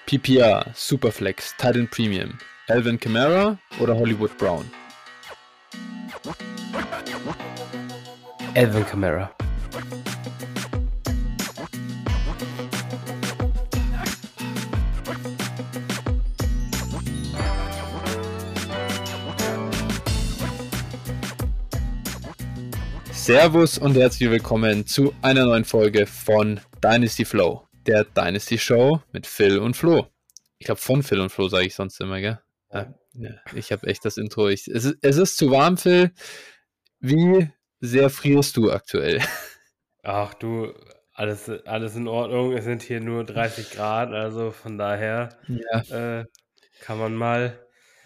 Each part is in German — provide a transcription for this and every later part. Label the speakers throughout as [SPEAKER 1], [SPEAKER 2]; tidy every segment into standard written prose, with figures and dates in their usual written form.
[SPEAKER 1] PPR, Superflex, Titan Premium, Alvin Kamara oder Hollywood Brown?
[SPEAKER 2] Alvin Kamara.
[SPEAKER 1] Servus und herzlich willkommen zu einer neuen Folge von Dynasty Flow, der Dynasty Show mit Phil und Flo. Ich glaube, von Phil und Flo sage ich sonst immer, gell? Ja, ich habe echt das Intro. Es ist zu warm, Phil. Wie sehr frierst du aktuell?
[SPEAKER 2] Ach du, alles in Ordnung. Es sind hier nur 30 Grad, also von daher kann man mal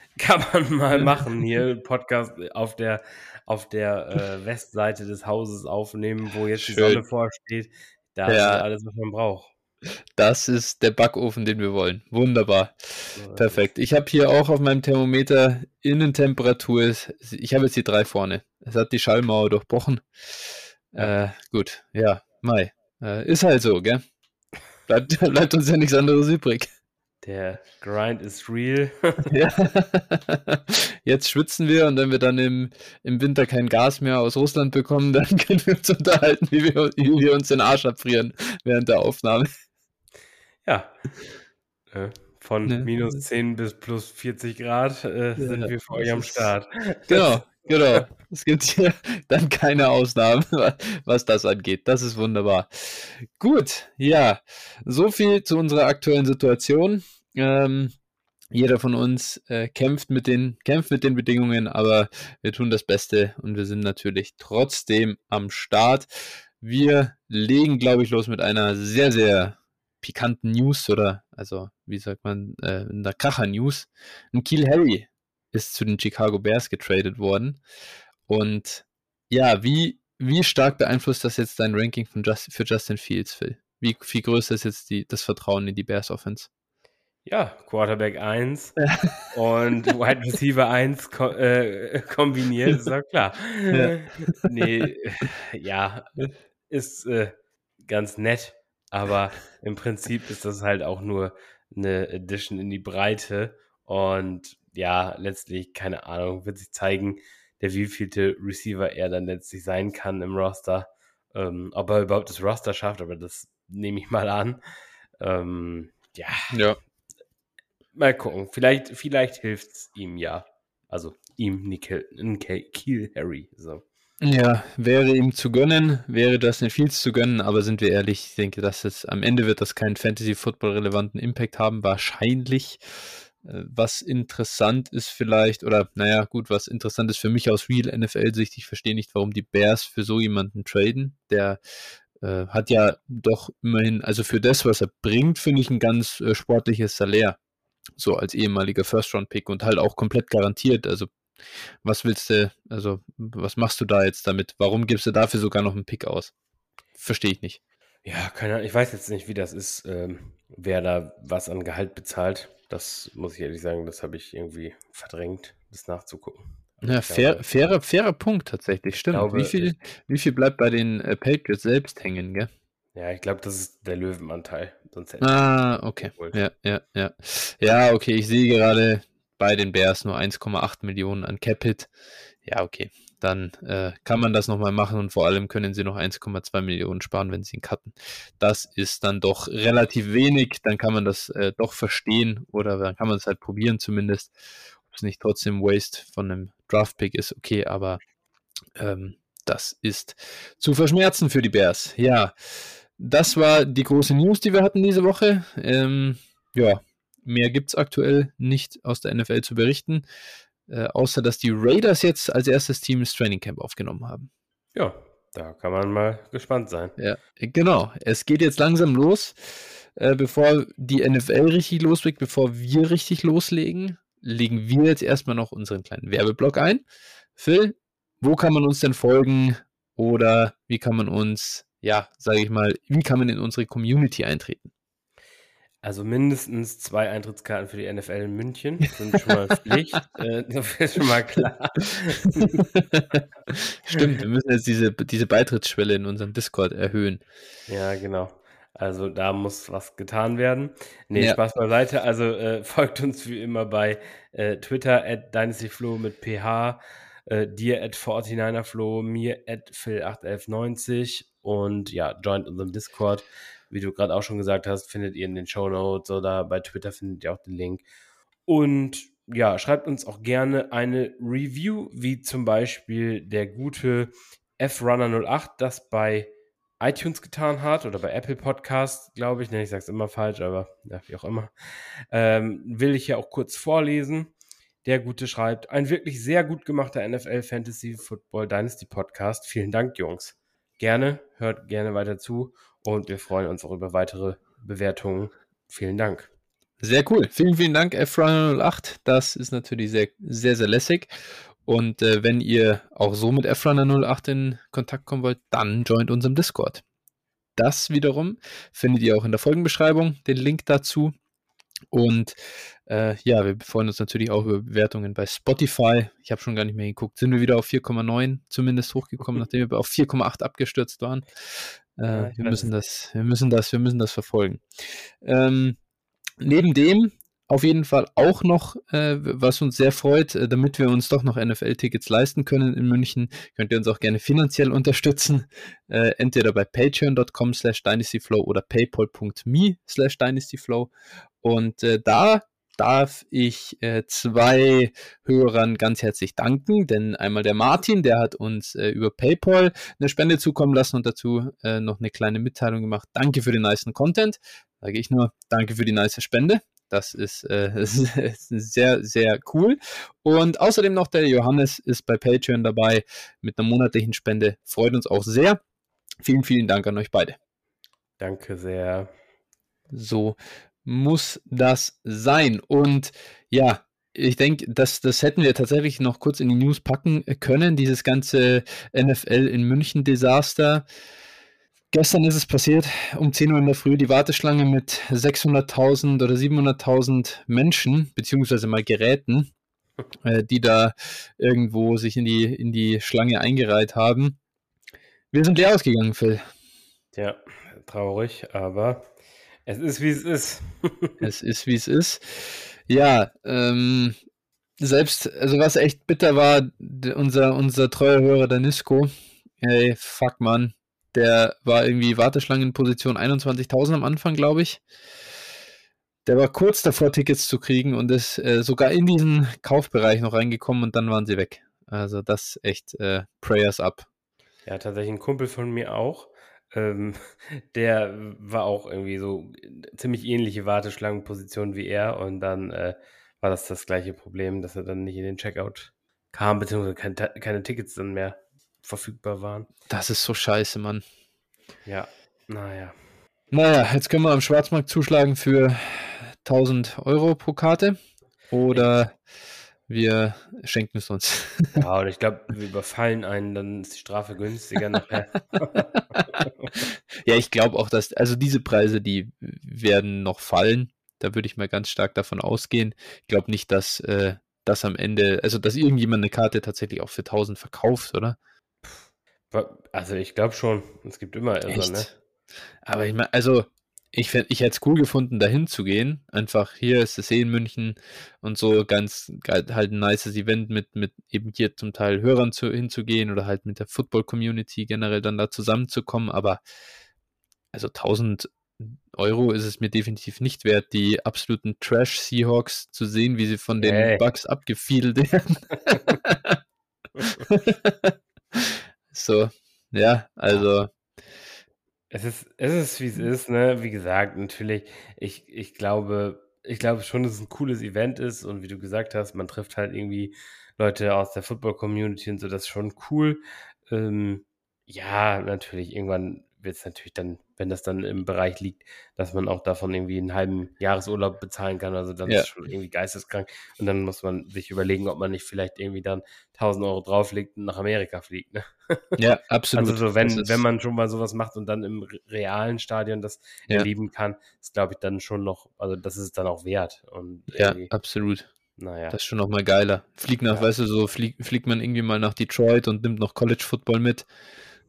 [SPEAKER 2] machen, hier Podcast auf der Westseite des Hauses aufnehmen, wo jetzt die Sonne vorsteht. Da ist alles, was man braucht.
[SPEAKER 1] Das ist der Backofen, den wir wollen. Wunderbar. Perfekt. Ich habe hier auch auf meinem Thermometer Innentemperatur, ich habe jetzt die 3 vorne. Es hat die Schallmauer durchbrochen. Gut, ja, Mai. Ist halt so, gell? Bleibt uns ja nichts anderes übrig.
[SPEAKER 2] Der Grind ist real.
[SPEAKER 1] Ja. Jetzt schwitzen wir und wenn wir dann im Winter kein Gas mehr aus Russland bekommen, dann können wir uns unterhalten, wie wir uns den Arsch abfrieren während der Aufnahme.
[SPEAKER 2] Ja. Von minus 10 bis plus 40 Grad sind wir für euch am Start.
[SPEAKER 1] Genau. Es gibt hier dann keine Ausnahmen, was das angeht. Das ist wunderbar. Gut, ja. So viel zu unserer aktuellen Situation. Jeder von uns kämpft mit den Bedingungen, aber wir tun das Beste und wir sind natürlich trotzdem am Start. Wir legen, glaube ich, los mit einer sehr, sehr pikanten News oder, also, wie sagt man, einer Kracher-News. N'Keal Harry ist zu den Chicago Bears getradet worden. Und ja, wie stark beeinflusst das jetzt dein Ranking für Justin Fields, Phil? Wie viel größer ist jetzt das Vertrauen in die Bears Offense?
[SPEAKER 2] Ja, Quarterback 1 und Wide Receiver 1 kombiniert, ist ja klar. Ist ganz nett, aber im Prinzip ist das halt auch nur eine Addition in die Breite und ja, letztlich, keine Ahnung, wird sich zeigen, der wievielte Receiver er dann letztlich sein kann im Roster. Ob er überhaupt das Roster schafft, aber das nehme ich mal an.
[SPEAKER 1] Ja.
[SPEAKER 2] Mal gucken, vielleicht hilft es ihm ja. Also ihm, N'Keal Harry. So.
[SPEAKER 1] Ja, wäre ihm zu gönnen, wäre Justin Fields zu gönnen, aber sind wir ehrlich, ich denke, dass es am Ende wird das keinen Fantasy-Football-relevanten Impact haben, wahrscheinlich. Was interessant ist vielleicht, oder naja, gut, was interessant ist für mich aus Real NFL-Sicht, ich verstehe nicht, warum die Bears für so jemanden traden. Der hat ja doch immerhin, also für das, was er bringt, finde ich ein ganz sportliches Salär. So als ehemaliger First-Round-Pick und halt auch komplett garantiert. Also was machst du da jetzt damit? Warum gibst du dafür sogar noch einen Pick aus? Verstehe ich nicht.
[SPEAKER 2] Ja, keine Ahnung. Ich weiß jetzt nicht, wie das ist, wer da was an Gehalt bezahlt. Das muss ich ehrlich sagen, das habe ich irgendwie verdrängt, das nachzugucken.
[SPEAKER 1] Ja, fairer Punkt tatsächlich, stimmt. Wie viel bleibt bei den Patriots selbst hängen, gell?
[SPEAKER 2] Ja, ich glaube, das ist der Löwenanteil. Sonst
[SPEAKER 1] okay. Ja. Ja, okay, ich sehe gerade bei den Bears nur 1,8 Millionen an Cap-Hit. Ja, okay. Dann kann man das nochmal machen und vor allem können sie noch 1,2 Millionen sparen, wenn sie ihn cutten. Das ist dann doch relativ wenig. Dann kann man das doch verstehen oder dann kann man es halt probieren zumindest. Ob es nicht trotzdem Waste von einem Draft-Pick ist, okay, aber das ist zu verschmerzen für die Bears. Ja, das war die große News, die wir hatten diese Woche. Mehr gibt es aktuell nicht aus der NFL zu berichten, außer dass die Raiders jetzt als erstes Team das Training Camp aufgenommen haben.
[SPEAKER 2] Ja, da kann man mal gespannt sein.
[SPEAKER 1] Ja, genau. Es geht jetzt langsam los. Bevor die NFL richtig loslegt, bevor wir richtig loslegen, legen wir jetzt erstmal noch unseren kleinen Werbeblock ein. Phil, wo kann man uns denn folgen oder wie kann man uns, wie kann man in unsere Community eintreten?
[SPEAKER 2] Also mindestens 2 Eintrittskarten für die NFL in München sind schon mal Pflicht. Das ist schon mal klar.
[SPEAKER 1] Stimmt, wir müssen jetzt diese Beitrittsschwelle in unserem Discord erhöhen.
[SPEAKER 2] Ja, genau. Also da muss was getan werden. Nee,
[SPEAKER 1] Ja,
[SPEAKER 2] Spaß beiseite. Also folgt uns wie immer bei Twitter @dynastyflo mit PH, dir @49erflo, mir @phil81190 und ja, joint unserem Discord. Wie du gerade auch schon gesagt hast, findet ihr in den Shownotes oder bei Twitter findet ihr auch den Link. Und ja, schreibt uns auch gerne eine Review, wie zum Beispiel der gute FRunner08 das bei iTunes getan hat oder bei Apple Podcasts, glaube ich. Ne, ich sage es immer falsch, aber ja, wie auch immer. Will ich ja auch kurz vorlesen. Der Gute schreibt, ein wirklich sehr gut gemachter NFL Fantasy Football Dynasty Podcast. Vielen Dank, Jungs. Gerne, hört gerne weiter zu und wir freuen uns auch über weitere Bewertungen. Vielen Dank.
[SPEAKER 1] sehr cool. Vielen, vielen Dank, Frunner08. Das ist natürlich sehr, sehr, sehr lässig. Und wenn ihr auch so mit Frunner08 in Kontakt kommen wollt, dann joint unserem Discord. Das wiederum findet ihr auch in der Folgenbeschreibung, den Link dazu. Und ja, wir freuen uns natürlich auch über Bewertungen bei Spotify. Ich habe schon gar nicht mehr geguckt. Sind wir wieder auf 4,9 zumindest hochgekommen, nachdem wir auf 4,8 abgestürzt waren.
[SPEAKER 2] Ja,
[SPEAKER 1] Wir müssen das verfolgen. Neben dem auf jeden Fall auch noch, was uns sehr freut, damit wir uns doch noch NFL-Tickets leisten können in München, könnt ihr uns auch gerne finanziell unterstützen. Entweder bei patreon.com/dynastyflow oder paypal.me/dynastyflow. Und da darf ich zwei Hörern ganz herzlich danken, denn einmal der Martin, der hat uns über PayPal eine Spende zukommen lassen und dazu noch eine kleine Mitteilung gemacht. Danke für den nicen Content. Sage ich nur, danke für die nice Spende. Das ist sehr, sehr cool. Und außerdem noch der Johannes ist bei Patreon dabei mit einer monatlichen Spende. Freut uns auch sehr. Vielen, vielen Dank an euch beide.
[SPEAKER 2] Danke sehr.
[SPEAKER 1] So muss das sein. Und ja, ich denke, das hätten wir tatsächlich noch kurz in die News packen können, dieses ganze NFL in München Desaster. Gestern ist es passiert, um 10 Uhr in der Früh, die Warteschlange mit 600.000 oder 700.000 Menschen, beziehungsweise mal Geräten, die da irgendwo sich in die Schlange eingereiht haben. Wir sind leer ausgegangen, Phil.
[SPEAKER 2] Ja, traurig, aber es ist, wie es ist.
[SPEAKER 1] Es ist, wie es ist. Ja, selbst, also was echt bitter war, unser treuer Hörer, der Nisko, ey, fuck man, der war irgendwie Warteschlangenposition 21.000 am Anfang, glaube ich. Der war kurz davor, Tickets zu kriegen und ist sogar in diesen Kaufbereich noch reingekommen und dann waren sie weg. Also das echt Prayers up.
[SPEAKER 2] Ja, tatsächlich ein Kumpel von mir auch. Der war auch irgendwie so ziemlich ähnliche Warteschlangenposition wie er und dann war das gleiche Problem, dass er dann nicht in den Checkout kam, beziehungsweise keine Tickets dann mehr verfügbar waren.
[SPEAKER 1] Das ist so scheiße, Mann.
[SPEAKER 2] Ja, naja.
[SPEAKER 1] Naja, jetzt können wir am Schwarzmarkt zuschlagen für 1.000 Euro pro Karte oder wir schenken es uns.
[SPEAKER 2] Ja, und ich glaube, wir überfallen einen, dann ist die Strafe günstiger nachher.
[SPEAKER 1] Ja, ich glaube auch, dass, also diese Preise, die werden noch fallen. Da würde ich mal ganz stark davon ausgehen. Ich glaube nicht, dass das am Ende, also dass irgendjemand eine Karte tatsächlich auch für 1.000 verkauft, oder?
[SPEAKER 2] Also ich glaube schon, es gibt immer Irre, ne?
[SPEAKER 1] Echt? Aber ich meine, also ich hätte es cool gefunden, dahin zu gehen. Einfach hier ist es in München und so ganz halt ein nices Event mit eben hier zum Teil Hörern hinzugehen oder halt mit der Football-Community generell dann da zusammenzukommen. Aber also 1.000 Euro ist es mir definitiv nicht wert, die absoluten Trash-Seahawks zu sehen, wie sie von den
[SPEAKER 2] Hey.
[SPEAKER 1] Bucks abgefiedelt werden. So, ja, also.
[SPEAKER 2] Es ist, wie es ist, ne? Wie gesagt, natürlich, ich glaube schon, dass es ein cooles Event ist und wie du gesagt hast, man trifft halt irgendwie Leute aus der Football-Community und so, das ist schon cool. Ja, natürlich, irgendwann wird es natürlich dann, wenn das dann im Bereich liegt, dass man auch davon irgendwie einen halben Jahresurlaub bezahlen kann, also dann ist
[SPEAKER 1] Ja.
[SPEAKER 2] es schon irgendwie geisteskrank und dann muss man sich überlegen, ob man nicht vielleicht irgendwie dann 1.000 Euro drauflegt und nach Amerika fliegt, ne?
[SPEAKER 1] Ja, absolut.
[SPEAKER 2] Also so,
[SPEAKER 1] Das
[SPEAKER 2] wenn man schon mal sowas macht und dann im realen Stadion das
[SPEAKER 1] ja,
[SPEAKER 2] erleben kann, ist, glaube ich, dann schon noch, also das ist es dann auch wert. Und
[SPEAKER 1] ja,
[SPEAKER 2] irgendwie,
[SPEAKER 1] absolut.
[SPEAKER 2] naja.
[SPEAKER 1] Das ist schon noch mal geiler. Fliegt nach,
[SPEAKER 2] Ja.
[SPEAKER 1] weißt du, so fliegt man irgendwie mal nach Detroit und nimmt noch College Football mit.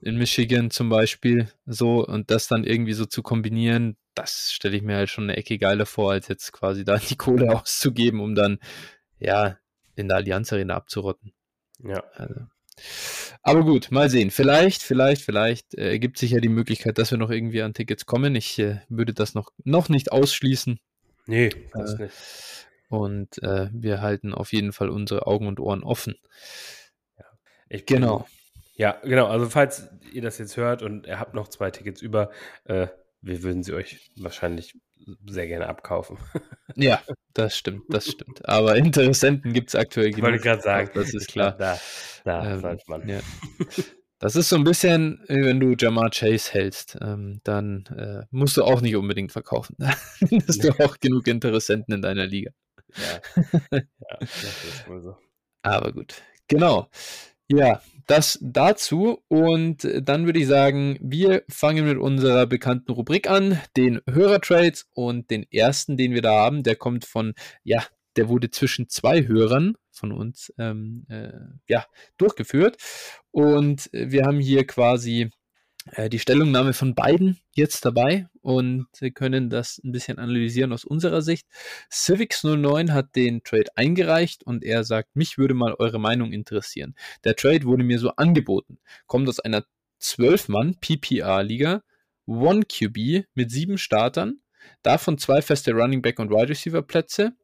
[SPEAKER 1] in Michigan zum Beispiel so und das dann irgendwie so zu kombinieren, das stelle ich mir halt schon eine Ecke geiler vor, als jetzt quasi da die Kohle auszugeben, um dann ja in der Allianz Arena abzurotten.
[SPEAKER 2] Ja.
[SPEAKER 1] Also. Aber gut, mal sehen. Vielleicht ergibt sich ja die Möglichkeit, dass wir noch irgendwie an Tickets kommen. Ich würde das noch nicht ausschließen.
[SPEAKER 2] Nee, das nicht.
[SPEAKER 1] Und wir halten auf jeden Fall unsere Augen und Ohren offen.
[SPEAKER 2] Ja,
[SPEAKER 1] genau.
[SPEAKER 2] Ja, genau. Also falls ihr das jetzt hört und ihr habt noch 2 Tickets über, wir würden sie euch wahrscheinlich sehr gerne abkaufen.
[SPEAKER 1] Ja, das stimmt. Aber Interessenten gibt es aktuell genug.
[SPEAKER 2] Wollte ich gerade sagen.
[SPEAKER 1] Das ist klar.
[SPEAKER 2] Da sollte man.
[SPEAKER 1] Ja. Das ist so ein bisschen, wenn du Ja'Marr Chase hältst, dann musst du auch nicht unbedingt verkaufen. Da findest du auch genug Interessenten in deiner Liga.
[SPEAKER 2] Ja, das ist wohl so.
[SPEAKER 1] Aber gut, genau. Ja, das dazu und dann würde ich sagen, wir fangen mit unserer bekannten Rubrik an, den Hörertrades und den ersten, den wir da haben, der kommt von, der wurde zwischen 2 Hörern von uns durchgeführt und wir haben hier quasi die Stellungnahme von beiden jetzt dabei und wir können das ein bisschen analysieren aus unserer Sicht. Civics09 hat den Trade eingereicht und er sagt, mich würde mal eure Meinung interessieren. Der Trade wurde mir so angeboten. Kommt aus einer 12-Mann PPR-Liga, 1 QB mit 7 Startern, davon 2 feste Running Back und Wide Receiver Plätze,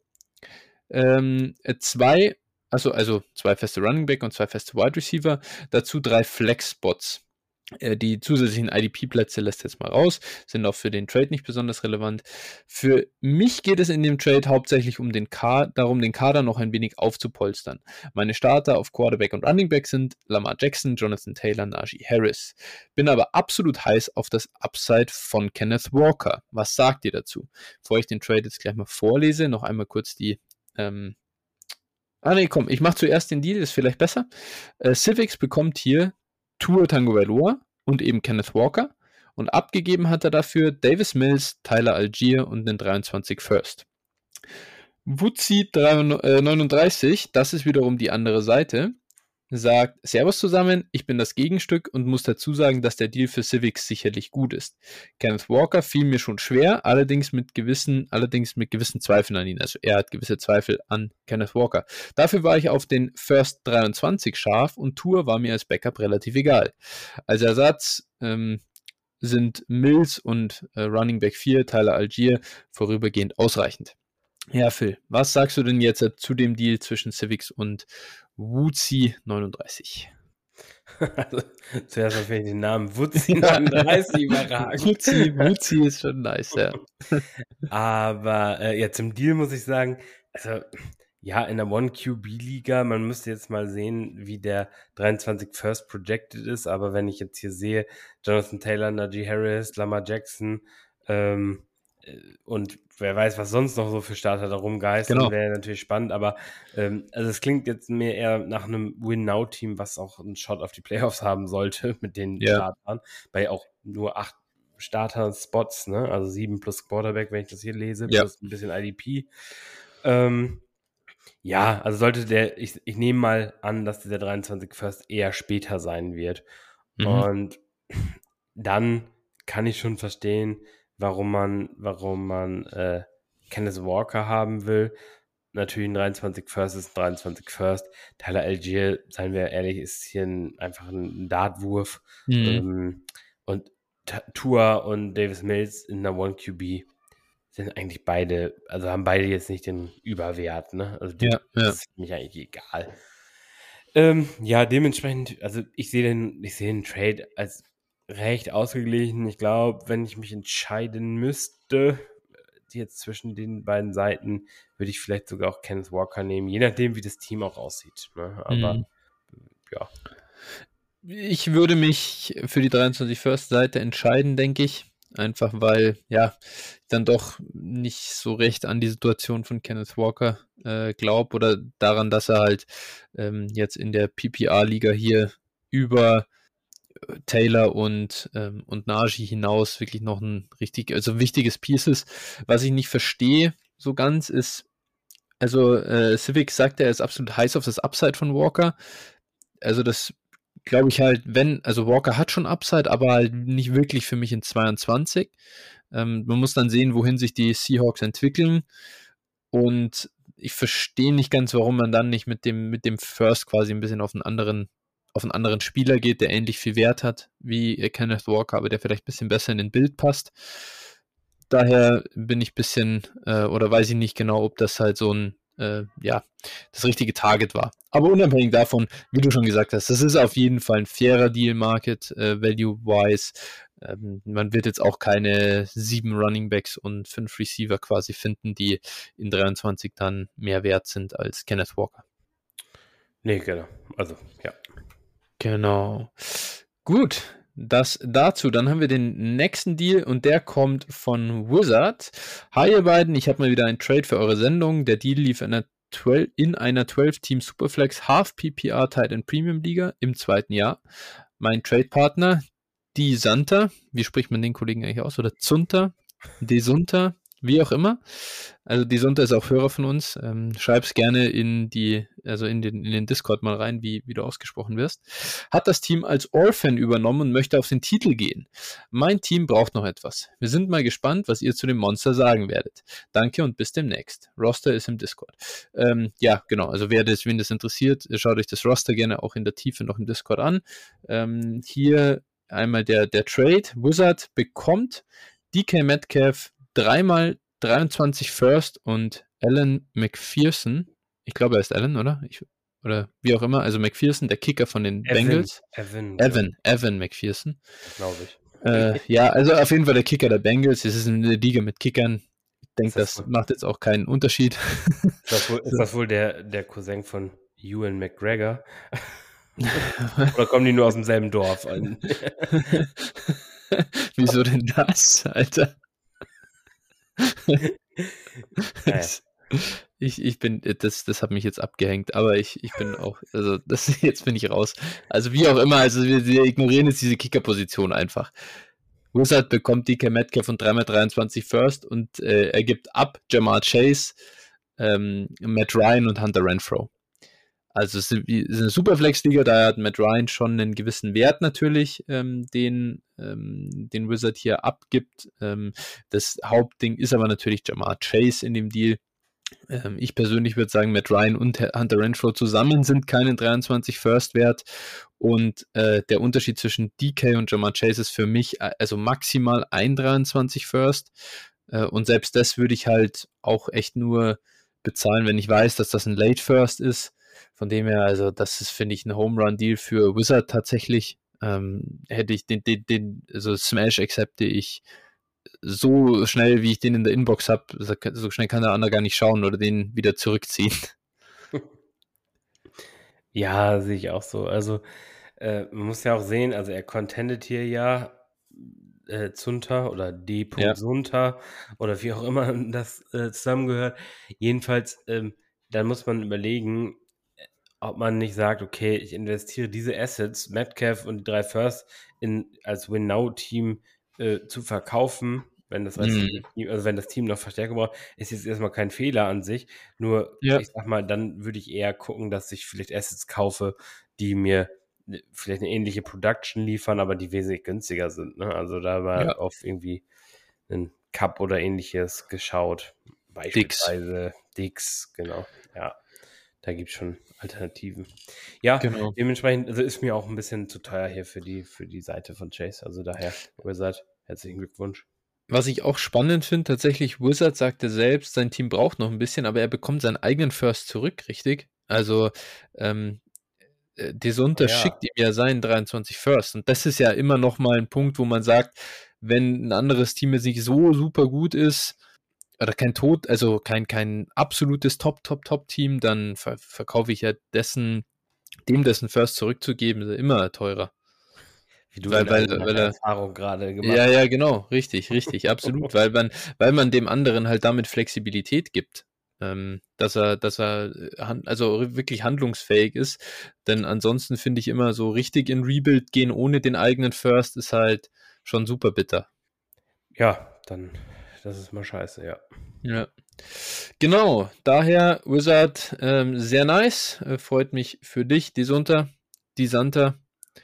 [SPEAKER 1] 2 feste Running Back und 2 feste Wide Receiver, dazu 3 Flex-Spots. Die zusätzlichen IDP-Plätze lässt jetzt mal raus, sind auch für den Trade nicht besonders relevant. Für mich geht es in dem Trade hauptsächlich darum, den Kader noch ein wenig aufzupolstern. Meine Starter auf Quarterback und Running Back sind Lamar Jackson, Jonathan Taylor, Najee Harris. Bin aber absolut heiß auf das Upside von Kenneth Walker. Was sagt ihr dazu? Bevor ich den Trade jetzt gleich mal vorlese, noch einmal kurz die ich mache zuerst den Deal, ist vielleicht besser. Civics bekommt hier Tua Tagovailoa und eben Kenneth Walker und abgegeben hat er dafür Davis Mills, Tyler Algier und den 23 First. Wutzi 39, das ist wiederum die andere Seite, sagt, Servus zusammen, ich bin das Gegenstück und muss dazu sagen, dass der Deal für Civics sicherlich gut ist. Kenneth Walker fiel mir schon schwer, allerdings mit gewissen Zweifeln an ihn. Also er hat gewisse Zweifel an Kenneth Walker. Dafür war ich auf den First 23 scharf und Tour war mir als Backup relativ egal. Als Ersatz sind Mills und Running Back 4, Tyler Algier, vorübergehend ausreichend. Ja, Phil, was sagst du denn jetzt zu dem Deal zwischen Civics und Wutzi 39?
[SPEAKER 2] Also, zuerst mal finde ich den Namen Wutzi 39 überragend.
[SPEAKER 1] Wutzi ist schon nice, ja.
[SPEAKER 2] Aber zum Deal muss ich sagen, also ja, in der 1QB-Liga, man müsste jetzt mal sehen, wie der 23 First projected ist, aber wenn ich jetzt hier sehe, Jonathan Taylor, Najee Harris, Lamar Jackson und wer weiß, was sonst noch so für Starter da rumgeistern, wäre natürlich spannend, aber also es klingt jetzt mehr eher nach einem Win-Now-Team, was auch einen Shot auf die Playoffs haben sollte mit den Startern, bei auch nur 8 Starter-Spots, ne? Also 7 plus Quarterback, wenn ich das hier lese, plus ein bisschen IDP. Ja, also sollte ich nehme mal an, dass der 23 First eher später sein wird. Und dann kann ich schon verstehen, warum man Kenneth Walker haben will. Natürlich ein 23 First ist ein 23 First. Tyler Algier, seien wir ehrlich, ist hier einfach ein Dartwurf. Und Tua und Davis Mills in der 1QB sind eigentlich haben beide jetzt nicht den Überwert, ne? Also das ist mich eigentlich egal. Dementsprechend, also ich sehe den Trade als recht ausgeglichen. Ich glaube, wenn ich mich entscheiden müsste, jetzt zwischen den beiden Seiten, würde ich vielleicht sogar auch Kenneth Walker nehmen, je nachdem, wie das Team auch aussieht. Ne? Aber ja.
[SPEAKER 1] Ich würde mich für die 23 First Seite entscheiden, denke ich. Einfach weil, dann doch nicht so recht an die Situation von Kenneth Walker glaube oder daran, dass er halt jetzt in der PPR-Liga hier über Taylor und Najee hinaus wirklich noch ein wichtiges Piece ist. Was ich nicht verstehe so ganz ist, also Civic sagt, er ist absolut heiß auf das Upside von Walker. Also das glaube ich halt, also Walker hat schon Upside, aber halt nicht wirklich für mich in 22. Man muss dann sehen, wohin sich die Seahawks entwickeln. Und ich verstehe nicht ganz, warum man dann nicht mit dem First quasi ein bisschen auf einen anderen Spieler geht, der ähnlich viel Wert hat wie Kenneth Walker, aber der vielleicht ein bisschen besser in den Bild passt. Daher bin ich ein bisschen, oder weiß ich nicht genau, ob das halt so ein, das richtige Target war. Aber unabhängig davon, wie du schon gesagt hast, das ist auf jeden Fall ein fairer Deal Market, value-wise. Man wird jetzt auch keine 7 Running Backs und 5 Receiver quasi finden, die in 23 dann mehr wert sind als Kenneth Walker.
[SPEAKER 2] Nee, genau. Also, ja.
[SPEAKER 1] Genau. Gut, das dazu. Dann haben wir den nächsten Deal und der kommt von Wizard. Hi ihr beiden, ich habe mal wieder einen Trade für eure Sendung. Der Deal lief in einer 12-Team Superflex Half PPR Tight End Premium Liga im 2. Jahr. Mein Trade-Partner, die Santa, wie spricht man den Kollegen eigentlich aus? Oder Zunter, Desunter, wie auch immer. Also die Sunta ist auch Hörer von uns. Schreib's gerne in den Discord mal rein, wie du ausgesprochen wirst. Hat das Team als Orphan übernommen und möchte auf den Titel gehen. Mein Team braucht noch etwas. Wir sind mal gespannt, was ihr zu dem Monster sagen werdet. Danke und bis demnächst. Roster ist im Discord. Ja, genau. Also wen das interessiert, schaut euch das Roster gerne auch in der Tiefe noch im Discord an. Hier einmal der Trade. Wizard bekommt DK Metcalf 3x 23 First und Alan McPherson. Ich glaube, er ist Alan, oder? Oder wie auch immer. Also McPherson, der Kicker von den Bengals. Evan McPherson.
[SPEAKER 2] Glaube ich.
[SPEAKER 1] Ja, also auf jeden Fall der Kicker der Bengals. Es ist eine Liga mit Kickern. Ich denke, das macht jetzt auch keinen Unterschied.
[SPEAKER 2] Ist das wohl der Cousin von Ewan McGregor? Oder kommen die nur aus demselben Dorf?
[SPEAKER 1] Wieso denn das, Alter? Das hat mich jetzt abgehängt, aber ich bin auch, also jetzt bin ich raus. Also wie auch immer, also wir ignorieren jetzt diese Kicker-Position einfach. Wizard bekommt DK Metcalf von 3x23 First und er gibt ab Ja'Marr Chase, Matt Ryan und Hunter Renfrow. Also es ist eine Superflex-Liga, da hat Matt Ryan schon einen gewissen Wert natürlich, den Wizard hier abgibt. Das Hauptding ist aber natürlich Ja'Marr Chase in dem Deal. Ich persönlich würde sagen, Matt Ryan und Hunter Renfrow zusammen sind keinen 23 First wert. Und der Unterschied zwischen DK und Ja'Marr Chase ist für mich also maximal ein 23 First. Und selbst das würde ich halt auch echt nur bezahlen, wenn ich weiß, dass das ein Late First ist. Von dem her, also das ist, finde ich, ein Home Run Deal für Wizard tatsächlich. Hätte ich also Smash accepte ich so schnell, wie ich den in der Inbox habe, so schnell kann der andere gar nicht schauen oder den wieder zurückziehen.
[SPEAKER 2] Ja, sehe ich auch so. Also man muss ja auch sehen, also er contendet hier ja Zunter oder D.
[SPEAKER 1] Ja.
[SPEAKER 2] Sunter oder wie auch immer das zusammengehört. Jedenfalls, dann muss man überlegen, ob man nicht sagt, okay, ich investiere diese Assets, Metcalf und die 3 First als Win-Now-Team zu verkaufen, wenn das wenn das Team noch Verstärkung braucht, ist jetzt erstmal kein Fehler an sich. Nur, ich sag mal, dann würde ich eher gucken, dass ich vielleicht Assets kaufe, die mir vielleicht eine ähnliche Production liefern, aber die wesentlich günstiger sind. Ne? Also da war auf irgendwie einen Cup oder ähnliches geschaut. Beispielsweise Dix, genau. Ja, da gibt es schon Alternativen. Ja, genau. Dementsprechend also ist mir auch ein bisschen zu teuer hier für die Seite von Chase. Also daher, Wizard, herzlichen Glückwunsch.
[SPEAKER 1] Was ich auch spannend finde, tatsächlich, Wizard sagte selbst, sein Team braucht noch ein bisschen, aber er bekommt seinen eigenen First zurück, richtig? Also, Desunter schickt ihm ja seinen 23 First. Und das ist ja immer noch mal ein Punkt, wo man sagt, wenn ein anderes Team jetzt nicht so super gut ist, oder kein absolutes Top-Team, dann verkaufe ich ja dessen First zurückzugeben, ist ja immer teurer.
[SPEAKER 2] Wie du weil Erfahrung gerade gemacht
[SPEAKER 1] hast. Ja, genau, richtig, absolut, weil man dem anderen halt damit Flexibilität gibt, dass er also wirklich handlungsfähig ist, denn ansonsten finde ich immer so richtig in Rebuild gehen ohne den eigenen First ist halt schon super bitter.
[SPEAKER 2] Ja, dann, das ist mal scheiße, ja.
[SPEAKER 1] Ja, genau, daher Wizard, sehr nice, freut mich für dich, die Santa.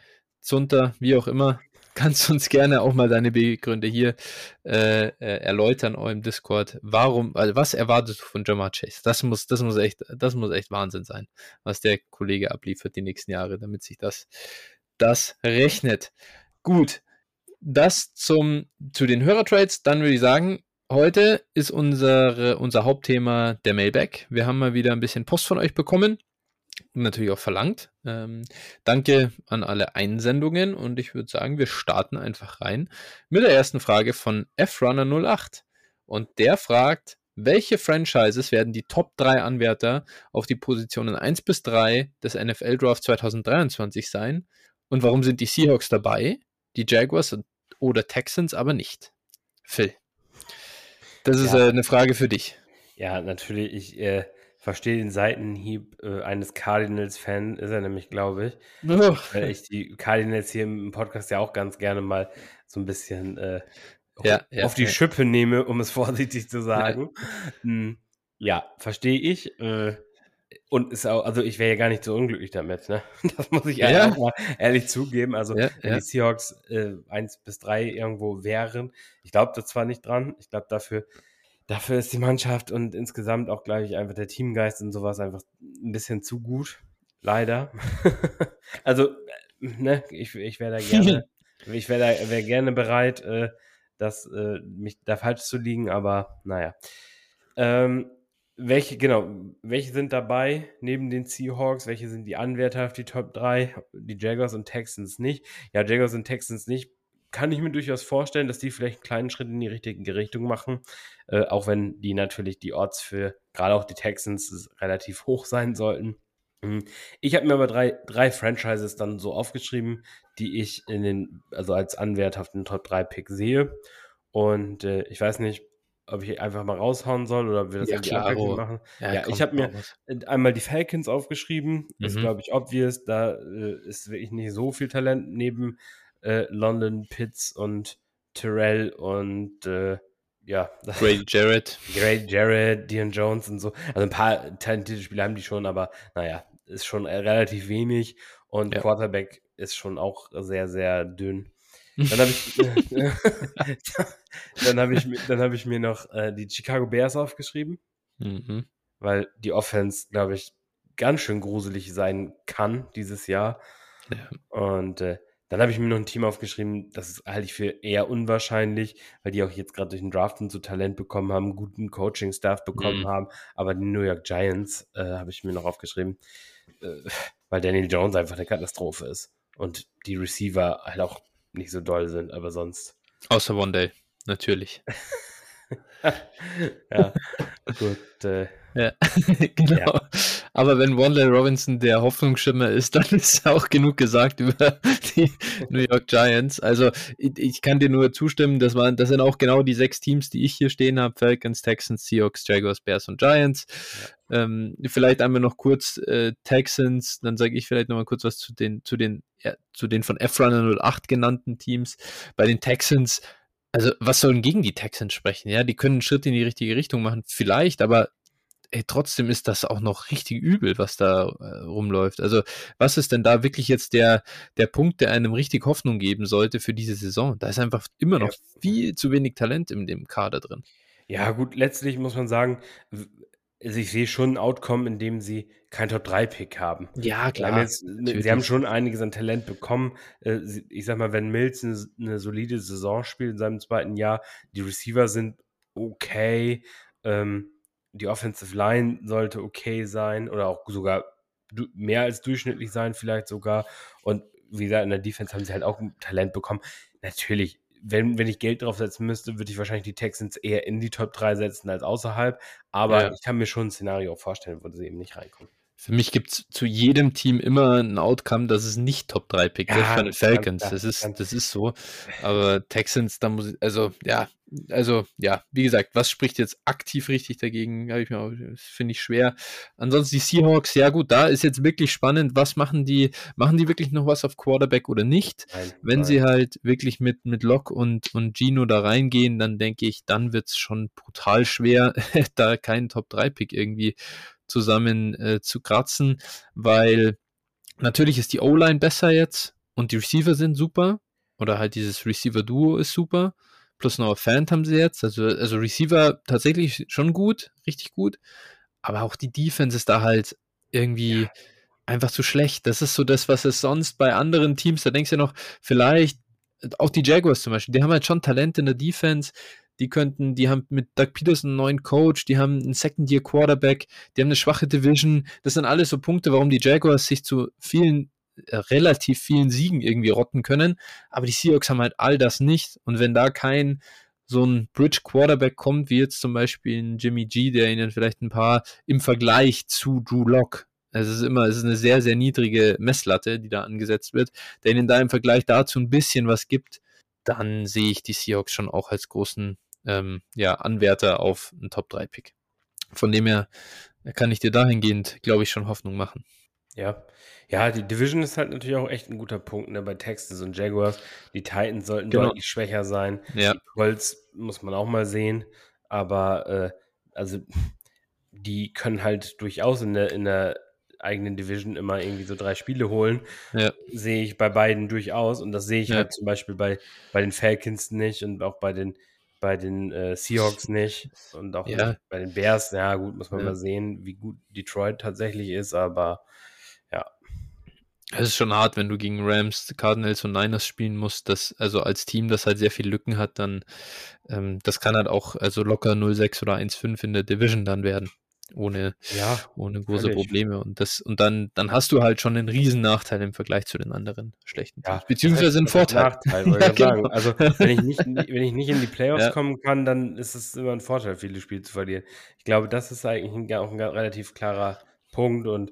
[SPEAKER 1] Zunter, wie auch immer, kannst du uns gerne auch mal deine Beweggründe hier erläutern im Discord. Also was erwartest du von Ja'Marr Chase? Das muss echt Wahnsinn sein, was der Kollege abliefert die nächsten Jahre, damit sich das rechnet. Gut, das zu den Hörertrades. Dann würde ich sagen, heute ist unser Hauptthema der Mailbag. Wir haben mal wieder ein bisschen Post von euch bekommen. Natürlich auch verlangt. Danke an alle Einsendungen und ich würde sagen, wir starten einfach rein mit der ersten Frage von FRunner08 und der fragt, welche Franchises werden die Top 3 Anwärter auf die Positionen 1 bis 3 des NFL Draft 2023 sein und warum sind die Seahawks dabei, die Jaguars oder Texans aber nicht? Phil, das ist eine Frage für dich.
[SPEAKER 2] Ja, natürlich, ich verstehe den Seitenhieb eines Cardinals-Fans, ist er nämlich, glaube ich. Weil ich die Cardinals hier im Podcast ja auch ganz gerne mal so ein bisschen auf die Schippe nehme, um es vorsichtig zu sagen. Ja, verstehe ich. Und ist auch, also ich wäre ja gar nicht so unglücklich damit, ne? Das muss ich auch mal ehrlich zugeben. Also wenn die Seahawks 1 bis 3 irgendwo wären, ich glaube da zwar nicht dran, ich glaube dafür ist die Mannschaft und insgesamt auch gleich einfach der Teamgeist und sowas einfach ein bisschen zu gut. Leider. Also, ne, ich wäre da gerne, wäre gerne bereit, mich da falsch zu liegen, aber naja. Welche sind dabei neben den Seahawks? Welche sind die Anwärter auf die Top 3? Die Jaguars und Texans nicht. Ja, Jaguars und Texans nicht. Kann ich mir durchaus vorstellen, dass die vielleicht einen kleinen Schritt in die richtige Richtung machen. Auch wenn die natürlich die Odds für gerade auch die Texans relativ hoch sein sollten. Ich habe mir aber drei Franchises dann so aufgeschrieben, die ich also als Anwärter auf den Top 3 Pick sehe. Und ich weiß nicht, ob ich einfach mal raushauen soll oder ob wir das irgendwie abwechselnd machen. Ja, ich habe mir einmal die Falcons aufgeschrieben. Ist, glaube ich, obvious. Da ist wirklich nicht so viel Talent neben London, Pitts und Terrell und
[SPEAKER 1] Grady
[SPEAKER 2] Jarrett, Dion Jones und so. Also ein paar talentierte Spieler haben die schon, aber naja, ist schon relativ wenig und Quarterback ist schon auch sehr, sehr dünn. Dann habe ich mir noch die Chicago Bears aufgeschrieben, weil die Offense, glaube ich, ganz schön gruselig sein kann dieses Jahr.
[SPEAKER 1] Ja.
[SPEAKER 2] Und dann habe ich mir noch ein Team aufgeschrieben, das halte ich für eher unwahrscheinlich, weil die auch jetzt gerade durch den Draft und so Talent bekommen haben, einen guten Coaching-Staff bekommen haben, aber die New York Giants habe ich mir noch aufgeschrieben, weil Daniel Jones einfach eine Katastrophe ist und die Receiver halt auch nicht so doll sind, aber sonst.
[SPEAKER 1] Außer One Day, natürlich.
[SPEAKER 2] Ja, gut.
[SPEAKER 1] Ja, genau. Ja. Aber wenn Wan'Dale Robinson der Hoffnungsschimmer ist, dann ist auch genug gesagt über die New York Giants. Also ich kann dir nur zustimmen, das sind auch genau die 6 Teams, die ich hier stehen habe: Falcons, Texans, Seahawks, Jaguars, Bears und Giants. Ja. Vielleicht einmal noch kurz Texans, dann sage ich vielleicht noch mal kurz was zu den von FRunner 08 genannten Teams. Bei den Texans, also was sollen gegen die Texans sprechen? Ja, die können einen Schritt in die richtige Richtung machen, vielleicht, aber trotzdem ist das auch noch richtig übel, was da rumläuft. Also was ist denn da wirklich jetzt der Punkt, der einem richtig Hoffnung geben sollte für diese Saison? Da ist einfach immer noch viel zu wenig Talent in dem Kader drin.
[SPEAKER 2] Ja gut, letztlich muss man sagen, also ich sehe schon ein Outcome, in dem sie kein Top-3-Pick haben.
[SPEAKER 1] Ja, klar.
[SPEAKER 2] Sie haben schon einiges an Talent bekommen. Ich sag mal, wenn Mills eine solide Saison spielt in seinem zweiten Jahr, die Receiver sind okay, die Offensive Line sollte okay sein oder auch sogar mehr als durchschnittlich sein vielleicht sogar. Und wie gesagt, in der Defense haben sie halt auch Talent bekommen. Natürlich, wenn ich Geld drauf setzen müsste, würde ich wahrscheinlich die Texans eher in die Top 3 setzen als außerhalb. Aber ich kann mir schon ein Szenario vorstellen, wo sie eben nicht reinkommen.
[SPEAKER 1] Für mich gibt es zu jedem Team immer ein Outcome, dass es nicht Top 3 pickt. Ja, von den Falcons. Das ist so. Aber Texans, da muss ich, wie gesagt, was spricht jetzt aktiv richtig dagegen? Finde ich schwer. Ansonsten die Seahawks, ja gut, da ist jetzt wirklich spannend, was machen die? Machen die wirklich noch was auf Quarterback oder nicht? Wenn sie halt wirklich mit Locke und Gino da reingehen, dann denke ich, dann wird es schon brutal schwer, da keinen Top 3 Pick irgendwie zusammen zu kratzen, weil natürlich ist die O-Line besser jetzt. und die Receiver sind super. Oder halt dieses Receiver-Duo ist super. Plus Noah Fant haben sie jetzt. Also Receiver tatsächlich schon gut, richtig gut. Aber auch die Defense ist da halt irgendwie einfach zu schlecht. Das ist so das, was es sonst bei anderen Teams, da denkst du ja noch, vielleicht, auch die Jaguars zum Beispiel, die haben halt schon Talent in der Defense. Die haben mit Doug Peterson einen neuen Coach, die haben einen Second-Year-Quarterback, die haben eine schwache Division. Das sind alles so Punkte, warum die Jaguars sich zu relativ vielen Siegen irgendwie rotten können. Aber die Seahawks haben halt all das nicht. Und wenn da kein so ein Bridge-Quarterback kommt, wie jetzt zum Beispiel ein Jimmy G, der ihnen vielleicht ein paar im Vergleich zu Drew Lock, es ist eine sehr, sehr niedrige Messlatte, die da angesetzt wird, der ihnen da im Vergleich dazu ein bisschen was gibt, dann sehe ich die Seahawks schon auch als großen Anwärter auf einen Top-3-Pick. Von dem her kann ich dir dahingehend, glaube ich, schon Hoffnung machen.
[SPEAKER 2] Ja, die Division ist halt natürlich auch echt ein guter Punkt, ne, bei Texans und Jaguars. Die Titans sollten deutlich schwächer sein.
[SPEAKER 1] Ja.
[SPEAKER 2] Die Colts muss man auch mal sehen. Aber also die können halt durchaus in der eigenen Division immer irgendwie so 3 Spiele holen.
[SPEAKER 1] Ja.
[SPEAKER 2] Sehe ich bei beiden durchaus. Und das sehe ich halt zum Beispiel bei den Falcons nicht und auch bei den Seahawks nicht und auch nicht bei den Bears. Ja, gut, muss man mal sehen, wie gut Detroit tatsächlich ist, aber ja.
[SPEAKER 1] Es ist schon hart, wenn du gegen Rams, Cardinals und Niners spielen musst, also als Team, das halt sehr viele Lücken hat, dann das kann halt auch locker 0-6 oder 1-5 in der Division dann werden. Ohne große Probleme. Und dann hast du halt schon einen riesen Nachteil im Vergleich zu den anderen schlechten Teams. Beziehungsweise einen Vorteil.
[SPEAKER 2] Nachteil, wollte ich sagen. Also wenn ich nicht in die Playoffs kommen kann, dann ist es immer ein Vorteil, viele Spiele zu verlieren. Ich glaube, das ist eigentlich auch ein relativ klarer Punkt und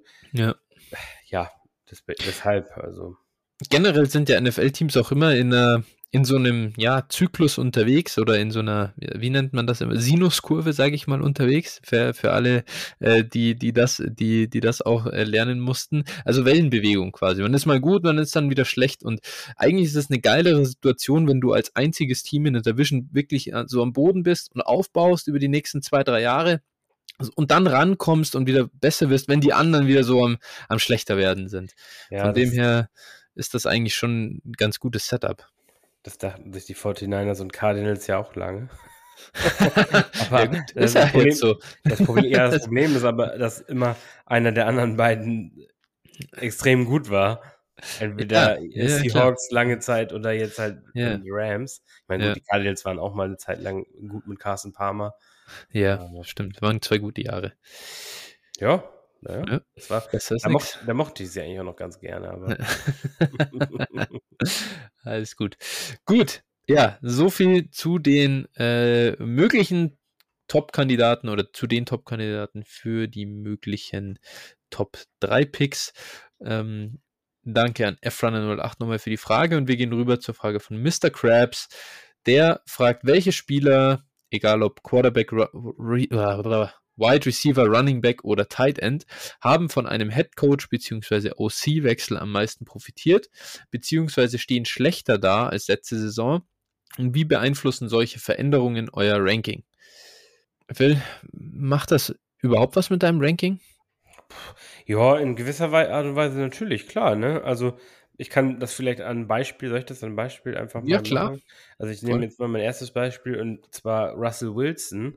[SPEAKER 2] deshalb, also.
[SPEAKER 1] Generell sind ja NFL-Teams auch immer in so einem Zyklus unterwegs oder in so einer, wie nennt man das immer, Sinuskurve, sage ich mal, unterwegs, für alle, die das auch lernen mussten. Also Wellenbewegung quasi. Man ist mal gut, man ist dann wieder schlecht und eigentlich ist es eine geilere Situation, wenn du als einziges Team in der Division wirklich so am Boden bist und aufbaust über die nächsten 2-3 Jahre und dann rankommst und wieder besser wirst, wenn die anderen wieder so am schlechter werden sind. Ja, von dem her ist das eigentlich schon ein ganz gutes Setup.
[SPEAKER 2] Das dachten sich die 49ers und Cardinals ja auch lange.
[SPEAKER 1] Aber ja, gut, ist ja jetzt so.
[SPEAKER 2] Das Problem ist aber, dass immer einer der anderen beiden extrem gut war. Entweder Seahawks lange Zeit oder jetzt halt die Rams. Ich meine, gut, die Cardinals waren auch mal eine Zeit lang gut mit Carson Palmer.
[SPEAKER 1] Ja, stimmt. Waren 2 gute Jahre.
[SPEAKER 2] Ja, naja. Da mochte ich sie eigentlich auch noch ganz gerne. Aber
[SPEAKER 1] alles gut. Gut, ja, so viel zu den möglichen Top-Kandidaten oder zu den Top-Kandidaten für die möglichen Top-3-Picks. Danke an Frunner08 nochmal für die Frage und wir gehen rüber zur Frage von Mr. Krabs. Der fragt, welche Spieler, egal ob Quarterback, Wide Receiver, Running Back oder Tight End, haben von einem Head Coach bzw. OC-Wechsel am meisten profitiert, beziehungsweise stehen schlechter da als letzte Saison. Und wie beeinflussen solche Veränderungen euer Ranking? Phil, macht das überhaupt was mit deinem Ranking?
[SPEAKER 2] Ja, in gewisser Art und Weise natürlich, klar, ne? Also ich kann das vielleicht an einem Beispiel, soll ich das an einem Beispiel einfach mal machen?
[SPEAKER 1] Klar.
[SPEAKER 2] Also ich nehme jetzt mal mein erstes Beispiel und zwar Russell Wilson.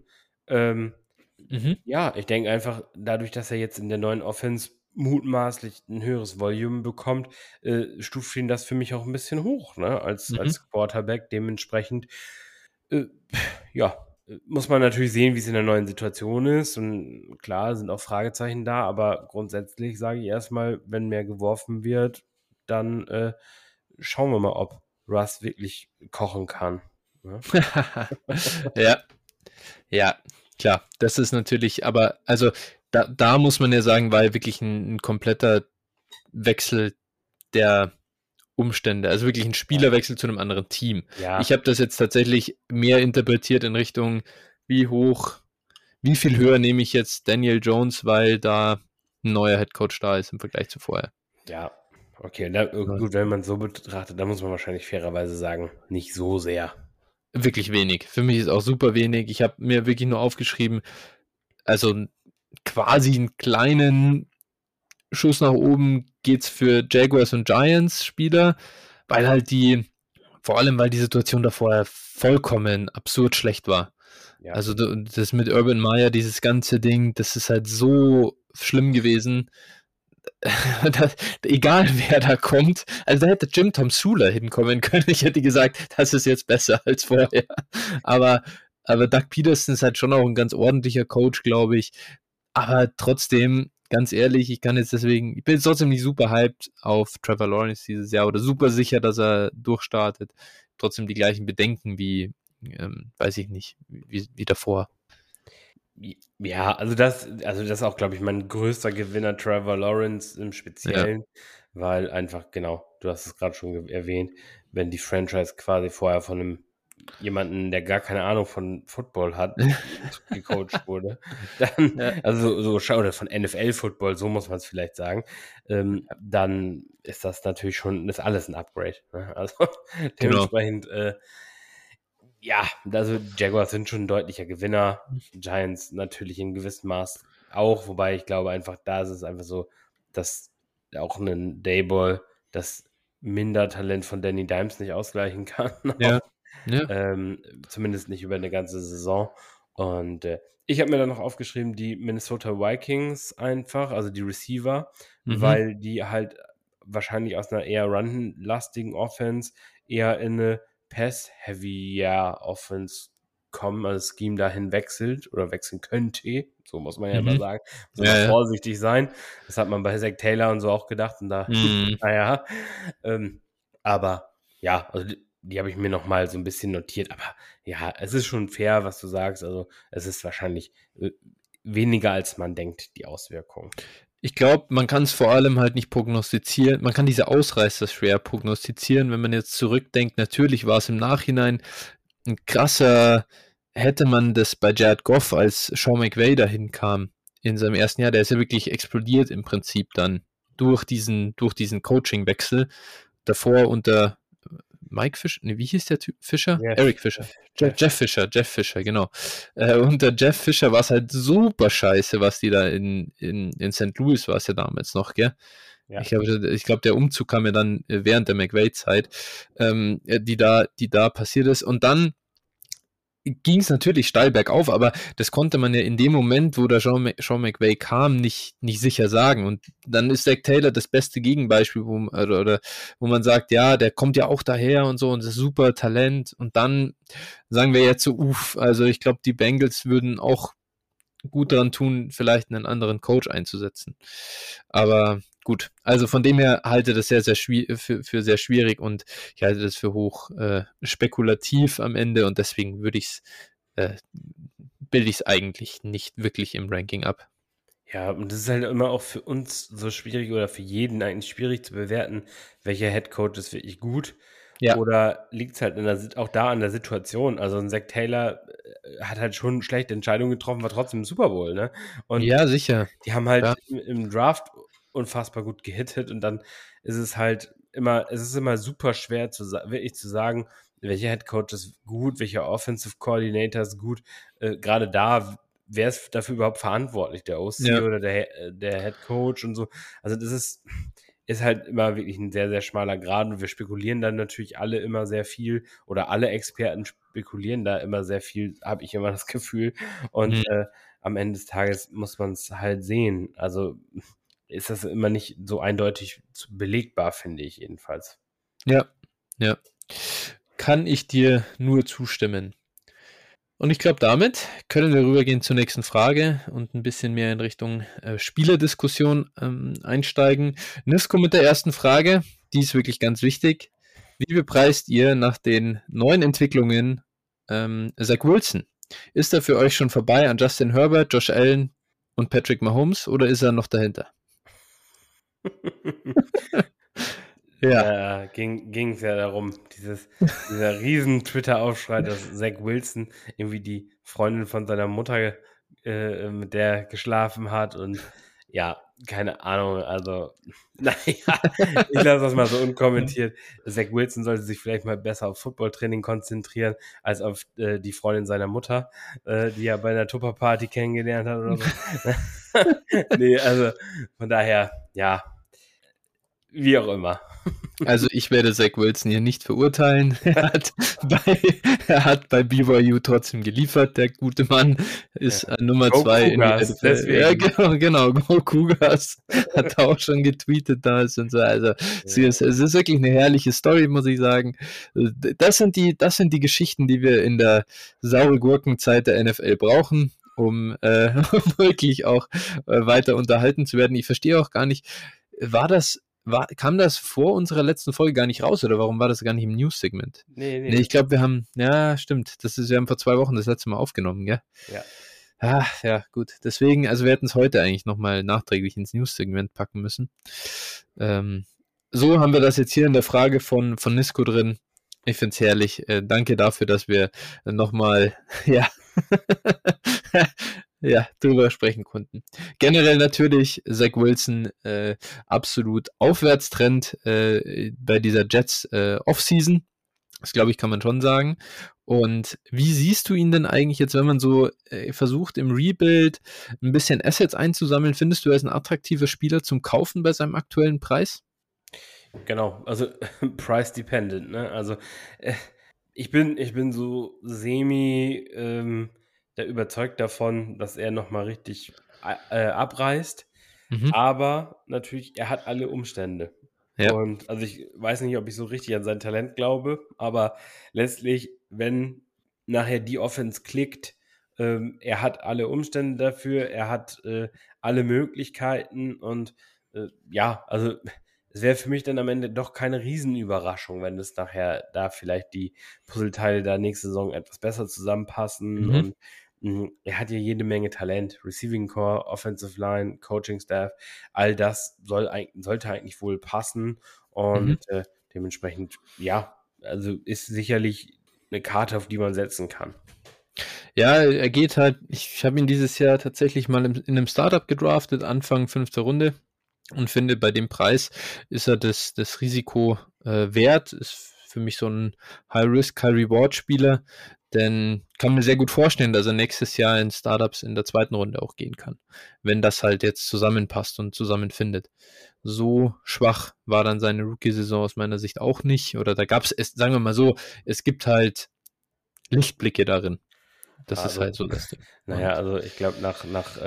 [SPEAKER 2] Ja, ich denke einfach, dadurch, dass er jetzt in der neuen Offense mutmaßlich ein höheres Volume bekommt, stuft ihn das für mich auch ein bisschen hoch, ne? Als Quarterback. Dementsprechend, muss man natürlich sehen, wie es in der neuen Situation ist. Und klar, sind auch Fragezeichen da, aber grundsätzlich sage ich erstmal, wenn mehr geworfen wird, dann schauen wir mal, ob Russ wirklich kochen kann. Ne?
[SPEAKER 1] Ja, klar, das ist natürlich, aber also da muss man ja sagen, war ja wirklich ein kompletter Wechsel der Umstände, also wirklich ein Spielerwechsel zu einem anderen Team. Ja. Ich habe das jetzt tatsächlich mehr interpretiert in Richtung, wie viel höher nehme ich jetzt Daniel Jones, weil da ein neuer Headcoach da ist im Vergleich zu vorher.
[SPEAKER 2] Ja, okay, gut, wenn man es so betrachtet, dann muss man wahrscheinlich fairerweise sagen, nicht so sehr.
[SPEAKER 1] Wirklich wenig. Für mich ist auch super wenig. Ich habe mir wirklich nur aufgeschrieben, also quasi einen kleinen Schuss nach oben geht's für Jaguars und Giants Spieler, weil halt vor allem, weil die Situation davor vollkommen absurd schlecht war.
[SPEAKER 2] Ja.
[SPEAKER 1] Also das mit Urban Meyer, dieses ganze Ding, das ist halt so schlimm gewesen. Egal wer da kommt, also da hätte Jim Tom Sula hinkommen können. Ich hätte gesagt, das ist jetzt besser als vorher. Aber Doug Peterson ist halt schon auch ein ganz ordentlicher Coach, glaube ich. Aber trotzdem, ganz ehrlich, ich bin jetzt trotzdem nicht super hyped auf Trevor Lawrence dieses Jahr oder super sicher, dass er durchstartet. Trotzdem die gleichen Bedenken wie, weiß ich nicht, wie davor.
[SPEAKER 2] Ja, also das ist auch, glaube ich, mein größter Gewinner, Trevor Lawrence im Speziellen, weil einfach, genau, du hast es gerade schon erwähnt, wenn die Franchise quasi vorher von jemanden, der gar keine Ahnung von Football hat, gecoacht wurde, dann, also oder von NFL-Football, so muss man es vielleicht sagen, dann ist das natürlich ist alles ein Upgrade. Ne? Also dementsprechend, ja, also Jaguars sind schon ein deutlicher Gewinner, Giants natürlich in gewissem Maß auch, wobei ich glaube einfach, da ist es einfach so, dass auch ein Daboll das Mindertalent von Danny Dimes nicht ausgleichen kann.
[SPEAKER 1] Ja.
[SPEAKER 2] Zumindest nicht über eine ganze Saison. Und ich habe mir dann noch aufgeschrieben, die Minnesota Vikings einfach, also die Receiver, weil die halt wahrscheinlich aus einer eher run-lastigen Offense eher in eine Pass-Heavier Offense kommen, also das Scheme dahin wechselt oder wechseln könnte, so muss man ja immer sagen, muss man vorsichtig sein. Das hat man bei Zach Taylor und so auch gedacht und da, naja, aber ja, also die habe ich mir nochmal so ein bisschen notiert, aber ja, es ist schon fair, was du sagst, also es ist wahrscheinlich weniger, als man denkt, die Auswirkungen.
[SPEAKER 1] Ich glaube, man kann es vor allem halt nicht prognostizieren. Man kann diese Ausreißer schwer prognostizieren. Wenn man jetzt zurückdenkt, natürlich war es im Nachhinein ein krasser, hätte man das bei Jared Goff, als Sean McVay dahin kam in seinem ersten Jahr, der ist ja wirklich explodiert im Prinzip dann durch diesen Coaching-Wechsel. Davor unter Mike Fischer, wie hieß der Typ? Fischer?
[SPEAKER 2] Jeff.
[SPEAKER 1] Eric Fischer. Jeff Fischer, genau. Unter Jeff Fischer war es halt super scheiße, was die da in St. Louis war es ja damals noch, gell? Ja. Ich glaube, der Umzug kam ja dann während der McVay-Zeit, die da passiert ist. Und dann ging es natürlich steil bergauf, aber das konnte man ja in dem Moment, wo der Sean McVay kam, nicht sicher sagen. Und dann ist Zach Taylor das beste Gegenbeispiel, wo man sagt, ja, der kommt ja auch daher und so und ist super Talent. Und dann sagen wir jetzt so, also ich glaube, die Bengals würden auch gut daran tun, vielleicht einen anderen Coach einzusetzen. Aber gut, also von dem her halte das sehr, sehr für sehr schwierig und ich halte das für hoch spekulativ am Ende und deswegen bilde ich es eigentlich nicht wirklich im Ranking ab.
[SPEAKER 2] Ja, und das ist halt immer auch für uns so schwierig oder für jeden eigentlich schwierig zu bewerten, welcher Headcoach ist wirklich gut. Ja. Oder liegt es halt auch da an der Situation? Also ein Zach Taylor hat halt schon schlechte Entscheidungen getroffen, war trotzdem im Super Bowl, ne? Und
[SPEAKER 1] ja, sicher.
[SPEAKER 2] Die haben halt im Draft unfassbar gut gehittet und dann ist es halt immer super schwer wirklich zu sagen, welcher Headcoach ist gut, welcher Offensive Coordinator ist gut. Gerade da, wer ist dafür überhaupt verantwortlich? Der OC oder der Headcoach und so. Also das ist halt immer wirklich ein sehr, sehr schmaler Grad und wir spekulieren dann natürlich alle immer sehr viel oder alle Experten spekulieren da immer sehr viel, habe ich immer das Gefühl. Und am Ende des Tages muss man es halt sehen. Also ist das immer nicht so eindeutig belegbar, finde ich jedenfalls.
[SPEAKER 1] Ja. Kann ich dir nur zustimmen. Und ich glaube, damit können wir rübergehen zur nächsten Frage und ein bisschen mehr in Richtung Spielerdiskussion einsteigen. Nisko mit der ersten Frage, die ist wirklich ganz wichtig. Wie bepreist ihr nach den neuen Entwicklungen Zach Wilson? Ist er für euch schon vorbei an Justin Herbert, Josh Allen und Patrick Mahomes oder ist er noch dahinter?
[SPEAKER 2] Ja, ging es ja darum, dieser riesen Twitter-Aufschrei, dass Zach Wilson irgendwie die Freundin von seiner Mutter mit der geschlafen hat und ja, keine Ahnung, also naja, ich lasse das mal so unkommentiert. Zach Wilson sollte sich vielleicht mal besser auf Footballtraining konzentrieren, als auf die Freundin seiner Mutter, die er bei einer Tupperparty kennengelernt hat oder so. Nee, also von daher, ja, wie auch immer.
[SPEAKER 1] Also ich werde Zach Wilson hier nicht verurteilen. Er hat bei BYU trotzdem geliefert. Der gute Mann ist Nummer
[SPEAKER 2] Go
[SPEAKER 1] 2 in die
[SPEAKER 2] Cougars,
[SPEAKER 1] NFL. Ja,
[SPEAKER 2] deswegen.
[SPEAKER 1] genau. Go Cougars hat er auch schon getweetet damals und so. Also es ist wirklich eine herrliche Story, muss ich sagen. Das sind die Geschichten, die wir in der saure Gurkenzeit der NFL brauchen, um wirklich auch weiter unterhalten zu werden. Ich verstehe auch gar nicht, kam das vor unserer letzten Folge gar nicht raus oder warum war das gar nicht im News-Segment? Nee,
[SPEAKER 2] Nee.
[SPEAKER 1] ich glaube, ja, stimmt. Wir haben vor 2 Wochen das letzte Mal aufgenommen, gell?
[SPEAKER 2] Ja.
[SPEAKER 1] Ja, gut. Deswegen, also wir hätten es heute eigentlich nochmal nachträglich ins News-Segment packen müssen. So haben wir das jetzt hier in der Frage von Nisko drin. Ich finde es herrlich. Danke dafür, dass wir nochmal, drüber sprechen konnten. Generell natürlich Zach Wilson absolut Aufwärtstrend bei dieser Jets Offseason. Das glaube ich, kann man schon sagen. Und wie siehst du ihn denn eigentlich jetzt, wenn man so versucht, im Rebuild ein bisschen Assets einzusammeln? Findest du, er ist ein attraktiver Spieler zum Kaufen bei seinem aktuellen Preis?
[SPEAKER 2] Genau, also price-dependent, ne? Also ich bin so semi da überzeugt davon, dass er nochmal richtig abreißt. Aber natürlich, er hat alle Umstände.
[SPEAKER 1] Ja.
[SPEAKER 2] Und also ich weiß nicht, ob ich so richtig an sein Talent glaube, aber letztlich, wenn nachher die Offense klickt, er hat alle Umstände dafür, er hat alle Möglichkeiten und also es wäre für mich dann am Ende doch keine Riesenüberraschung, wenn es nachher da vielleicht die Puzzleteile der nächsten Saison etwas besser zusammenpassen und er hat ja jede Menge Talent. Receiving Core, Offensive Line, Coaching Staff, all das sollte eigentlich wohl passen und dementsprechend, also ist sicherlich eine Karte, auf die man setzen kann.
[SPEAKER 1] Ja, er geht halt, ich habe ihn dieses Jahr tatsächlich mal in einem Startup gedraftet, Anfang 5. Runde. Und finde, bei dem Preis ist er das Risiko wert. Ist für mich so ein High-Risk, High-Reward-Spieler. Denn kann mir sehr gut vorstellen, dass er nächstes Jahr in Startups in der 2. Runde auch gehen kann. Wenn das halt jetzt zusammenpasst und zusammenfindet. So schwach war dann seine Rookie-Saison aus meiner Sicht auch nicht. Oder da gab es, sagen wir mal so, es gibt halt Lichtblicke darin. Das ist halt so das Ding.
[SPEAKER 2] Naja, also ich glaube, nach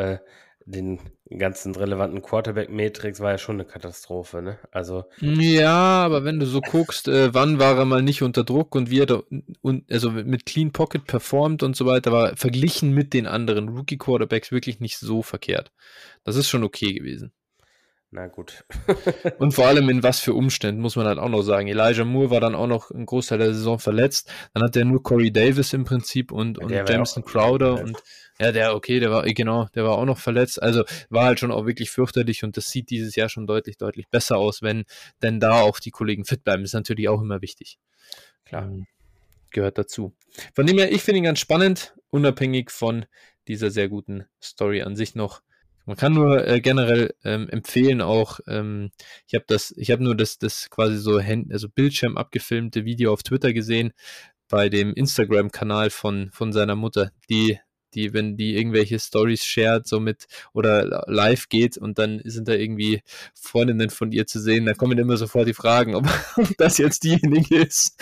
[SPEAKER 2] den ganzen relevanten Quarterback-Metrics war ja schon eine Katastrophe, ne? Also
[SPEAKER 1] ja, aber wenn du so guckst, wann war er mal nicht unter Druck und wie er da also mit Clean Pocket performt und so weiter, war verglichen mit den anderen Rookie-Quarterbacks wirklich nicht so verkehrt. Das ist schon okay gewesen.
[SPEAKER 2] Na gut.
[SPEAKER 1] Und vor allem in was für Umständen, muss man halt auch noch sagen. Elijah Moore war dann auch noch einen Großteil der Saison verletzt. Dann hat er nur Corey Davis im Prinzip und Jameson Crowder und der war auch noch verletzt. Also war halt schon auch wirklich fürchterlich und das sieht dieses Jahr schon deutlich, deutlich besser aus, wenn denn da auch die Kollegen fit bleiben. Ist natürlich auch immer wichtig.
[SPEAKER 2] Klar.
[SPEAKER 1] Gehört dazu. Von dem her, ich finde ihn ganz spannend, unabhängig von dieser sehr guten Story an sich noch. Man kann nur generell empfehlen auch, ich habe nur das quasi so Bildschirm abgefilmte Video auf Twitter gesehen, bei dem Instagram-Kanal von seiner Mutter, die, wenn die irgendwelche Stories shared, so mit oder live geht und dann sind da irgendwie Freundinnen von ihr zu sehen, da kommen immer sofort die Fragen, ob das jetzt diejenige ist,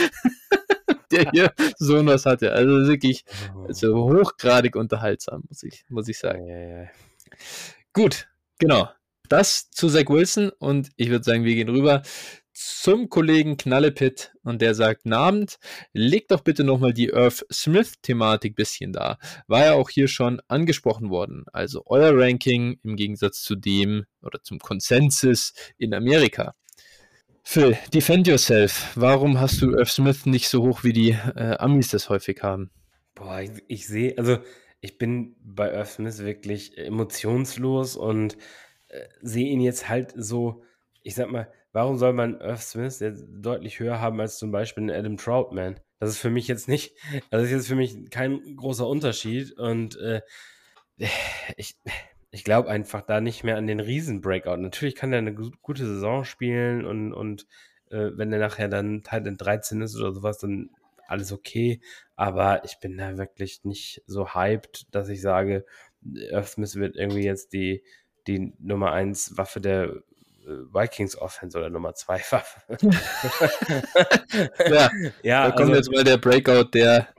[SPEAKER 1] der hier so was hatte. Also wirklich hochgradig unterhaltsam, muss ich sagen.
[SPEAKER 2] Ja.
[SPEAKER 1] Gut, genau. Das zu Zach Wilson und ich würde sagen, wir gehen rüber zum Kollegen Knallepit und der sagt, guten Abend, legt doch bitte nochmal die Irv Smith-Thematik bisschen da. War ja auch hier schon angesprochen worden. Also euer Ranking im Gegensatz zu dem oder zum Konsensus in Amerika. Phil, defend yourself. Warum hast du Irv Smith nicht so hoch, wie die Amis das häufig haben?
[SPEAKER 2] Boah, ich sehe, also ich bin bei Irv Smith wirklich emotionslos und sehe ihn jetzt halt so, ich sag mal, warum soll man Irv Smith jetzt deutlich höher haben als zum Beispiel einen Adam Troutman? Das ist für mich jetzt nicht, das ist jetzt für mich kein großer Unterschied und ich glaube einfach da nicht mehr an den Riesen-Breakout. Natürlich kann er eine gute Saison spielen und wenn er nachher dann Teil in 13 ist oder sowas, dann alles okay. Aber ich bin da wirklich nicht so hyped, dass ich sage, Irv Smith wird irgendwie jetzt die Nummer 1 Waffe der Vikings Offense oder Nummer 2 Waffe.
[SPEAKER 1] Ja,
[SPEAKER 2] Ja,
[SPEAKER 1] da kommt
[SPEAKER 2] also
[SPEAKER 1] jetzt mal der Breakout, der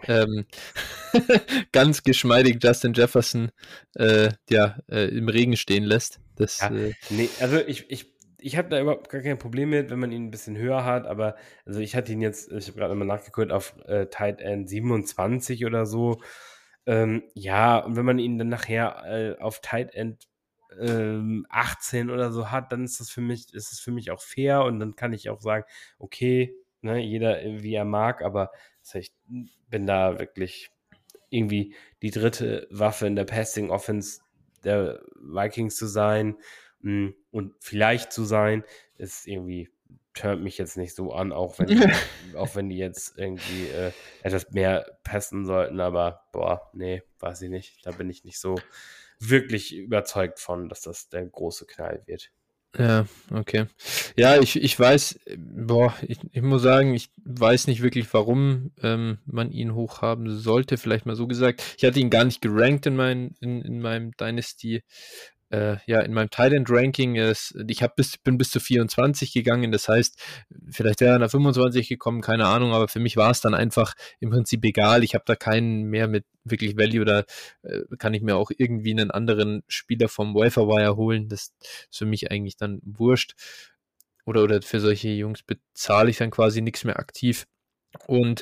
[SPEAKER 1] ganz geschmeidig Justin Jefferson im Regen stehen lässt. Das,
[SPEAKER 2] nee, also ich habe da überhaupt gar kein Problem mit, wenn man ihn ein bisschen höher hat, aber also ich hatte ihn jetzt, ich habe gerade mal nachgeguckt, auf Tight End 27 oder so. Ja, und wenn man ihn dann nachher auf Tight End 18 oder so hat, dann ist es für mich auch fair und dann kann ich auch sagen, okay, ne, jeder wie er mag, aber ich bin da wirklich irgendwie die dritte Waffe in der Passing Offense der Vikings zu sein und vielleicht zu sein, ist irgendwie, turnt mich jetzt nicht so an, auch wenn die jetzt irgendwie etwas mehr passen sollten, aber nee, weiß ich nicht. Da bin ich nicht so wirklich überzeugt von, dass das der große Knall wird.
[SPEAKER 1] Ja, okay. Ja, ich weiß, ich muss sagen, ich weiß nicht wirklich, warum man ihn hochhaben sollte. Vielleicht mal so gesagt. Ich hatte ihn gar nicht gerankt in meinem Dynasty, in meinem Tight End Ranking. Bin bis zu 24 gegangen. Das heißt, vielleicht wäre er nach 25 gekommen, keine Ahnung. Aber für mich war es dann einfach im Prinzip egal. Ich habe da keinen mehr mit wirklich Value, oder kann ich mir auch irgendwie einen anderen Spieler vom Waiver-Wire holen. Das ist für mich eigentlich dann wurscht. Oder für solche Jungs bezahle ich dann quasi nichts mehr aktiv. Und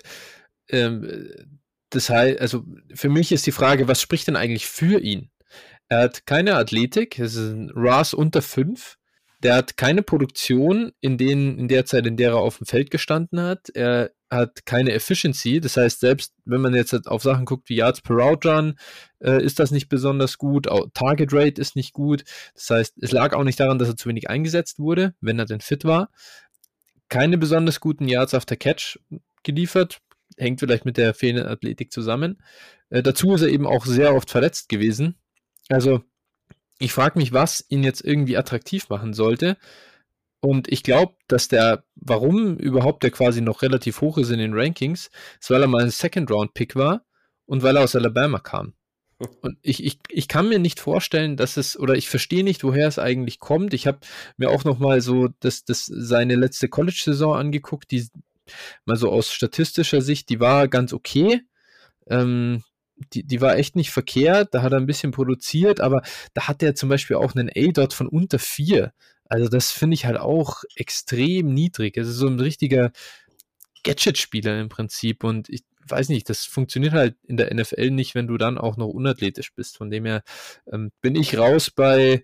[SPEAKER 1] das heißt, also für mich ist die Frage, was spricht denn eigentlich für ihn? Er hat keine Athletik, es ist ein RAS unter 5. Der hat keine Produktion in der Zeit, in der er auf dem Feld gestanden hat. Er hat keine Efficiency. Das heißt, selbst wenn man jetzt auf Sachen guckt wie Yards per Route Run, ist das nicht besonders gut. Auch Target Rate ist nicht gut. Das heißt, es lag auch nicht daran, dass er zu wenig eingesetzt wurde, wenn er denn fit war. Keine besonders guten Yards after Catch geliefert. Hängt vielleicht mit der fehlenden Athletik zusammen. Dazu ist er eben auch sehr oft verletzt gewesen. Also, ich frage mich, was ihn jetzt irgendwie attraktiv machen sollte. Und ich glaube, warum überhaupt der quasi noch relativ hoch ist in den Rankings, ist, weil er mal ein Second-Round-Pick war und weil er aus Alabama kam. Und ich kann mir nicht vorstellen, ich verstehe nicht, woher es eigentlich kommt. Ich habe mir auch noch mal so seine letzte College-Saison angeguckt, die mal so aus statistischer Sicht, die war ganz okay. Die war echt nicht verkehrt, da hat er ein bisschen produziert, aber da hat er zum Beispiel auch einen A-Dot von unter 4. Also das finde ich halt auch extrem niedrig. Es ist so ein richtiger Gadget-Spieler im Prinzip, und ich weiß nicht, das funktioniert halt in der NFL nicht, wenn du dann auch noch unathletisch bist. Von dem her bin ich raus bei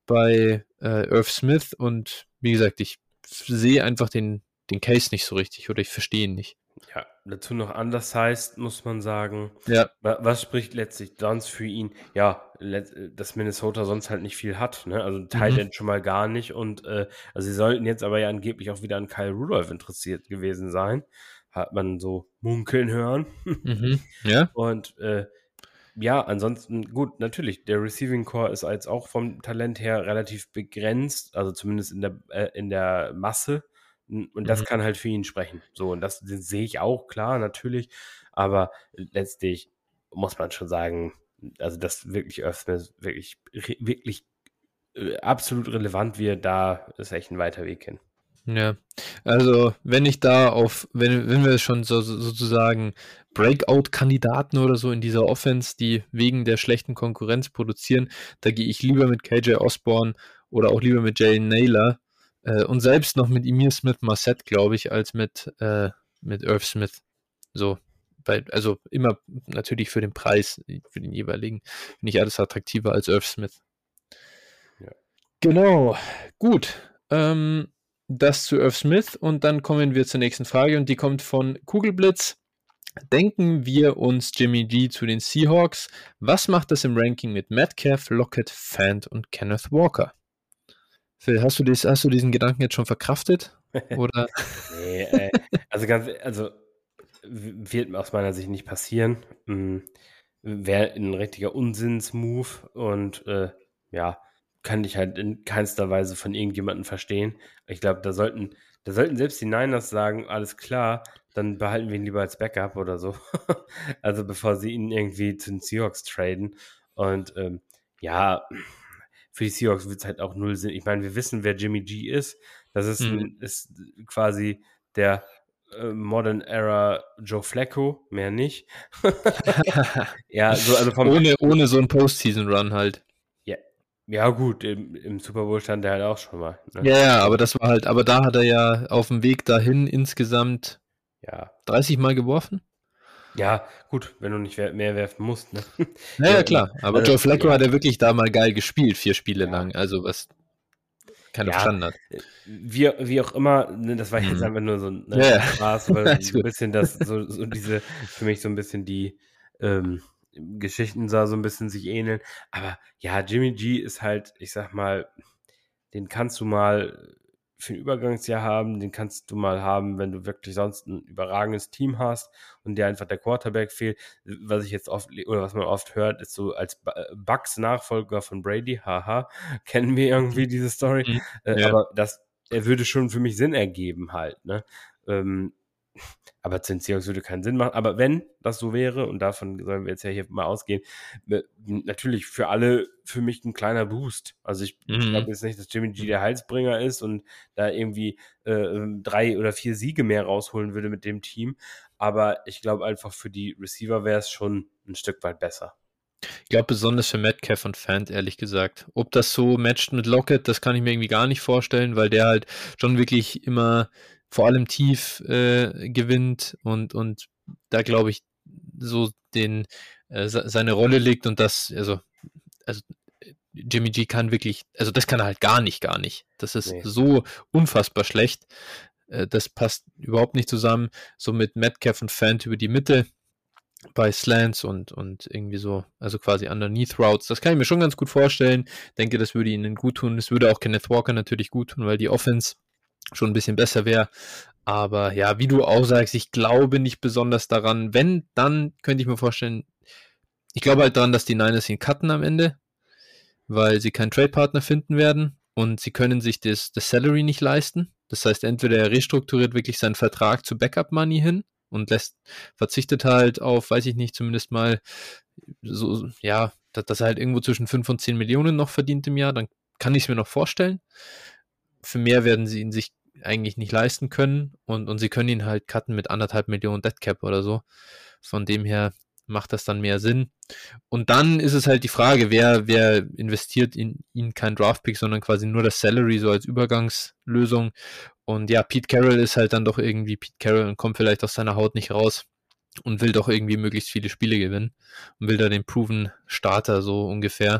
[SPEAKER 1] Irv Smith, und wie gesagt, ich sehe einfach den Case nicht so richtig, oder ich verstehe ihn nicht.
[SPEAKER 2] Ja, dazu noch undersized, muss man sagen.
[SPEAKER 1] Ja.
[SPEAKER 2] Was spricht letztlich sonst für ihn? Ja, dass Minnesota sonst halt nicht viel hat, ne? Also Tight End schon mal gar nicht. Und also sie sollten jetzt aber ja angeblich auch wieder an Kyle Rudolph interessiert gewesen sein. Hat man so munkeln hören.
[SPEAKER 1] Ja.
[SPEAKER 2] Und ja, ansonsten, gut, natürlich, der Receiving Core ist jetzt auch vom Talent her relativ begrenzt, also zumindest in der Masse. Und das kann halt für ihn sprechen. So, und das sehe ich auch, klar, natürlich. Aber letztlich muss man schon sagen, also dass wirklich Irv Smith wirklich absolut relevant wird, da ist echt ein weiter Weg hin.
[SPEAKER 1] Ja, also wenn wir schon sozusagen Breakout-Kandidaten oder so in dieser Offense, die wegen der schlechten Konkurrenz produzieren, da gehe ich lieber mit KJ Osborne oder auch lieber mit Jalen Naylor und selbst noch mit Emir Smith-Marset, glaube ich, als mit Irv Smith. So, also immer natürlich für den Preis, für den jeweiligen, finde ich alles attraktiver als Irv Smith.
[SPEAKER 2] Ja.
[SPEAKER 1] Genau, gut. Das zu Irv Smith, und dann kommen wir zur nächsten Frage, und die kommt von Kugelblitz. Denken wir uns Jimmy G zu den Seahawks? Was macht das im Ranking mit Metcalf, Lockett, Fant und Kenneth Walker? Phil, hast du diesen Gedanken jetzt schon verkraftet? Oder?
[SPEAKER 2] Nee, also wird aus meiner Sicht nicht passieren. Wäre ein richtiger Unsinnsmove und ja, kann ich halt in keinster Weise von irgendjemandem verstehen. Ich glaube, da sollten selbst die Niners sagen, alles klar, dann behalten wir ihn lieber als Backup oder so. Also bevor sie ihn irgendwie zu den Seahawks traden. Und ja, für die Seahawks wird es halt auch null Sinn. Ich meine, wir wissen, wer Jimmy G ist. Das ist, ist quasi der Modern Era Joe Flacco, mehr nicht. Ja, so, also
[SPEAKER 1] ohne so einen Postseason-Run halt.
[SPEAKER 2] Ja, gut, im Super Bowl stand er halt auch schon mal. Ne?
[SPEAKER 1] Ja, aber das war halt, aber da hat er ja auf dem Weg dahin insgesamt 30 Mal geworfen.
[SPEAKER 2] Ja, gut, wenn du nicht mehr werfen musst, ne?
[SPEAKER 1] Ja, klar. Aber Joe Flacco hat ja wirklich da mal geil gespielt, 4 Spiele lang. Also was keiner verstanden hat.
[SPEAKER 2] Wie auch immer, ne, das war jetzt einfach nur so ein Spaß, weil so ein bisschen für mich so ein bisschen die Geschichten so ein bisschen sich ähneln. Aber ja, Jimmy G ist halt, ich sag mal, den kannst du mal für ein Übergangsjahr haben, den kannst du mal haben, wenn du wirklich sonst ein überragendes Team hast und dir einfach der Quarterback fehlt. Was ich jetzt oft, oder was man oft hört, ist so als Bucks Nachfolger von Brady, haha, kennen wir irgendwie diese Story. Aber er würde schon für mich Sinn ergeben halt, ne? Aber zu den Seahawks würde keinen Sinn machen. Aber wenn das so wäre, und davon sollen wir jetzt ja hier mal ausgehen, natürlich für alle für mich ein kleiner Boost. Also ich glaube jetzt nicht, dass Jimmy G der Heilsbringer ist und da irgendwie 3 oder 4 Siege mehr rausholen würde mit dem Team. Aber ich glaube einfach für die Receiver wäre es schon ein Stück weit besser.
[SPEAKER 1] Ich glaube besonders für Metcalf und Fant, ehrlich gesagt. Ob das so matcht mit Lockett, das kann ich mir irgendwie gar nicht vorstellen, weil der halt schon wirklich immer vor allem tief gewinnt und da glaube ich so seine Rolle liegt und das, also Jimmy G kann wirklich, also das kann er halt gar nicht. Das ist so unfassbar schlecht. Das passt überhaupt nicht zusammen. So mit Metcalf und Fant über die Mitte bei Slants und irgendwie so, also quasi Underneath Routes. Das kann ich mir schon ganz gut vorstellen. Denke, das würde ihnen gut tun. Das würde auch Kenneth Walker natürlich gut tun, weil die Offense schon ein bisschen besser wäre. Aber ja, wie du auch sagst, ich glaube nicht besonders daran. Wenn, dann könnte ich mir vorstellen, ich glaube halt daran, dass die Niners ihn cutten am Ende, weil sie keinen Trade-Partner finden werden und sie können sich das Salary nicht leisten. Das heißt, entweder er restrukturiert wirklich seinen Vertrag zu Backup-Money hin und verzichtet halt auf, weiß ich nicht, zumindest mal so, ja, dass er halt irgendwo zwischen 5 und 10 Millionen noch verdient im Jahr, dann kann ich es mir noch vorstellen. Für mehr werden sie ihn sich eigentlich nicht leisten können und sie können ihn halt cutten mit 1,5 Millionen Deadcap oder so. Von dem her macht das dann mehr Sinn. Und dann ist es halt die Frage, wer investiert in ihn kein Draftpick, sondern quasi nur das Salary so als Übergangslösung. Und ja, Pete Carroll ist halt dann doch irgendwie Pete Carroll und kommt vielleicht aus seiner Haut nicht raus und will doch irgendwie möglichst viele Spiele gewinnen und will da den Proven Starter so ungefähr.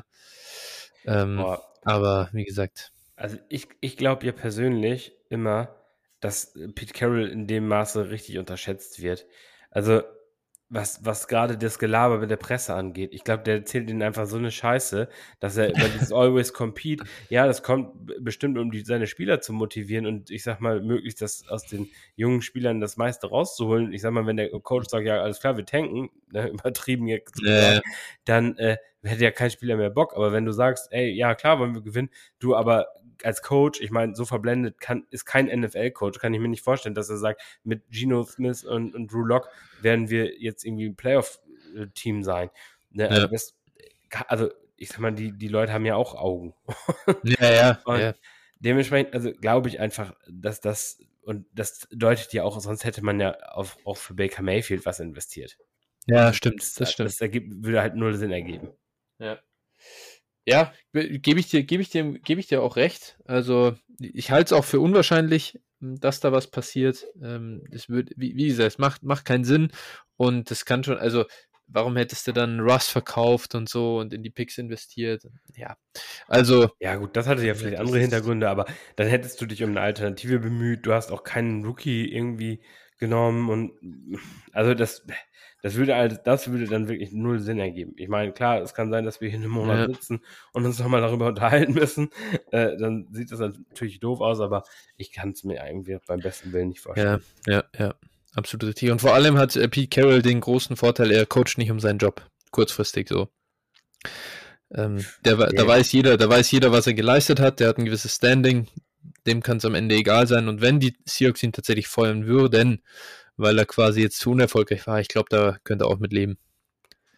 [SPEAKER 1] Aber wie gesagt.
[SPEAKER 2] Also ich glaube ja persönlich immer, dass Pete Carroll in dem Maße richtig unterschätzt wird. Also was gerade das Gelaber mit der Presse angeht. Ich glaube, der erzählt ihnen einfach so eine Scheiße, dass er über dieses Always Compete, ja, das kommt bestimmt, um seine Spieler zu motivieren und ich sag mal, möglichst das aus den jungen Spielern das meiste rauszuholen. Ich sag mal, wenn der Coach sagt, ja, alles klar, wir tanken, ne, übertrieben jetzt, dann hätte ja kein Spieler mehr Bock. Aber wenn du sagst, ey, ja, klar, wollen wir gewinnen, du aber als Coach, ich meine, so verblendet ist kein NFL-Coach, kann ich mir nicht vorstellen, dass er sagt, mit Geno Smith und Drew Lock werden wir jetzt irgendwie ein Playoff-Team sein. Ne?
[SPEAKER 1] Ja.
[SPEAKER 2] Also, ich sag mal, die Leute haben ja auch Augen.
[SPEAKER 1] Ja.
[SPEAKER 2] Dementsprechend, also glaube ich einfach, dass das, und das deutet ja auch, sonst hätte man ja auch für Baker Mayfield was investiert.
[SPEAKER 1] Ja, stimmt, das stimmt.
[SPEAKER 2] Das würde halt null Sinn ergeben.
[SPEAKER 1] Ja. Ja, gebe ich dir auch recht. Also ich halte es auch für unwahrscheinlich, dass da was passiert. Das wird, wie gesagt, es macht keinen Sinn und das kann schon, also warum hättest du dann Russ verkauft und so und in die Picks investiert? Ja, also.
[SPEAKER 2] Ja gut, das hatte ja vielleicht andere Hintergründe, aber dann hättest du dich um eine Alternative bemüht. Du hast auch keinen Rookie irgendwie genommen und also das würde dann wirklich null Sinn ergeben. Ich meine, klar, es kann sein, dass wir hier einen Monat sitzen und uns nochmal darüber unterhalten müssen. Dann sieht das natürlich doof aus, aber ich kann es mir irgendwie beim besten Willen nicht vorstellen.
[SPEAKER 1] Ja, absolut richtig. Und vor allem hat Pete Carroll den großen Vorteil, er coacht nicht um seinen Job, kurzfristig so. Da weiß jeder, was er geleistet hat, der hat ein gewisses Standing, dem kann es am Ende egal sein. Und wenn die Seahawks ihn tatsächlich feuern würden, weil er quasi jetzt zu unerfolgreich war, ich glaube, da könnte er auch mit leben.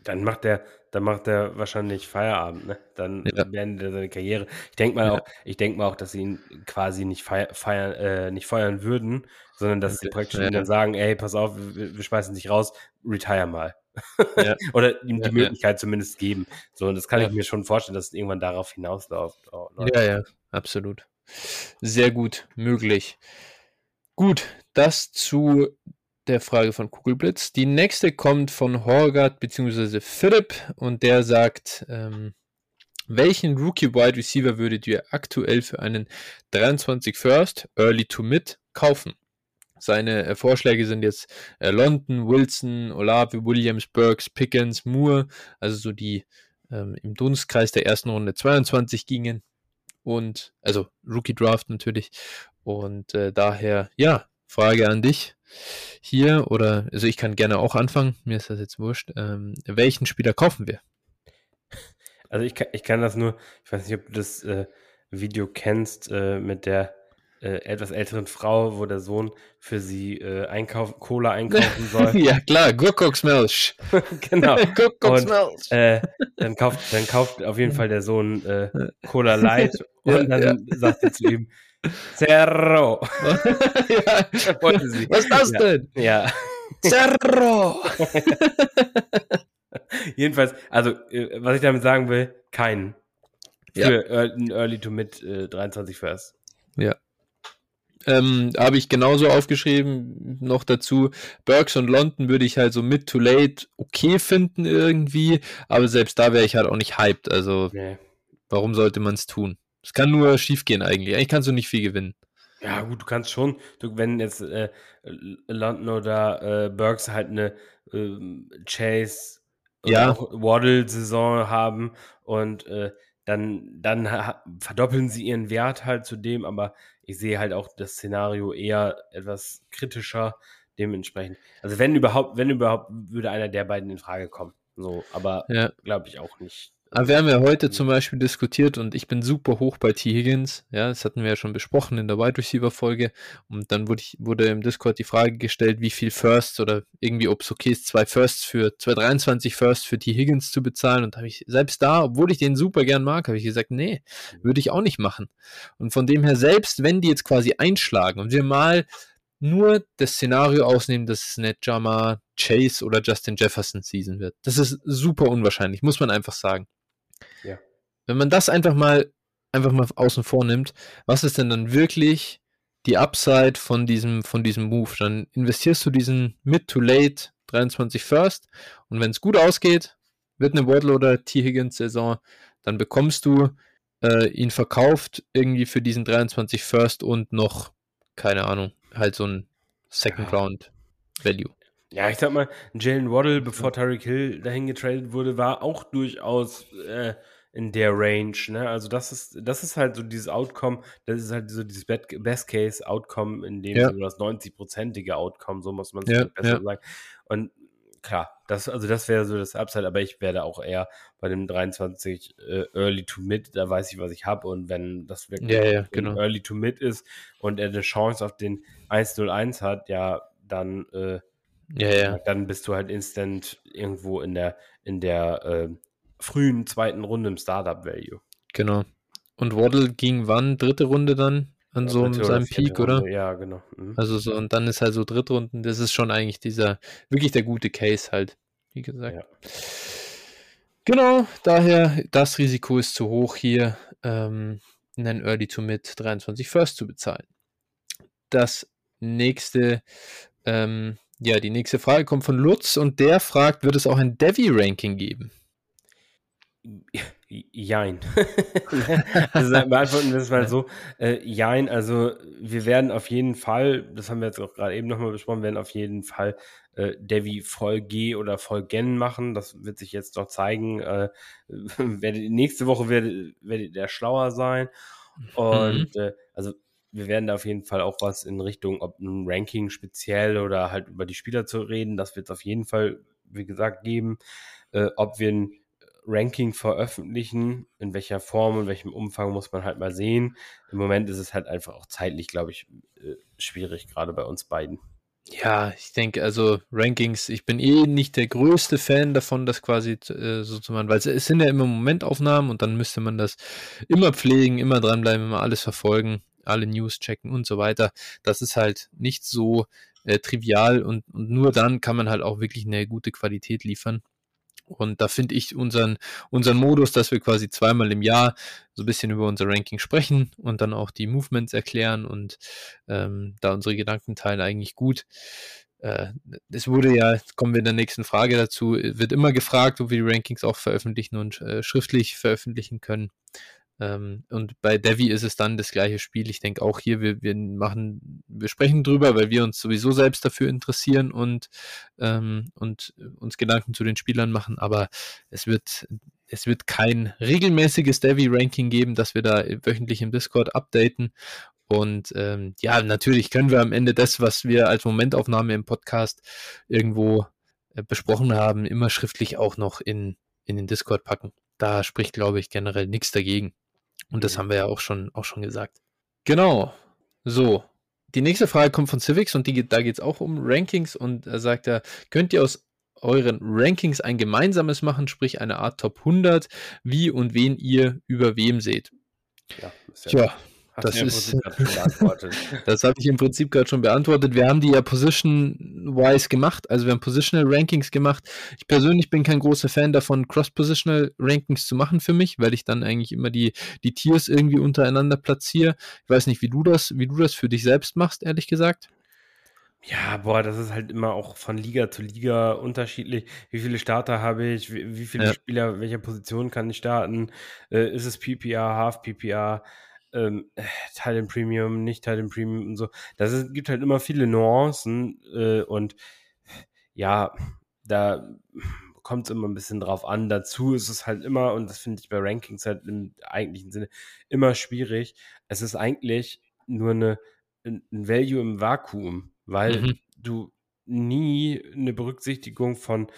[SPEAKER 2] Dann macht er wahrscheinlich Feierabend, ne? Dann
[SPEAKER 1] Ja,
[SPEAKER 2] beendet er seine Karriere.
[SPEAKER 1] ja,
[SPEAKER 2] Ich denke mal auch, dass sie ihn quasi nicht feuern würden, sondern dass sie praktisch
[SPEAKER 1] ja,
[SPEAKER 2] ihm dann sagen: „Ey, pass auf, wir schmeißen dich raus, retire mal.“
[SPEAKER 1] ja,
[SPEAKER 2] Oder ihm die
[SPEAKER 1] ja, ja,
[SPEAKER 2] Möglichkeit zumindest geben. So, und das kann
[SPEAKER 1] ja,
[SPEAKER 2] ich mir schon vorstellen, dass es irgendwann darauf läuft.
[SPEAKER 1] ja, ja, absolut. Sehr gut möglich. Gut, das zu der Frage von Kugelblitz. Die nächste kommt von Horgat bzw. Philipp und der sagt, welchen Rookie Wide Receiver würdet ihr aktuell für einen 23 First, Early to Mid kaufen? Seine Vorschläge sind jetzt London, Wilson, Olave, Williams, Burks, Pickens, Moore, also so die im Dunstkreis der ersten Runde 22 gingen und also Rookie Draft natürlich und daher ja, Frage an dich hier oder also ich kann gerne auch anfangen, mir ist das jetzt wurscht. Welchen Spieler kaufen wir?
[SPEAKER 2] Also ich kann das nur, ich weiß nicht, ob du das Video kennst mit der etwas älteren Frau, wo der Sohn für sie Cola einkaufen soll.
[SPEAKER 1] Ja klar, Kuckucksmilch.
[SPEAKER 2] Genau. Und
[SPEAKER 1] Kuckucksmilch.
[SPEAKER 2] dann kauft auf jeden Fall der Sohn Cola Light
[SPEAKER 1] Ja,
[SPEAKER 2] und
[SPEAKER 1] ja.
[SPEAKER 2] dann sagt sie zu ihm, Zerro.
[SPEAKER 1] Ja.
[SPEAKER 2] Wollte sie.
[SPEAKER 1] Was ist das
[SPEAKER 2] Ja.
[SPEAKER 1] denn?
[SPEAKER 2] Ja.
[SPEAKER 1] Zerro!
[SPEAKER 2] Jedenfalls, also, was ich damit sagen will, keinen.
[SPEAKER 1] Ja,
[SPEAKER 2] Für ein Early to Mid 23 First.
[SPEAKER 1] ja. Habe ich genauso aufgeschrieben. Noch dazu, Burks und London würde ich halt so mid to late okay finden irgendwie, aber selbst da wäre ich halt auch nicht hyped. Also,
[SPEAKER 2] Nee.
[SPEAKER 1] warum sollte man es tun? Es kann nur schief gehen eigentlich. Eigentlich kannst du nicht viel gewinnen.
[SPEAKER 2] Ja, gut, du kannst schon, wenn jetzt London oder Burks halt eine Chase oder
[SPEAKER 1] Ja,
[SPEAKER 2] auch Waddle-Saison haben und dann verdoppeln sie ihren Wert halt zu dem, aber ich sehe halt auch das Szenario eher etwas kritischer dementsprechend. Also wenn überhaupt, würde einer der beiden in Frage kommen. So, aber
[SPEAKER 1] ja.
[SPEAKER 2] glaube ich auch nicht.
[SPEAKER 1] Aber wir haben ja heute zum Beispiel diskutiert und ich bin super hoch bei T. Higgins. Ja, das hatten wir ja schon besprochen in der Wide Receiver Folge. Und dann wurde im Discord die Frage gestellt, wie viel Firsts oder irgendwie, ob es okay ist, 2 23 Firsts für T. Higgins zu bezahlen. Und habe ich, selbst da, obwohl ich den super gern mag, habe ich gesagt, nee, würde ich auch nicht machen. Und von dem her, selbst wenn die jetzt quasi einschlagen und wir mal nur das Szenario ausnehmen, dass es eine Jamar Chase oder Justin Jefferson Season wird. Das ist super unwahrscheinlich, muss man einfach sagen.
[SPEAKER 2] Ja.
[SPEAKER 1] Wenn man das einfach mal außen vor nimmt, was ist denn dann wirklich die Upside von diesem Move? Dann investierst du diesen Mid to Late 23 First und wenn es gut ausgeht, wird eine Waddle oder T. Higgins Saison, dann bekommst du ihn verkauft irgendwie für diesen 23 First und noch, keine Ahnung, halt so ein Second
[SPEAKER 2] Ja.
[SPEAKER 1] Round Value.
[SPEAKER 2] Ja, ich sag mal, Jalen Waddle, bevor Tyreek Hill dahin getradet wurde, war auch durchaus in der Range. Ne? Also das ist halt so dieses Outcome, das ist halt so dieses Best-Case-Outcome, in dem
[SPEAKER 1] Ja,
[SPEAKER 2] Sinne das 90-prozentige Outcome, so muss man es
[SPEAKER 1] ja,
[SPEAKER 2] vielleicht besser
[SPEAKER 1] ja,
[SPEAKER 2] sagen. Und klar, das wäre so das Upside, aber ich werde auch eher bei dem 23 Early to Mid, da weiß ich, was ich habe. Und wenn das wirklich
[SPEAKER 1] ja, ja,
[SPEAKER 2] ein
[SPEAKER 1] genau.
[SPEAKER 2] Early to Mid ist und er eine Chance auf den 101 hat, ja, dann
[SPEAKER 1] Ja, ja,
[SPEAKER 2] dann bist du halt instant irgendwo in der frühen zweiten Runde im Startup-Value.
[SPEAKER 1] genau. Und Waddle ging wann? Dritte Runde dann an
[SPEAKER 2] Ja,
[SPEAKER 1] so
[SPEAKER 2] dritte oder
[SPEAKER 1] seinem
[SPEAKER 2] vierte
[SPEAKER 1] Peak, oder?
[SPEAKER 2] Runde, ja, genau. Mhm.
[SPEAKER 1] Also so, und dann ist halt so Drittrunden, das ist schon eigentlich wirklich der gute Case halt, wie gesagt.
[SPEAKER 2] Ja.
[SPEAKER 1] Genau, daher, das Risiko ist zu hoch hier, einen Early to Mid 23 First zu bezahlen. Das nächste, die nächste Frage kommt von Lutz und der fragt, wird es auch ein Devi-Ranking geben?
[SPEAKER 2] Jein. Also beantworten wir es mal so. Jein, also wir werden auf jeden Fall, das haben wir jetzt auch gerade eben nochmal besprochen, werden auf jeden Fall Devi voll G oder voll Gen machen. Das wird sich jetzt noch zeigen. Nächste Woche werdet ihr schlauer sein.
[SPEAKER 1] Mhm.
[SPEAKER 2] Und also wir werden da auf jeden Fall auch was in Richtung, ob ein Ranking speziell oder halt über die Spieler zu reden, das wird es auf jeden Fall, wie gesagt, geben. Ob wir ein Ranking veröffentlichen, in welcher Form, in welchem Umfang muss man halt mal sehen. Im Moment ist es halt einfach auch zeitlich, glaube ich, schwierig, gerade bei uns beiden.
[SPEAKER 1] Ja, ich denke, also Rankings, ich bin eh nicht der größte Fan davon, das quasi so zu machen, weil es sind ja immer Momentaufnahmen und dann müsste man das immer pflegen, immer dranbleiben, immer alles verfolgen, alle News checken und so weiter. Das ist halt nicht so trivial und nur dann kann man halt auch wirklich eine gute Qualität liefern. Und da finde ich unseren Modus, dass wir quasi zweimal im Jahr so ein bisschen über unser Ranking sprechen und dann auch die Movements erklären und da unsere Gedanken teilen, eigentlich gut. Es wurde ja, jetzt kommen wir in der nächsten Frage dazu, wird immer gefragt, ob wir die Rankings auch veröffentlichen und schriftlich veröffentlichen können. Und bei Devi ist es dann das gleiche Spiel. Ich denke auch hier, wir sprechen drüber, weil wir uns sowieso selbst dafür interessieren und uns Gedanken zu den Spielern machen, aber es wird, es wird kein regelmäßiges Devi-Ranking geben, dass wir da wöchentlich im Discord updaten. Und ja, natürlich können wir am Ende das, was wir als Momentaufnahme im Podcast irgendwo besprochen haben, immer schriftlich auch noch in den Discord packen. Da spricht, glaube ich, generell nichts dagegen. Und das
[SPEAKER 2] Mhm.
[SPEAKER 1] haben wir ja auch schon gesagt. Genau. So. Die nächste Frage kommt von Civics und da geht es auch um Rankings und er sagt er, könnt ihr aus euren Rankings ein gemeinsames machen, sprich eine Art Top 100, wie und wen ihr über wem seht?
[SPEAKER 2] Ja, ist ja,
[SPEAKER 1] Tja,
[SPEAKER 2] hast du
[SPEAKER 1] das
[SPEAKER 2] ja im
[SPEAKER 1] ist,
[SPEAKER 2] Prinzip gerade schon beantwortet.
[SPEAKER 1] das habe ich im Prinzip gerade schon beantwortet. Wir haben die ja Position-wise gemacht, also wir haben Positional Rankings gemacht. Ich persönlich bin kein großer Fan davon, Cross-Positional Rankings zu machen für mich, weil ich dann eigentlich immer die Tiers irgendwie untereinander platziere. Ich weiß nicht, wie du das für dich selbst machst, ehrlich gesagt.
[SPEAKER 2] Ja, boah, das ist halt immer auch von Liga zu Liga unterschiedlich. Wie viele Starter habe ich? Wie viele
[SPEAKER 1] Ja.
[SPEAKER 2] Spieler, welcher Position kann ich starten? Ist es PPR, Half PPR, Titan Premium, nicht Titan Premium und so. Gibt halt immer viele Nuancen und ja, da kommt es immer ein bisschen drauf an. Dazu ist es halt immer, und das finde ich bei Rankings halt im eigentlichen Sinne immer schwierig. Es ist eigentlich nur ein Value im Vakuum, weil
[SPEAKER 1] Mhm.
[SPEAKER 2] du nie eine Berücksichtigung von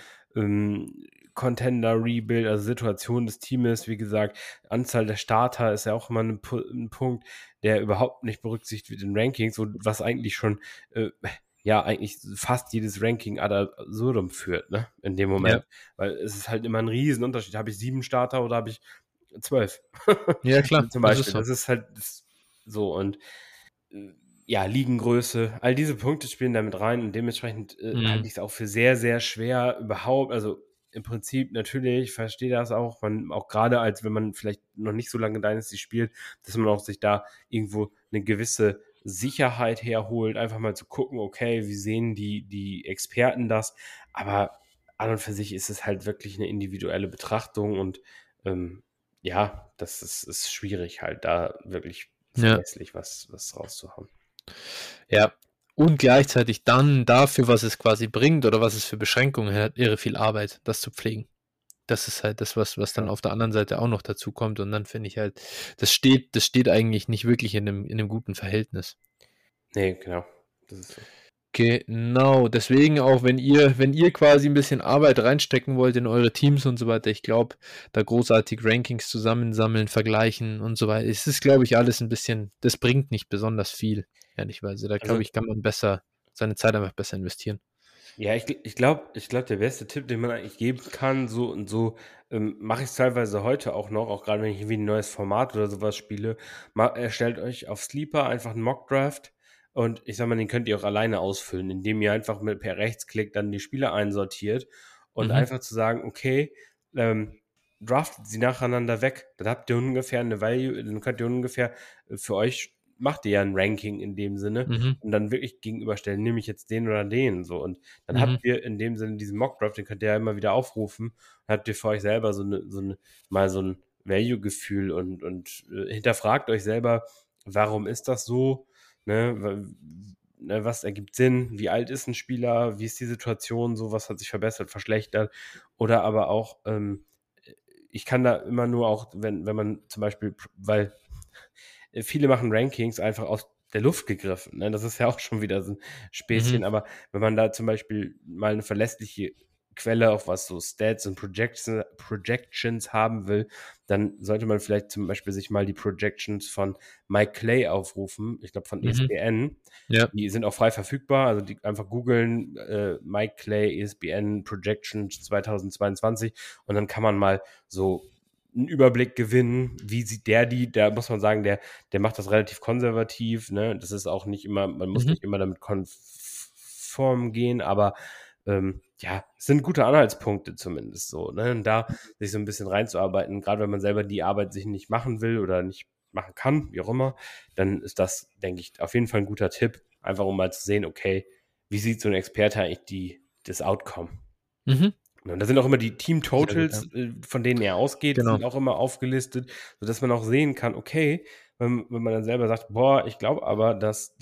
[SPEAKER 2] Contender Rebuild, also Situation des Teams, wie gesagt, Anzahl der Starter ist ja auch immer ein Punkt, der überhaupt nicht berücksichtigt wird in Rankings und was eigentlich schon ja, eigentlich fast jedes Ranking ad absurdum führt, ne, in dem
[SPEAKER 1] Ja.
[SPEAKER 2] Moment, weil es ist halt immer ein Riesenunterschied. Habe ich 7 Starter oder habe ich 12?
[SPEAKER 1] Ja, klar,
[SPEAKER 2] Zum
[SPEAKER 1] das ist
[SPEAKER 2] Beispiel.
[SPEAKER 1] so.
[SPEAKER 2] Das ist halt so und ja, Ligengröße, all diese Punkte spielen da mit rein und dementsprechend halte
[SPEAKER 1] Mhm.
[SPEAKER 2] ich es auch für sehr, sehr schwer überhaupt, also im Prinzip natürlich, ich verstehe das auch, man auch gerade als wenn man vielleicht noch nicht so lange Dynasty spielt, dass man auch sich da irgendwo eine gewisse Sicherheit herholt, einfach mal zu gucken, okay, wie sehen die Experten das, aber an und für sich ist es halt wirklich eine individuelle Betrachtung und ja, ist schwierig halt da wirklich
[SPEAKER 1] Ja.
[SPEAKER 2] verlässlich was rauszuhauen.
[SPEAKER 1] Ja. Und gleichzeitig dann dafür, was es quasi bringt oder was es für Beschränkungen hat, irre viel Arbeit, das zu pflegen. Das ist halt das, was dann
[SPEAKER 2] Ja.
[SPEAKER 1] auf der anderen Seite auch noch dazu kommt. Und dann finde ich halt, das steht eigentlich nicht wirklich in einem guten Verhältnis.
[SPEAKER 2] Ne, genau. Das ist so.
[SPEAKER 1] Genau, deswegen auch, wenn ihr quasi ein bisschen Arbeit reinstecken wollt in eure Teams und so weiter, ich glaube, da großartig Rankings zusammensammeln, vergleichen und so weiter, es ist, glaube ich, alles ein bisschen, das bringt nicht besonders viel, ehrlichweise. Da glaube
[SPEAKER 2] Also,
[SPEAKER 1] ich, kann man besser, seine Zeit einfach besser investieren.
[SPEAKER 2] ja, ich glaube, der beste Tipp, den man eigentlich geben kann, so und so, mache ich's teilweise heute auch noch, auch gerade wenn ich irgendwie ein neues Format oder sowas spiele, erstellt euch auf Sleeper einfach 'n Mockdraft und ich sage mal, den könnt ihr auch alleine ausfüllen, indem ihr einfach mit per Rechtsklick dann die Spieler einsortiert und
[SPEAKER 1] Mhm,
[SPEAKER 2] einfach zu sagen: „Okay, draftet sie nacheinander weg.“ Dann habt ihr ungefähr eine Value, dann könnt ihr ungefähr für euch macht ihr ja ein Ranking in dem Sinne
[SPEAKER 1] mhm,
[SPEAKER 2] und dann wirklich gegenüberstellen, nehme ich jetzt den oder den so und dann
[SPEAKER 1] mhm,
[SPEAKER 2] habt ihr in dem Sinne diesen Mockdraft, den könnt ihr ja immer wieder aufrufen, habt ihr für euch selber mal so ein Value-Gefühl und hinterfragt euch selber, warum ist das so, ne, was ergibt Sinn, wie alt ist ein Spieler, wie ist die Situation, so was hat sich verbessert, verschlechtert oder aber auch, ich kann da immer nur auch, wenn man zum Beispiel, weil viele machen Rankings einfach aus der Luft gegriffen. Ne? Das ist ja auch schon wieder so ein
[SPEAKER 1] mhm,
[SPEAKER 2] Späßchen, aber wenn man da zum Beispiel mal eine verlässliche Quelle, auch was so Stats und Projections haben will, dann sollte man vielleicht zum Beispiel sich mal die Projections von Mike Clay aufrufen, ich glaube von
[SPEAKER 1] Mhm.
[SPEAKER 2] ESPN.
[SPEAKER 1] Ja.
[SPEAKER 2] Die sind auch frei verfügbar, also die einfach googeln, Mike Clay, ESPN Projections 2022 und dann kann man mal so einen Überblick gewinnen, wie sieht da muss man sagen, der macht das relativ konservativ, ne? Das ist auch nicht immer, man muss
[SPEAKER 1] Mhm.
[SPEAKER 2] nicht immer damit konform gehen, aber ja, es sind gute Anhaltspunkte zumindest so, ne? Und da sich so ein bisschen reinzuarbeiten, gerade wenn man selber die Arbeit sich nicht machen will oder nicht machen kann, wie auch immer, dann ist das, denke ich, auf jeden Fall ein guter Tipp, einfach um mal zu sehen, okay, wie sieht so ein Experte eigentlich das Outcome?
[SPEAKER 1] Mhm.
[SPEAKER 2] Und da sind auch immer die Team
[SPEAKER 1] Sehr gut, ja.
[SPEAKER 2] Totals, von denen er ausgeht,
[SPEAKER 1] Genau.
[SPEAKER 2] sind auch immer aufgelistet, sodass man auch sehen kann, okay, wenn man dann selber sagt, boah, ich glaube aber,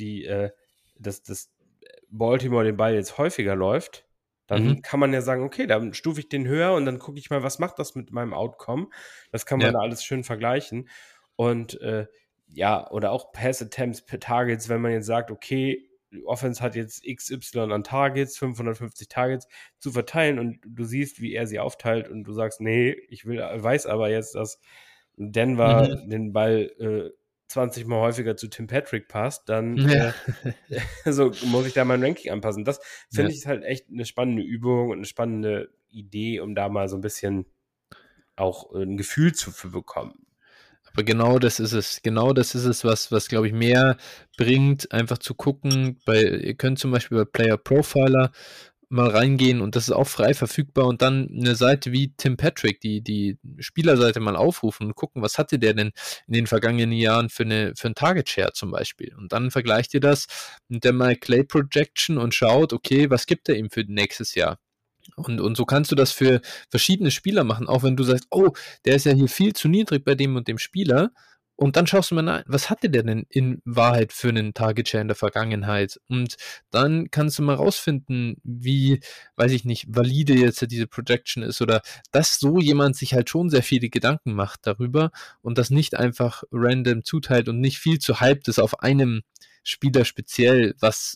[SPEAKER 2] dass das Baltimore den Ball jetzt häufiger läuft,
[SPEAKER 1] Mhm.
[SPEAKER 2] dann kann man ja sagen, okay, dann stufe ich den höher und dann gucke ich mal, was macht das mit meinem Outcome. Das kann man
[SPEAKER 1] Ja.
[SPEAKER 2] da alles schön vergleichen. Und ja, oder auch Pass Attempts per Targets, wenn man jetzt sagt, okay, die Offense hat jetzt XY an Targets, 550 Targets zu verteilen und du siehst, wie er sie aufteilt und du sagst, nee, weiß aber jetzt, dass Denver
[SPEAKER 1] Mhm.
[SPEAKER 2] den Ball 20 Mal häufiger zu Tim Patrick passt, dann
[SPEAKER 1] Ja.
[SPEAKER 2] also muss ich da mein Ranking anpassen. Das
[SPEAKER 1] Ja.
[SPEAKER 2] finde ich halt echt eine spannende Übung und eine spannende Idee, um da mal so ein bisschen auch ein Gefühl für bekommen.
[SPEAKER 1] Aber genau das ist es. Genau das ist es, was glaube ich, mehr bringt, einfach zu gucken. Ihr könnt zum Beispiel bei Player Profiler mal reingehen und das ist auch frei verfügbar und dann eine Seite wie Tim Patrick, die Spielerseite mal aufrufen und gucken, was hatte der denn in den vergangenen Jahren für ein Target Share zum Beispiel. Und dann vergleicht ihr das mit der Mike Clay Projection und schaut, okay, was gibt er ihm für nächstes Jahr? Und so kannst du das für verschiedene Spieler machen, auch wenn du sagst, oh, der ist ja hier viel zu niedrig bei dem und dem Spieler. Und dann schaust du mal nach, was hatte der denn in Wahrheit für einen Target Share in der Vergangenheit? Und dann kannst du mal rausfinden, wie, weiß ich nicht, valide jetzt diese Projection ist oder dass so jemand sich halt schon sehr viele Gedanken macht darüber und das nicht einfach random zuteilt und nicht viel zu hyped ist auf einem Spieler speziell,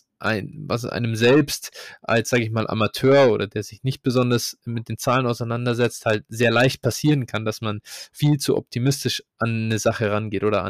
[SPEAKER 1] was einem selbst als, sage ich mal, Amateur oder der sich nicht besonders mit den Zahlen auseinandersetzt, halt sehr leicht passieren kann, dass man viel zu optimistisch an eine Sache rangeht oder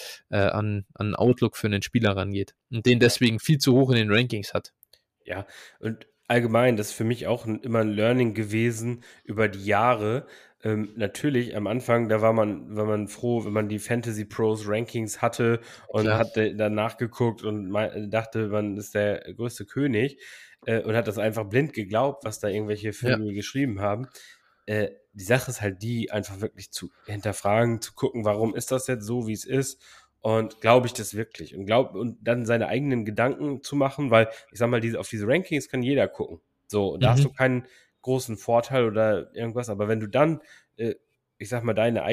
[SPEAKER 1] an einen Outlook für einen Spieler rangeht und den deswegen viel zu hoch in den Rankings hat.
[SPEAKER 2] Ja, und allgemein, das ist für mich auch immer ein Learning gewesen über die Jahre. Natürlich, am Anfang, war man froh, wenn man die Fantasy Pros Rankings hatte und
[SPEAKER 1] Klar.
[SPEAKER 2] hat dann nachgeguckt und dachte, man ist der größte König und hat das einfach blind geglaubt, was da irgendwelche
[SPEAKER 1] Ja.
[SPEAKER 2] Vögel geschrieben haben. Die Sache ist halt die, einfach wirklich zu hinterfragen, zu gucken, warum ist das jetzt so, wie es ist und glaube ich das wirklich? Und dann seine eigenen Gedanken zu machen, weil ich sag mal, auf diese Rankings kann jeder gucken. So, und da hast
[SPEAKER 1] Mhm.
[SPEAKER 2] du keinen großen Vorteil oder irgendwas, aber wenn du dann, ich sag mal,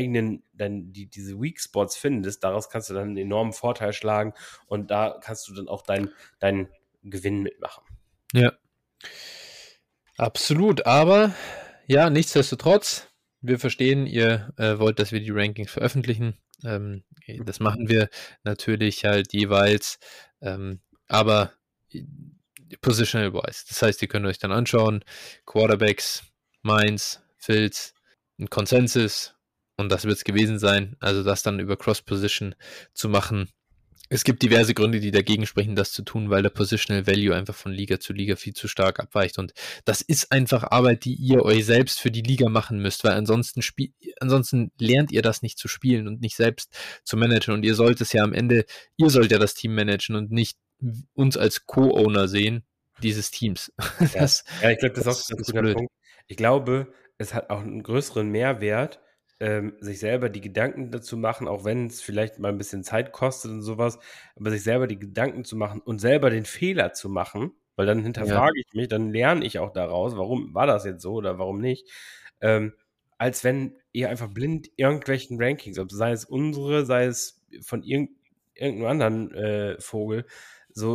[SPEAKER 2] diese Weak Spots findest, daraus kannst du dann einen enormen Vorteil schlagen und da kannst du dann auch deinen Gewinn mitmachen.
[SPEAKER 1] Ja. Absolut, aber ja, nichtsdestotrotz, wir verstehen, ihr wollt, dass wir die Rankings veröffentlichen. Das machen wir natürlich halt jeweils, aber positional-wise. Das heißt, ihr könnt euch dann anschauen, Quarterbacks, Mainz, Fields, ein Consensus und das wird es gewesen sein. Also das dann über Cross-Position zu machen, es gibt diverse Gründe, die dagegen sprechen, das zu tun, weil der Positional Value einfach von Liga zu Liga viel zu stark abweicht. Und das ist einfach Arbeit, die ihr euch selbst für die Liga machen müsst, weil ansonsten lernt ihr das nicht zu spielen und nicht selbst zu managen. Und ihr sollt es ja am Ende, ihr sollt ja das Team managen und nicht uns als Co-Owner sehen dieses Teams.
[SPEAKER 2] Ja,
[SPEAKER 1] Das,
[SPEAKER 2] ja, ich glaube, das ist auch ein
[SPEAKER 1] das
[SPEAKER 2] ganz
[SPEAKER 1] ist
[SPEAKER 2] guter
[SPEAKER 1] blöd.
[SPEAKER 2] Punkt. Ich glaube, es hat auch einen größeren Mehrwert, sich selber die Gedanken dazu machen, auch wenn es vielleicht mal ein bisschen Zeit kostet und sowas, aber sich selber die Gedanken zu machen und selber den Fehler zu machen, weil dann
[SPEAKER 1] Ja.
[SPEAKER 2] hinterfrage ich mich, dann lerne ich auch daraus, warum war das jetzt so oder warum nicht, als wenn ihr einfach blind irgendwelchen Rankings, ob sei es unsere, sei es von irgendeinem anderen Vogel, so,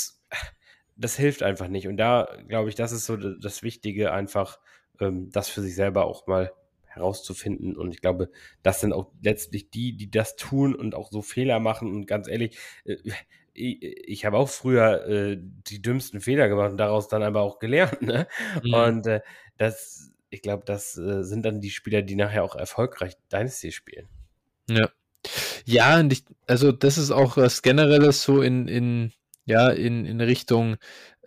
[SPEAKER 2] das hilft einfach nicht. Und da glaube ich, das ist so das Wichtige, einfach das für sich selber auch mal herauszufinden. Und ich glaube, das sind auch letztlich die das tun und auch so Fehler machen. Und ganz ehrlich, ich habe auch früher die dümmsten Fehler gemacht und daraus dann aber auch gelernt, ne?
[SPEAKER 1] Mhm.
[SPEAKER 2] Und ich glaube, das sind dann die Spieler, die nachher auch erfolgreich Dynasty spielen.
[SPEAKER 1] Ja. Ja, und also das ist auch was Generelles so in Richtung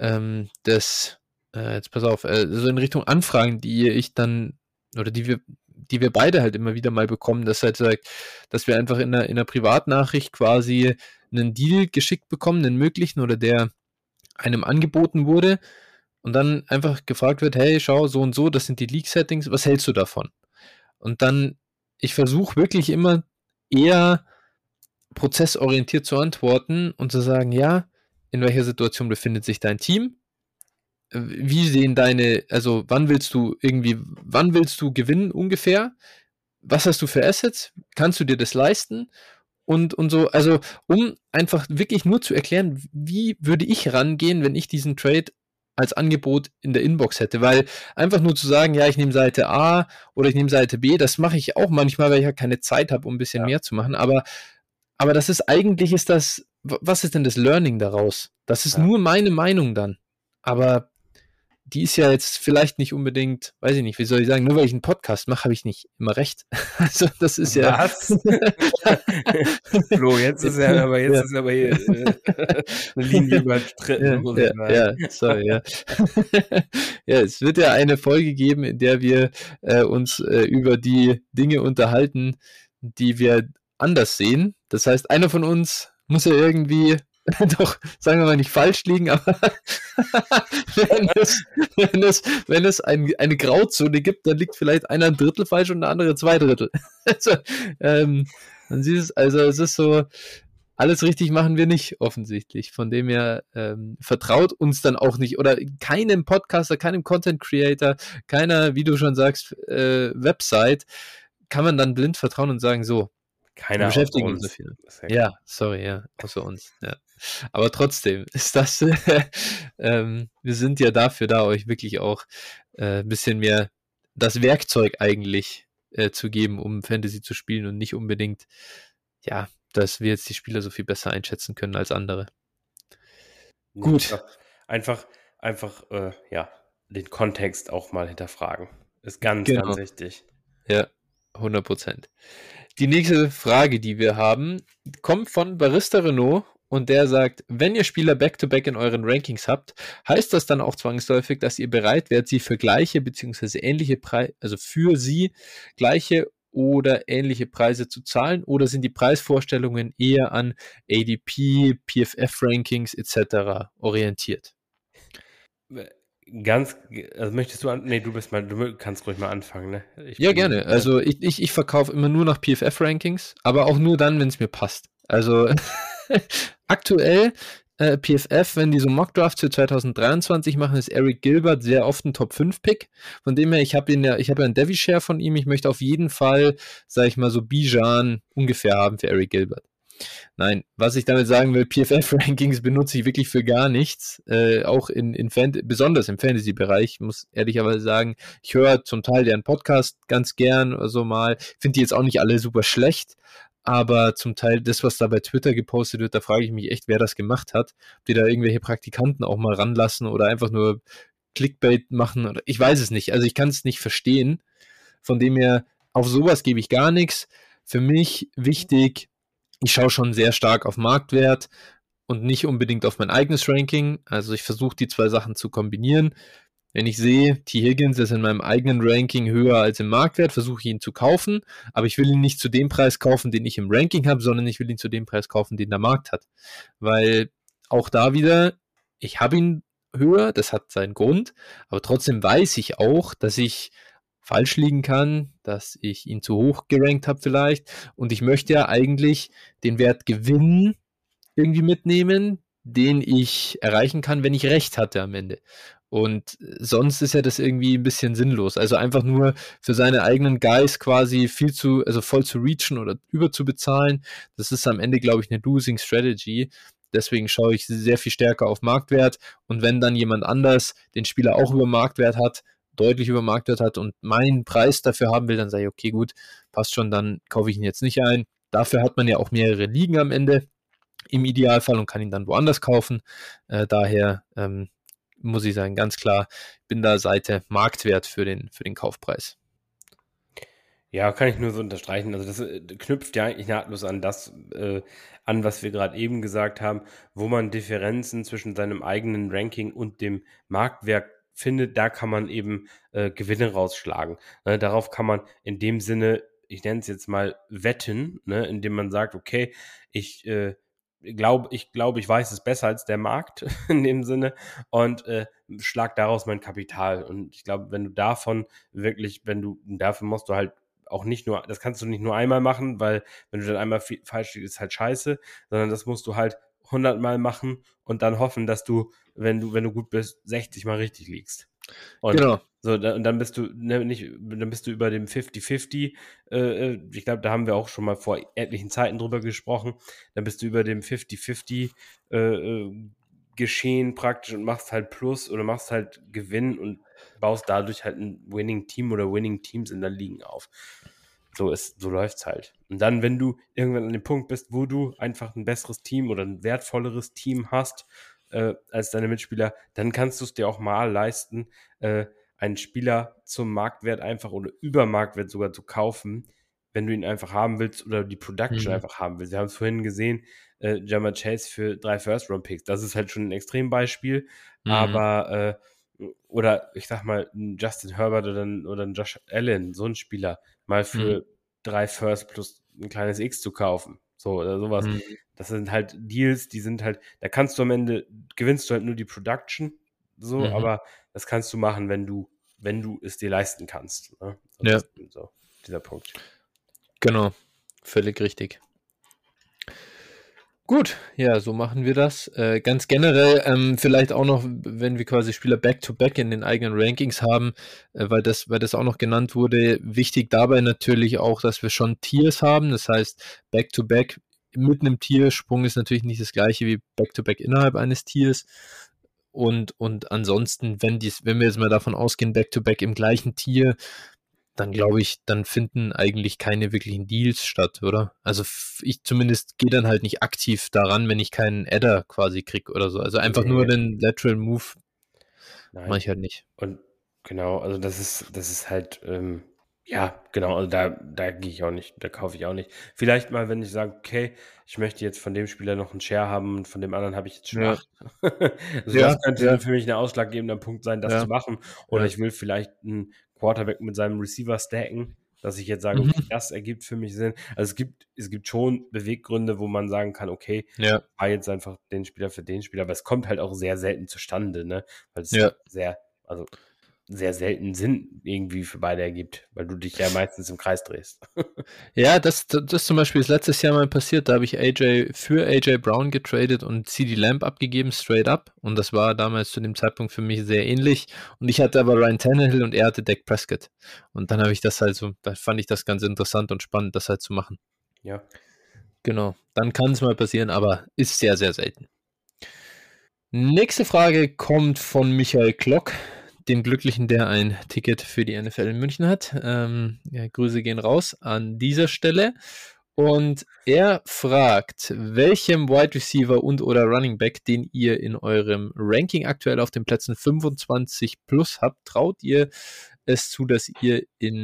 [SPEAKER 1] jetzt pass auf, so in Richtung Anfragen, die ich dann, oder die wir beide halt immer wieder mal bekommen, dass halt sagt, dass wir einfach in einer Privatnachricht quasi einen Deal geschickt bekommen, einen möglichen, oder der einem angeboten wurde, und dann einfach gefragt wird, hey, schau, so und so, das sind die League-Settings, was hältst du davon? Und dann, ich versuche wirklich immer eher prozessorientiert zu antworten und zu sagen, ja, in welcher Situation befindet sich dein Team? Wie sehen also wann willst du gewinnen ungefähr? Was hast du für Assets? Kannst du dir das leisten? Und so, also um einfach wirklich nur zu erklären, wie würde ich rangehen, wenn ich diesen Trade als Angebot in der Inbox hätte, weil einfach nur zu sagen, ja, ich nehme Seite A oder ich nehme Seite B, das mache ich auch manchmal, weil ich ja keine Zeit habe, um ein bisschen mehr zu machen, aber was ist denn das Learning daraus? Das ist nur meine Meinung dann. Aber die ist ja jetzt vielleicht nicht unbedingt, weiß ich nicht, wie soll ich sagen, nur weil ich einen Podcast mache, habe ich nicht immer recht. Also das ist ja.
[SPEAKER 2] Was? Flo, jetzt ist aber hier eine Linie übertreten, muss ich sagen.
[SPEAKER 1] Ja, sorry, ja. Ja, es wird ja eine Folge geben, in der wir uns über die Dinge unterhalten, die wir anders sehen. Das heißt, einer von uns muss ja irgendwie doch, sagen wir mal, nicht falsch liegen, aber wenn es eine Grauzone gibt, dann liegt vielleicht einer ein Drittel falsch und der andere 2/3. Also, man sieht es, also es ist so, alles richtig machen wir nicht, offensichtlich. Von dem her vertraut uns dann auch nicht, oder keinem Podcaster, keinem Content Creator, keiner, wie du schon sagst, Website, kann man dann blind vertrauen und sagen, so,
[SPEAKER 2] keiner
[SPEAKER 1] beschäftigen uns dafür. Ja, sorry, ja, außer uns, ja. Aber trotzdem ist das, wir sind ja dafür da, euch wirklich auch ein bisschen mehr das Werkzeug eigentlich zu geben, um Fantasy zu spielen, und nicht unbedingt, ja, dass wir jetzt die Spieler so viel besser einschätzen können als andere.
[SPEAKER 2] Nee,
[SPEAKER 1] Gut.
[SPEAKER 2] Einfach, ja, den Kontext auch mal hinterfragen. Ist ganz wichtig.
[SPEAKER 1] Ja, 100%. Die nächste Frage, die wir haben, kommt von Barista Renault, und der sagt, wenn ihr Spieler Back-to-Back in euren Rankings habt, heißt das dann auch zwangsläufig, dass ihr bereit wärt, sie für gleiche bzw. ähnliche Preise, also für sie gleiche oder ähnliche Preise zu zahlen, oder sind die Preisvorstellungen eher an ADP, PFF-Rankings etc. orientiert?
[SPEAKER 2] Also möchtest du du kannst ruhig mal anfangen, ne?
[SPEAKER 1] Ja, gerne. Also ich verkaufe immer nur nach PFF-Rankings, aber auch nur dann, wenn es mir passt. Also aktuell PFF, wenn die so Mockdrafts für 2023 machen, ist Eric Gilbert sehr oft ein Top-5-Pick. Von dem her, ich habe ja einen Devy-Share von ihm. Ich möchte auf jeden Fall, sag ich mal, so Bijan ungefähr haben für Eric Gilbert. Nein, was ich damit sagen will, PFF-Rankings benutze ich wirklich für gar nichts, auch besonders im Fantasy-Bereich. Ich muss ehrlicherweise sagen, ich höre zum Teil deren Podcast ganz gern, also mal, finde die jetzt auch nicht alle super schlecht, aber zum Teil das, was da bei Twitter gepostet wird, da frage ich mich echt, wer das gemacht hat, ob die da irgendwelche Praktikanten auch mal ranlassen oder einfach nur Clickbait machen, oder ich weiß es nicht, also ich kann es nicht verstehen. Von dem her, auf sowas gebe ich gar nichts. Für mich wichtig, ich schaue schon sehr stark auf Marktwert und nicht unbedingt auf mein eigenes Ranking. Also ich versuche die zwei Sachen zu kombinieren. Wenn ich sehe, T. Higgins ist in meinem eigenen Ranking höher als im Marktwert, versuche ich ihn zu kaufen, aber ich will ihn nicht zu dem Preis kaufen, den ich im Ranking habe, sondern ich will ihn zu dem Preis kaufen, den der Markt hat. Weil auch da wieder, ich habe ihn höher, das hat seinen Grund, aber trotzdem weiß ich auch, dass ich falsch liegen kann, dass ich ihn zu hoch gerankt habe vielleicht, und ich möchte ja eigentlich den Wert Gewinn irgendwie mitnehmen, den ich erreichen kann, wenn ich recht hatte am Ende. Und sonst ist ja das irgendwie ein bisschen sinnlos. Also einfach nur für seine eigenen Guys quasi voll zu reachen oder überzubezahlen, das ist am Ende, glaube ich, eine Losing Strategy. Deswegen schaue ich sehr viel stärker auf Marktwert, und wenn dann jemand anders den Spieler auch über Marktwert hat, deutlich über Marktwert hat und meinen Preis dafür haben will, dann sage ich, okay, gut, passt schon, dann kaufe ich ihn jetzt nicht ein. Dafür hat man ja auch mehrere Ligen am Ende. im Idealfall und kann ihn dann woanders kaufen. Daher muss ich sagen, ganz klar, bin da Seite Marktwert für den Kaufpreis.
[SPEAKER 2] Ja, kann ich nur so unterstreichen. Also das knüpft ja eigentlich nahtlos an das an, was wir gerade eben gesagt haben, wo man Differenzen zwischen seinem eigenen Ranking und dem Marktwert findet. Da kann man eben Gewinne rausschlagen. Darauf kann man in dem Sinne, ich nenne es jetzt mal wetten, indem man sagt, okay, ich glaube, ich weiß es besser als der Markt in dem Sinne und schlag daraus mein Kapital. Und ich glaube, wenn du davon wirklich, dafür musst du halt auch nicht nur, das kannst du nicht nur einmal machen, weil wenn du dann einmal falsch liegst, ist halt scheiße, sondern das musst du halt 100 Mal machen und dann hoffen, dass du, wenn du gut bist, 60 Mal richtig liegst. Und
[SPEAKER 1] Genau.
[SPEAKER 2] so, und dann bist du dann bist du über dem 50-50, ich glaube, da haben wir auch schon mal vor etlichen Zeiten drüber gesprochen, dann bist du über dem 50-50 Geschehen praktisch und machst halt Plus oder machst halt Gewinn und baust dadurch halt ein Winning Team oder Winning Teams in der Ligen auf. So läuft's halt. Und dann, wenn du irgendwann an dem Punkt bist, wo du einfach ein besseres Team oder ein wertvolleres Team hast als deine Mitspieler, dann kannst du es dir auch mal leisten, einen Spieler zum Marktwert einfach oder über Marktwert sogar zu kaufen, wenn du ihn einfach haben willst oder die Production einfach haben willst. Wir haben es vorhin gesehen, Ja'Marr Chase für 3 First-Round-Picks. Das ist halt schon ein Extrembeispiel, aber oder ich sag mal, ein Justin Herbert oder ein Josh Allen, so ein Spieler, mal für 3 First plus ein kleines X zu kaufen. So oder sowas. Das sind halt Deals, die sind halt, da kannst du am Ende, gewinnst du halt nur die Production, so, aber das kannst du machen, wenn du es dir leisten kannst. Ne? So,
[SPEAKER 1] Ja.
[SPEAKER 2] das ist so dieser Punkt.
[SPEAKER 1] Genau, völlig richtig. Gut, ja, so machen wir das. Ganz generell vielleicht auch noch, wenn wir quasi Spieler Back-to-Back in den eigenen Rankings haben, weil das auch noch genannt wurde, wichtig dabei natürlich auch, dass wir schon Tiers haben. Das heißt, Back-to-Back mit einem Tiersprung ist natürlich nicht das gleiche wie Back-to-Back innerhalb eines Tiers. Und ansonsten, wenn wir jetzt mal davon ausgehen, Back-to-Back im gleichen Tier, dann glaube ich, dann finden eigentlich keine wirklichen Deals statt, oder? Also ich zumindest gehe dann halt nicht aktiv daran, wenn ich keinen Adder quasi kriege oder so. Also einfach nur den Lateral Move mache ich halt nicht.
[SPEAKER 2] Und genau, also das ist halt, ja, genau, also da gehe ich auch nicht, da kaufe ich auch nicht. Vielleicht mal, wenn ich sage, okay, ich möchte jetzt von dem Spieler noch einen Share haben und von dem anderen habe ich jetzt schon 8. Also das könnte für mich ein ausschlaggebender Punkt sein, das zu machen. Oder ich will vielleicht einen Quarterback mit seinem Receiver stacken, dass ich jetzt sage, okay, das ergibt für mich Sinn. Also es gibt schon Beweggründe, wo man sagen kann, okay, ich fahre jetzt einfach den Spieler für den Spieler, aber es kommt halt auch sehr selten zustande, ne? Weil es sehr selten Sinn irgendwie für beide ergibt, weil du dich ja meistens im Kreis drehst.
[SPEAKER 1] Ja, das zum Beispiel ist letztes Jahr mal passiert, da habe ich für AJ Brown getradet und CeeDee Lamb abgegeben, straight up. Und das war damals zu dem Zeitpunkt für mich sehr ähnlich. Und ich hatte aber Ryan Tannehill und er hatte Dak Prescott. Und dann habe ich das halt so, da fand ich das ganz interessant und spannend, das halt zu machen.
[SPEAKER 2] Ja.
[SPEAKER 1] Genau, dann kann es mal passieren, aber ist sehr, sehr selten. Nächste Frage kommt von Michael Klock, dem Glücklichen, der ein Ticket für die NFL in München hat. Grüße gehen raus an dieser Stelle. Und er fragt, welchem Wide Receiver und oder Running Back, den ihr in eurem Ranking aktuell auf den Plätzen 25 plus habt, traut ihr es zu, dass ihr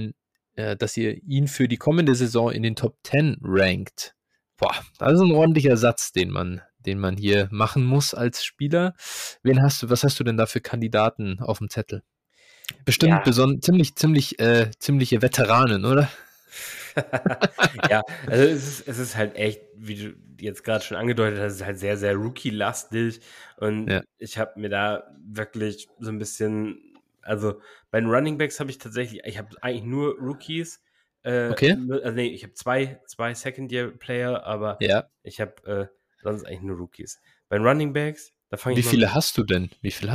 [SPEAKER 1] ihn für die kommende Saison in den Top 10 rankt? Boah, das ist ein ordentlicher Satz, den man hier machen muss als Spieler. Was hast du denn da für Kandidaten auf dem Zettel? Bestimmt ziemliche Veteranen, oder?
[SPEAKER 2] Ja, also es ist halt echt, wie du jetzt gerade schon angedeutet hast, es ist halt sehr, sehr Rookie-lastig und ich habe mir da wirklich so ein bisschen, also bei den Running Backs habe ich habe eigentlich nur Rookies.
[SPEAKER 1] Okay.
[SPEAKER 2] Also nee, ich habe zwei Second-Year-Player, aber ich habe sonst eigentlich nur Rookies. Bei den Running Backs, da fange ich
[SPEAKER 1] Wie viele hast du denn?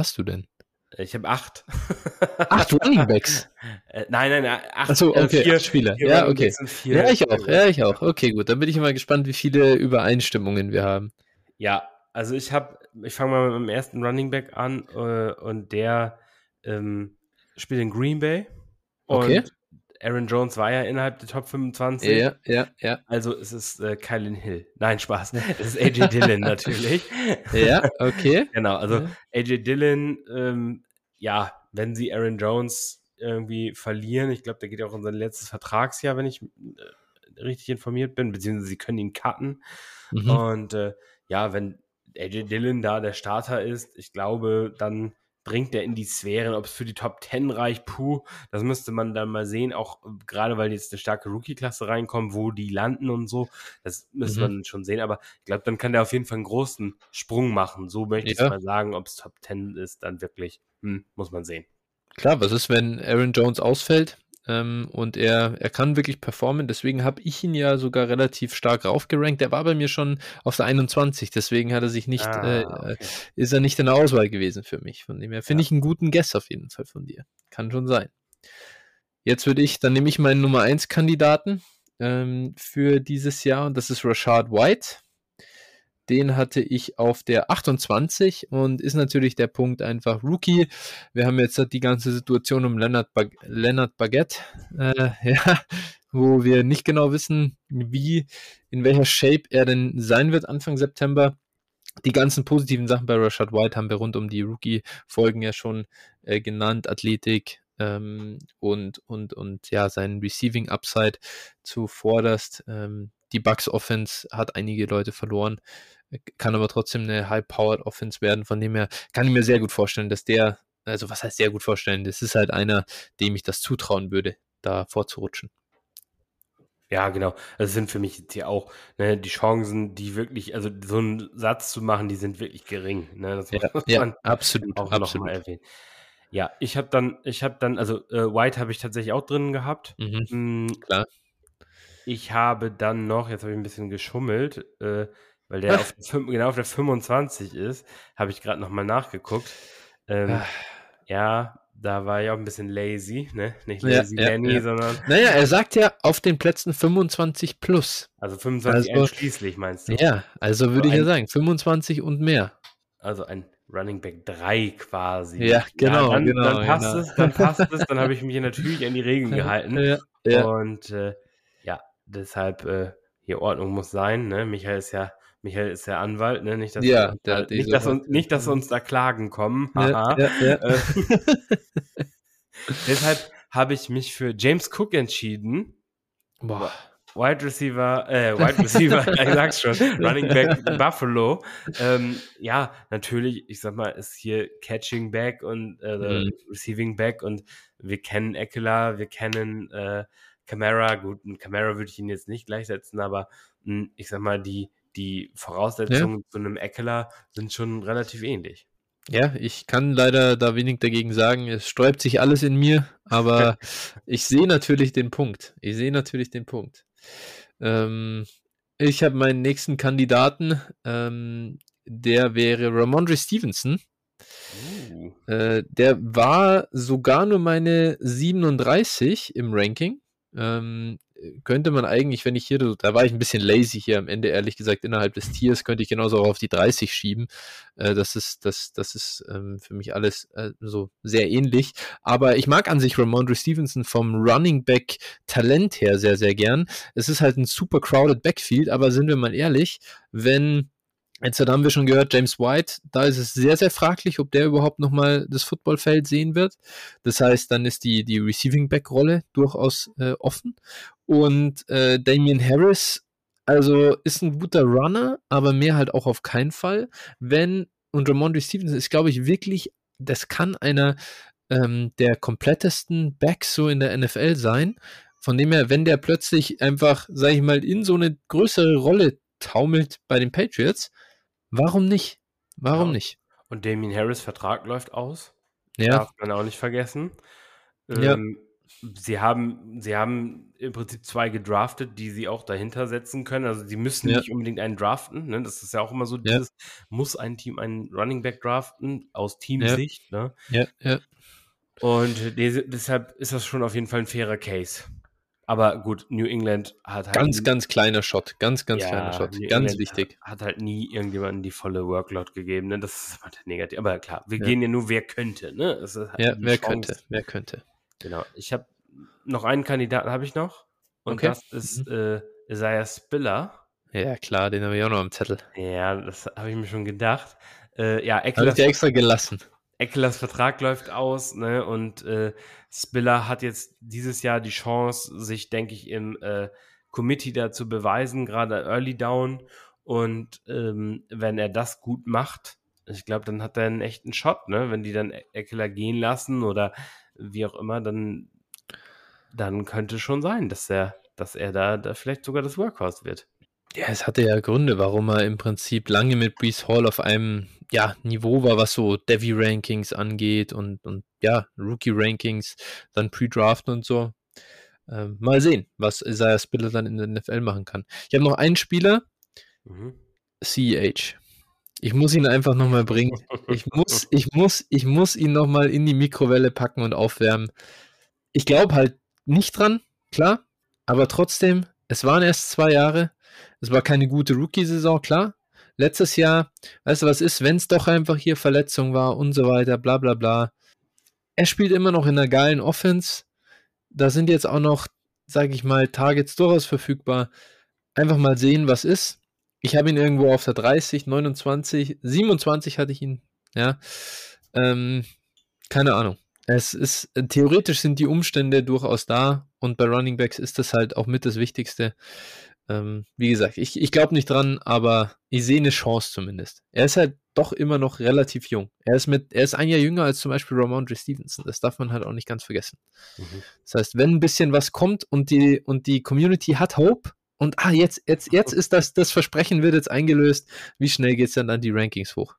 [SPEAKER 2] Ich habe 8.
[SPEAKER 1] 8 Running Backs?
[SPEAKER 2] Nein, 8.
[SPEAKER 1] Achso, okay,
[SPEAKER 2] 4
[SPEAKER 1] Spieler.
[SPEAKER 2] Ja,
[SPEAKER 1] okay. Ja, ich auch. Okay, gut. Dann bin ich mal gespannt, wie viele Übereinstimmungen wir haben.
[SPEAKER 2] Ja, also ich fange mal mit dem ersten Running Back an und der spielt in Green Bay. Und Aaron Jones war ja innerhalb der Top 25.
[SPEAKER 1] Ja.
[SPEAKER 2] Also es ist Kylin Hill. Nein, Spaß. Es ist AJ Dillon natürlich.
[SPEAKER 1] Ja, okay.
[SPEAKER 2] Genau, also
[SPEAKER 1] Ja.
[SPEAKER 2] AJ Dillon, wenn sie Aaron Jones irgendwie verlieren, ich glaube, der geht ja auch in sein letztes Vertragsjahr, wenn ich richtig informiert bin, beziehungsweise sie können ihn cutten. Und wenn AJ Dillon da der Starter ist, ich glaube, dann dringt er in die Sphären, ob es für die Top 10 reicht, das müsste man dann mal sehen, auch gerade weil jetzt eine starke Rookie-Klasse reinkommt, wo die landen und so, das müsste man schon sehen, aber ich glaube, dann kann der auf jeden Fall einen großen Sprung machen, so möchte ich es mal sagen, ob es Top 10 ist, dann wirklich, muss man sehen.
[SPEAKER 1] Klar, was ist, wenn Aaron Jones ausfällt? Und er kann wirklich performen, deswegen habe ich ihn ja sogar relativ stark raufgerankt. Der war bei mir schon auf der 21, deswegen hat er sich nicht, ist er nicht in der Auswahl gewesen für mich. Von dem her finde ich einen guten Guess auf jeden Fall von dir. Kann schon sein. Jetzt dann nehme ich meinen Nummer 1 Kandidaten für dieses Jahr und das ist Rachaad White. Den hatte ich auf der 28 und ist natürlich der Punkt einfach Rookie. Wir haben jetzt die ganze Situation um Leonard Baguette, wo wir nicht genau wissen, in welcher Shape er denn sein wird Anfang September. Die ganzen positiven Sachen bei Rachaad White haben wir rund um die Rookie-Folgen ja schon genannt. Athletik und seinen Receiving Upside zuvorderst. Die Bucks Offense hat einige Leute verloren, kann aber trotzdem eine High-Powered Offense werden. Von dem her kann ich mir sehr gut vorstellen, dass was heißt sehr gut vorstellen? Das ist halt einer, dem ich das zutrauen würde, da vorzurutschen.
[SPEAKER 2] Ja, genau. Das sind für mich jetzt hier auch die Chancen, die wirklich, also so einen Satz zu machen, die sind wirklich gering. Ne? Das muss man
[SPEAKER 1] absolut,
[SPEAKER 2] auch noch mal erwähnen. Ja, ich habe dann, also White habe ich tatsächlich auch drin gehabt.
[SPEAKER 1] Klar.
[SPEAKER 2] Ich habe dann noch, jetzt habe ich ein bisschen geschummelt, weil der auf der 25 ist, habe ich gerade nochmal nachgeguckt. Da war ich auch ein bisschen lazy, ne? Nicht lazy Danny, sondern...
[SPEAKER 1] Naja, er sagt ja auf den Plätzen 25 plus.
[SPEAKER 2] Also 25 einschließlich, meinst du?
[SPEAKER 1] Ja, also würde ich ja sagen, 25 und mehr.
[SPEAKER 2] Also ein Running Back 3 quasi.
[SPEAKER 1] Ja, genau.
[SPEAKER 2] Dann passt es, dann habe ich mich natürlich an die Regeln gehalten. Und deshalb hier Ordnung muss sein, ne? Michael ist ja Anwalt, ne? Nicht, dass uns da Klagen kommen. Deshalb habe ich mich für James Cook entschieden.
[SPEAKER 1] Boah.
[SPEAKER 2] Wide Receiver, ich sag's schon, Running Back Buffalo. Natürlich, ich sag mal, ist hier Catching Back und Receiving Back und wir kennen Ekeler, wir kennen Kamara. Gut, mit Kamara würde ich ihn jetzt nicht gleichsetzen, aber ich sag mal, die Voraussetzungen zu einem Ekeler sind schon relativ ähnlich.
[SPEAKER 1] Ja, ich kann leider da wenig dagegen sagen. Es sträubt sich alles in mir, aber ich sehe natürlich den Punkt. Ich habe meinen nächsten Kandidaten, der wäre Rhamondre Stevenson. Der war sogar nur meine 37 im Ranking. Könnte man eigentlich, wenn ich hier, da war ich ein bisschen lazy hier am Ende, ehrlich gesagt, innerhalb des Tiers, könnte ich genauso auch auf die 30 schieben. Das ist für mich alles so sehr ähnlich. Aber ich mag an sich Rhamondre Stevenson vom Running Back Talent her sehr, sehr gern. Es ist halt ein super crowded Backfield, aber sind wir mal ehrlich, jetzt haben wir schon gehört, James White, da ist es sehr, sehr fraglich, ob der überhaupt nochmal das Footballfeld sehen wird. Das heißt, dann ist die Receiving-Back-Rolle durchaus offen. Und Damien Harris, also ist ein guter Runner, aber mehr halt auch auf keinen Fall. Und Rhamondre Stevenson ist, glaube ich, wirklich, das kann einer der komplettesten Backs so in der NFL sein. Von dem her, wenn der plötzlich einfach, sage ich mal, in so eine größere Rolle taumelt bei den Patriots, warum nicht? Nicht?
[SPEAKER 2] Und Damien Harris' Vertrag läuft aus.
[SPEAKER 1] Ja.
[SPEAKER 2] Darf man auch nicht vergessen. Sie haben im Prinzip 2 gedraftet, die sie auch dahinter setzen können. Also sie müssen nicht unbedingt einen draften. Ne? Das ist ja auch immer so muss ein Team einen Running Back draften, aus Teamsicht. Ne?
[SPEAKER 1] Ja.
[SPEAKER 2] Und deshalb ist das schon auf jeden Fall ein fairer Case. Aber gut, New England hat halt...
[SPEAKER 1] Ganz kleiner Shot. Ganz kleiner Shot. Ganz wichtig.
[SPEAKER 2] Hat halt nie irgendjemandem die volle Workload gegeben. Ne? Das ist halt negativ. Aber klar, wir gehen ja nur, wer könnte. Ne?
[SPEAKER 1] Wer könnte.
[SPEAKER 2] Genau. Ich habe noch einen Kandidaten habe ich noch. Und
[SPEAKER 1] Okay.
[SPEAKER 2] das ist Isaiah Spiller.
[SPEAKER 1] Ja, klar, den habe ich auch noch am Zettel.
[SPEAKER 2] Ja, das habe ich mir schon gedacht. Ja,
[SPEAKER 1] Habe ich dir extra gelassen.
[SPEAKER 2] Eckler's Vertrag läuft aus, ne? Und Spiller hat jetzt dieses Jahr die Chance, sich, denke ich, im Committee da zu beweisen, gerade Early Down. Und wenn er das gut macht, ich glaube, dann hat er einen echten Shot, ne? Wenn die dann Eckler gehen lassen oder wie auch immer, dann könnte schon sein, dass er da vielleicht sogar das Workhorse wird.
[SPEAKER 1] Ja, es hatte ja Gründe, warum er im Prinzip lange mit Breece Hall auf einem Niveau war, was so Devy-Rankings angeht und ja, Rookie-Rankings, dann Pre-Draften und so. Mal sehen, was Isaiah Spiller dann in der NFL machen kann. Ich habe noch einen Spieler, CEH. Ich muss ihn einfach nochmal bringen. Ich muss ihn nochmal in die Mikrowelle packen und aufwärmen. Ich glaube halt nicht dran, klar, aber trotzdem, es waren erst 2 Jahre. Es war keine gute Rookie-Saison, klar. Letztes Jahr, weißt du, was ist, wenn es doch einfach hier Verletzung war und so weiter, bla bla bla. Er spielt immer noch in einer geilen Offense. Da sind jetzt auch noch, sage ich mal, Targets durchaus verfügbar. Einfach mal sehen, was ist. Ich habe ihn irgendwo auf der 30, 29, 27 hatte ich ihn. Ja, keine Ahnung. Es ist, theoretisch sind die Umstände durchaus da und bei Running Backs ist das halt auch mit das Wichtigste. Wie gesagt, ich glaube nicht dran, aber ich sehe eine Chance zumindest. Er ist halt doch immer noch relativ jung. Er ist ein Jahr jünger als zum Beispiel Ramondre Stevenson. Das darf man halt auch nicht ganz vergessen. Das heißt, wenn ein bisschen was kommt und die Community hat Hope und jetzt ist das Versprechen wird jetzt eingelöst, wie schnell geht es dann die Rankings hoch?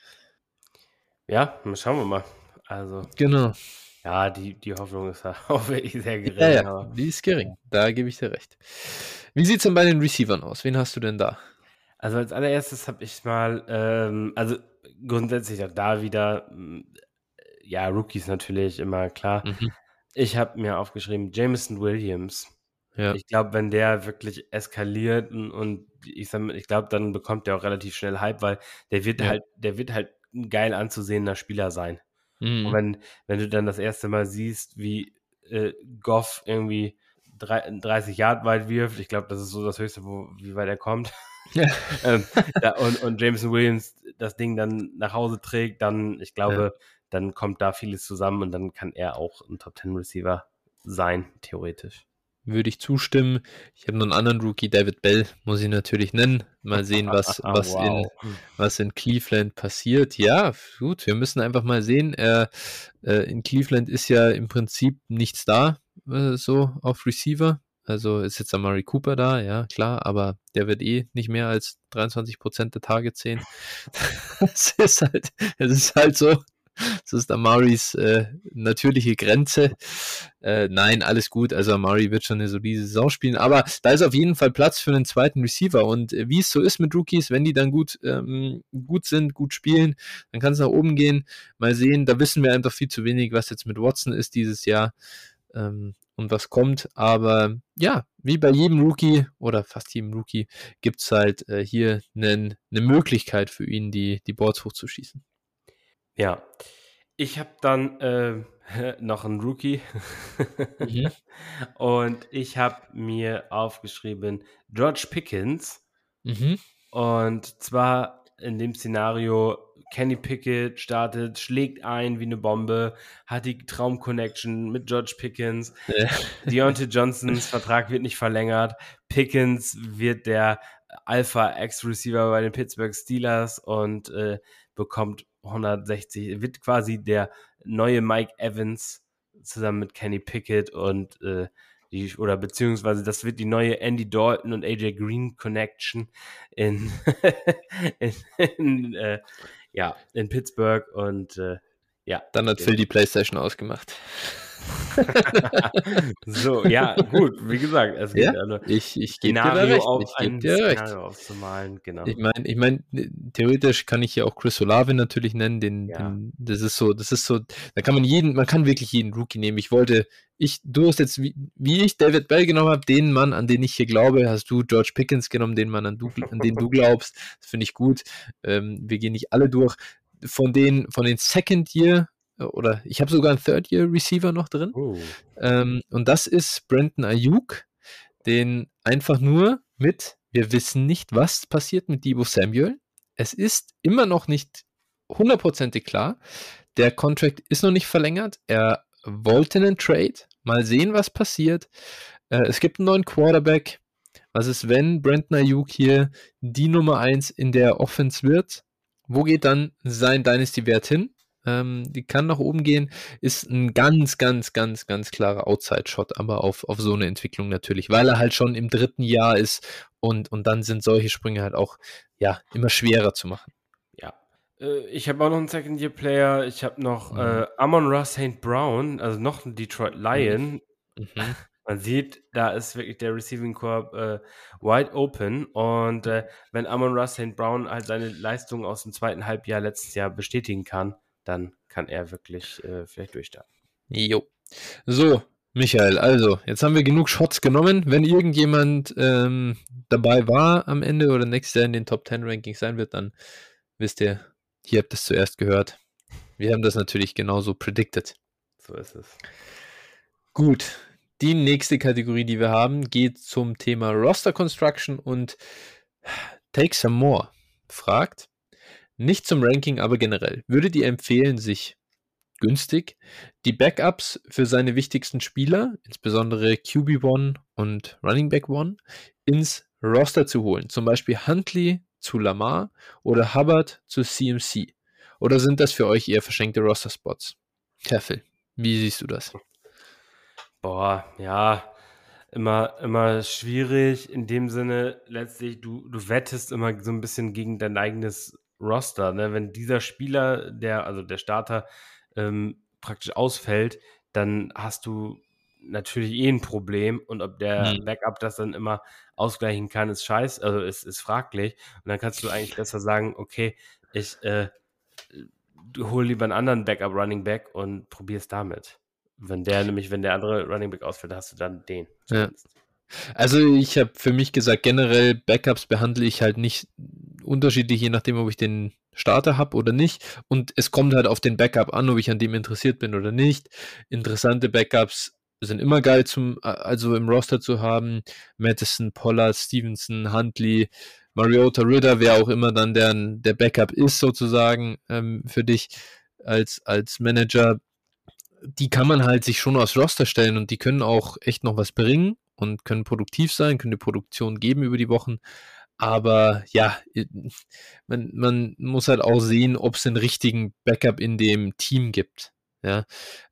[SPEAKER 2] Ja, schauen wir mal. Also,
[SPEAKER 1] genau.
[SPEAKER 2] Ja, die Hoffnung ist auch wirklich sehr gering.
[SPEAKER 1] Ja, die ist gering. Da gebe ich dir recht. Wie sieht es denn bei den Receivern aus? Wen hast du denn da?
[SPEAKER 2] Also als allererstes habe ich mal, also grundsätzlich auch da wieder, ja, Rookies natürlich, immer klar. Ich habe mir aufgeschrieben, Jameson Williams.
[SPEAKER 1] Ja.
[SPEAKER 2] Ich glaube, wenn der wirklich eskaliert und ich glaube, dann bekommt der auch relativ schnell Hype, weil der wird halt ein geil anzusehender Spieler sein. Und wenn du dann das erste Mal siehst, wie Goff irgendwie 30 Yard weit wirft, ich glaube, das ist so das Höchste, wie weit er kommt.
[SPEAKER 1] Ja.
[SPEAKER 2] Und Jameson Williams das Ding dann nach Hause trägt, dann, ich glaube, dann kommt da vieles zusammen und dann kann er auch ein Top-10-Receiver sein, theoretisch.
[SPEAKER 1] Würde ich zustimmen. Ich habe noch einen anderen Rookie, David Bell, muss ich natürlich nennen. Mal sehen, was in Cleveland passiert. Ja, gut, wir müssen einfach mal sehen. In Cleveland ist ja im Prinzip nichts da, so auf Receiver. Also ist jetzt Amari Cooper da, ja, klar, aber der wird nicht mehr als 23% der Targets sehen. Es ist halt so. Das ist Amaris natürliche Grenze. Nein, alles gut. Also Amari wird schon eine solide Saison spielen. Aber da ist auf jeden Fall Platz für einen zweiten Receiver. Und wie es so ist mit Rookies, wenn die dann gut sind, gut spielen, dann kann es nach oben gehen. Mal sehen, da wissen wir einfach viel zu wenig, was jetzt mit Watson ist dieses Jahr und was kommt. Aber ja, wie bei jedem Rookie oder fast jedem Rookie gibt es halt hier eine Möglichkeit für ihn, die Boards hochzuschießen.
[SPEAKER 2] Ja, ich habe dann noch einen Rookie und ich habe mir aufgeschrieben George Pickens und zwar in dem Szenario Kenny Pickett startet, schlägt ein wie eine Bombe, hat die Traum-Connection mit George Pickens, Deontay Johnsons Vertrag wird nicht verlängert, Pickens wird der Alpha-X-Receiver bei den Pittsburgh Steelers und bekommt 160, wird quasi der neue Mike Evans zusammen mit Kenny Pickett und beziehungsweise das wird die neue Andy Dalton und AJ Green Connection in Pittsburgh und ja.
[SPEAKER 1] Dann hat Phil die PlayStation ausgemacht.
[SPEAKER 2] So, ja, gut, wie gesagt, es geht
[SPEAKER 1] ich gebe dir da recht.
[SPEAKER 2] auf ein Szenario auszumalen, genau.
[SPEAKER 1] Ich meine, theoretisch kann ich hier auch Chris Olave natürlich nennen, das ist so, da kann man kann wirklich jeden Rookie nehmen. Du hast jetzt, wie ich David Bell genommen habe, den Mann, an den ich hier glaube, hast du George Pickens genommen, den Mann, an den du glaubst. Das finde ich gut. Wir gehen nicht alle durch. Von den Second Year oder ich habe sogar einen Third-Year-Receiver noch drin. Und das ist Brandon Ayuk, den einfach nur wir wissen nicht, was passiert mit Deebo Samuel. Es ist immer noch nicht hundertprozentig klar. Der Contract ist noch nicht verlängert. Er wollte einen Trade. Mal sehen, was passiert. Es gibt einen neuen Quarterback. Was ist, wenn Brandon Ayuk hier die Nummer 1 in der Offense wird? Wo geht dann sein Dynasty-Wert hin? Die kann nach oben gehen. Ist ein ganz, ganz, ganz, ganz klarer Outside-Shot, aber auf so eine Entwicklung natürlich, weil er halt schon im 3. Jahr ist und dann sind solche Sprünge halt auch immer schwerer zu machen.
[SPEAKER 2] Ja. Ich habe auch noch einen Second-Year-Player. Ich habe noch Amon-Ra St. Brown, also noch ein Detroit Lion.
[SPEAKER 1] Mhm.
[SPEAKER 2] Man sieht, da ist wirklich der Receiving Corps wide open und wenn Amon-Ra St. Brown halt seine Leistung aus dem 2. Halbjahr letztes Jahr bestätigen kann, dann kann er wirklich vielleicht durchstarten.
[SPEAKER 1] Jo. So, Michael, also, jetzt haben wir genug Shots genommen. Wenn irgendjemand dabei war am Ende oder nächstes Jahr in den Top 10 Rankings sein wird, dann wisst ihr, hier habt ihr es zuerst gehört. Wir haben das natürlich genauso predicted.
[SPEAKER 2] So ist es.
[SPEAKER 1] Gut, die nächste Kategorie, die wir haben, geht zum Thema Roster Construction und Take Some More fragt, nicht zum Ranking, aber generell, würdet ihr empfehlen, sich günstig die Backups für seine wichtigsten Spieler, insbesondere QB1 und Running Back 1, ins Roster zu holen? Zum Beispiel Huntley zu Lamar oder Hubbard zu CMC? Oder sind das für euch eher verschenkte Roster-Spots? Kerfel, wie siehst du das?
[SPEAKER 2] Boah, ja, immer schwierig in dem Sinne, letztlich, du wettest immer so ein bisschen gegen dein eigenes Roster, ne? Wenn dieser Spieler, der Starter, praktisch ausfällt, dann hast du natürlich ein Problem und ob der Backup das dann immer ausgleichen kann, ist ist fraglich und dann kannst du eigentlich besser sagen, okay, ich hole lieber einen anderen Backup Running Back und probier's damit. Wenn der andere Running Back ausfällt, hast du dann den.
[SPEAKER 1] Ja. Also ich habe für mich gesagt, generell Backups behandle ich halt nicht unterschiedlich, je nachdem, ob ich den Starter habe oder nicht. Und es kommt halt auf den Backup an, ob ich an dem interessiert bin oder nicht. Interessante Backups sind immer geil also im Roster zu haben. Madison, Pollard, Stevenson, Huntley, Mariota, Ridder, wer auch immer dann der Backup ist sozusagen für dich als Manager. Die kann man halt sich schon aufs Roster stellen und die können auch echt noch was bringen und können produktiv sein, können die Produktion geben über die Wochen. Aber ja, man muss halt auch sehen, ob es einen richtigen Backup in dem Team gibt. Ja,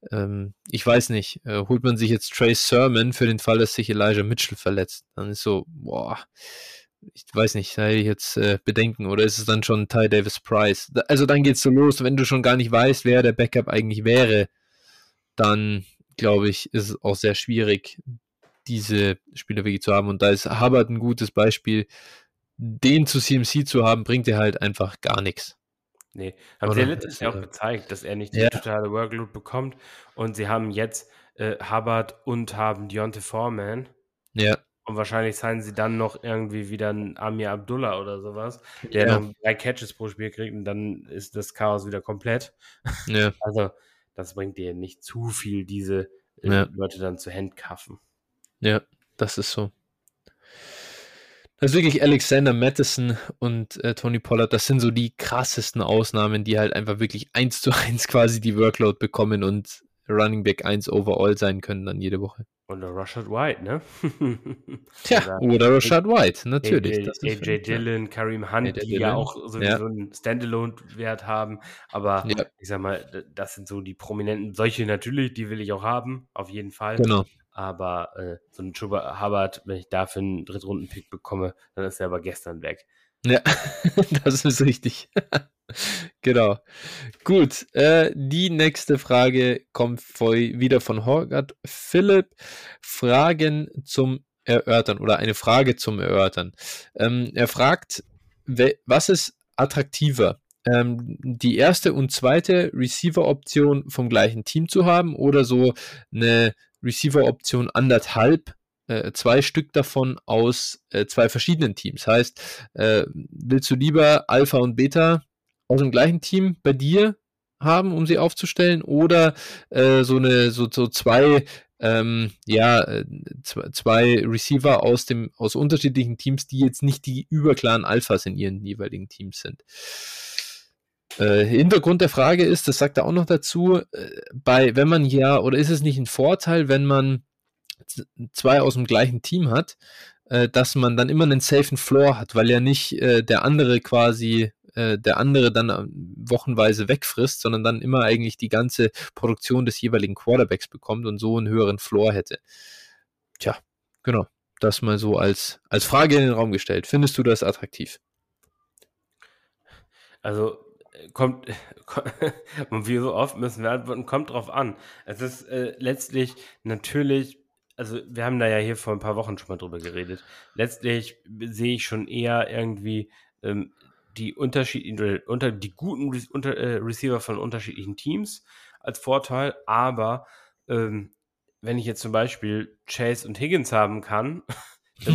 [SPEAKER 1] ich weiß nicht, holt man sich jetzt Trey Sermon für den Fall, dass sich Elijah Mitchell verletzt, dann ist so, boah, ich weiß nicht, da hätte ich jetzt Bedenken, oder ist es dann schon Ty Davis Price? Also dann geht's so los, wenn du schon gar nicht weißt, wer der Backup eigentlich wäre, dann glaube ich, ist es auch sehr schwierig, diese Spieler wirklich zu haben. Und da ist Hubbard ein gutes Beispiel. Den zu CMC zu haben, bringt dir halt einfach gar nichts.
[SPEAKER 2] Nee, haben sie ja letztens auch gezeigt, dass er nicht die totale Workload bekommt. Und sie haben jetzt Hubbard und haben Deontay Foreman.
[SPEAKER 1] Ja.
[SPEAKER 2] Und wahrscheinlich signen sie dann noch irgendwie wieder einen Amir Abdullah oder sowas, der noch 3 Catches pro Spiel kriegt und dann ist das Chaos wieder komplett.
[SPEAKER 1] Ja.
[SPEAKER 2] Also, das bringt dir nicht zu viel, diese Leute dann zu handcuffen.
[SPEAKER 1] Ja, das ist so. Das ist wirklich Alexander Mattison und Tony Pollard, das sind so die krassesten Ausnahmen, die halt einfach wirklich 1:1 quasi die Workload bekommen und Running Back 1 overall sein können dann jede Woche.
[SPEAKER 2] Oder Rashad White, ne?
[SPEAKER 1] Tja, oder Rashad White, natürlich.
[SPEAKER 2] AJ Dillon, Kareem Hunt, die ja auch sowieso einen Standalone-Wert haben. Aber ich sag mal, das sind so die prominenten, solche natürlich, die will ich auch haben, auf jeden Fall.
[SPEAKER 1] Genau.
[SPEAKER 2] Aber so ein Chuba Hubbard, wenn ich dafür einen Drittrunden-Pick bekomme, dann ist er aber gestern weg.
[SPEAKER 1] Ja, das ist richtig. Genau. Gut, die nächste Frage kommt wieder von Horgat Philipp. Fragen zum Erörtern oder eine Frage zum Erörtern. Er fragt, was ist attraktiver? Die erste und zweite Receiver-Option vom gleichen Team zu haben oder so eine Receiver-Option anderthalb, 2 Stück davon aus 2 verschiedenen Teams. Heißt, willst du lieber Alpha und Beta aus dem gleichen Team bei dir haben, um sie aufzustellen, oder so zwei zwei Receiver aus unterschiedlichen Teams, die jetzt nicht die überklaren Alphas in ihren jeweiligen Teams sind. Hintergrund der Frage ist, das sagt er auch noch dazu, wenn man oder ist es nicht ein Vorteil, wenn man zwei aus dem gleichen Team hat, dass man dann immer einen safen Floor hat, weil ja nicht der andere dann wochenweise wegfrisst, sondern dann immer eigentlich die ganze Produktion des jeweiligen Quarterbacks bekommt und so einen höheren Floor hätte. Tja, genau. Das mal so als Frage in den Raum gestellt. Findest du das attraktiv?
[SPEAKER 2] Also wie so oft müssen wir antworten, kommt drauf an. Es ist letztlich natürlich, also wir haben da ja hier vor ein paar Wochen schon mal drüber geredet. Letztlich sehe ich schon eher irgendwie die die guten Receiver von unterschiedlichen Teams als Vorteil, aber wenn ich jetzt zum Beispiel Chase und Higgins haben kann, dann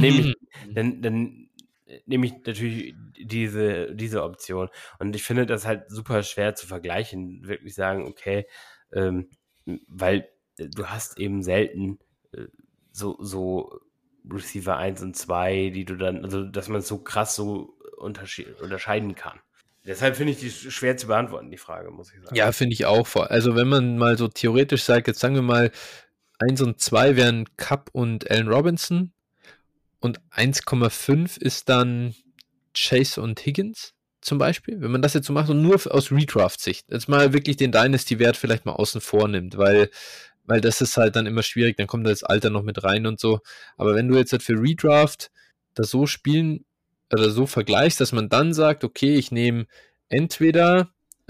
[SPEAKER 2] nehme ich natürlich diese Option. Und ich finde das halt super schwer zu vergleichen, wirklich sagen, okay, weil du hast eben selten so Receiver 1 und 2, die du dann, also dass man es so krass so unterscheiden kann. Deshalb finde ich die schwer zu beantworten, die Frage, muss ich sagen.
[SPEAKER 1] Ja, finde ich auch. Also wenn man mal so theoretisch sagt, jetzt sagen wir mal, 1 und 2 wären Cup und Allen Robinson und 1,5 ist dann Chase und Higgins zum Beispiel. Wenn man das jetzt so macht und nur aus Redraft-Sicht, jetzt mal wirklich den Dynasty-Wert vielleicht mal außen vor nimmt, weil das ist halt dann immer schwierig, dann kommt das Alter noch mit rein und so. Aber wenn du jetzt halt für Redraft das so spielen oder so vergleichst, dass man dann sagt, okay, ich nehme entweder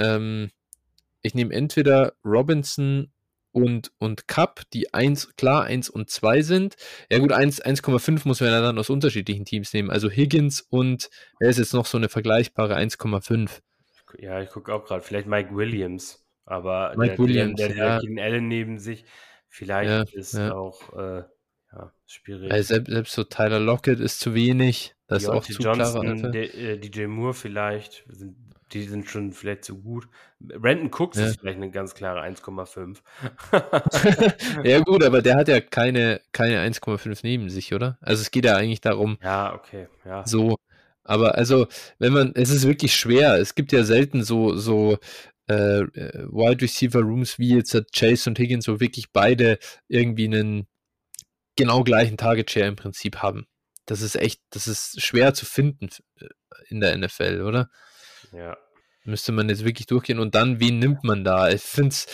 [SPEAKER 1] Robinson und Cup, die klar 1 und 2 sind. Ja gut, 1,5 muss man ja dann aus unterschiedlichen Teams nehmen. Also Higgins und, wer ist jetzt noch so eine vergleichbare 1,5?
[SPEAKER 2] Ja, ich gucke auch gerade, vielleicht Mike Williams, aber
[SPEAKER 1] Mike Williams,
[SPEAKER 2] der Keenan Allen neben sich, vielleicht ist auch schwierig.
[SPEAKER 1] Also selbst so Tyler Lockett ist zu wenig, das ist auch zu
[SPEAKER 2] Johnson, DJ Moore vielleicht, die sind schon vielleicht zu gut. Brandon Cooks ist vielleicht eine ganz klare 1,5.
[SPEAKER 1] Ja gut, aber der hat ja keine 1,5 neben sich, oder? Also es geht ja eigentlich darum.
[SPEAKER 2] Ja, okay, ja.
[SPEAKER 1] So, aber also, es ist wirklich schwer. Es gibt ja selten so Wide Receiver Rooms wie jetzt Chase und Higgins, wo wirklich beide irgendwie einen genau gleichen Target Share im Prinzip haben. Das ist schwer zu finden in der NFL, oder?
[SPEAKER 2] Ja.
[SPEAKER 1] Müsste man jetzt wirklich durchgehen und dann, wen nimmt man da? Ich finde es,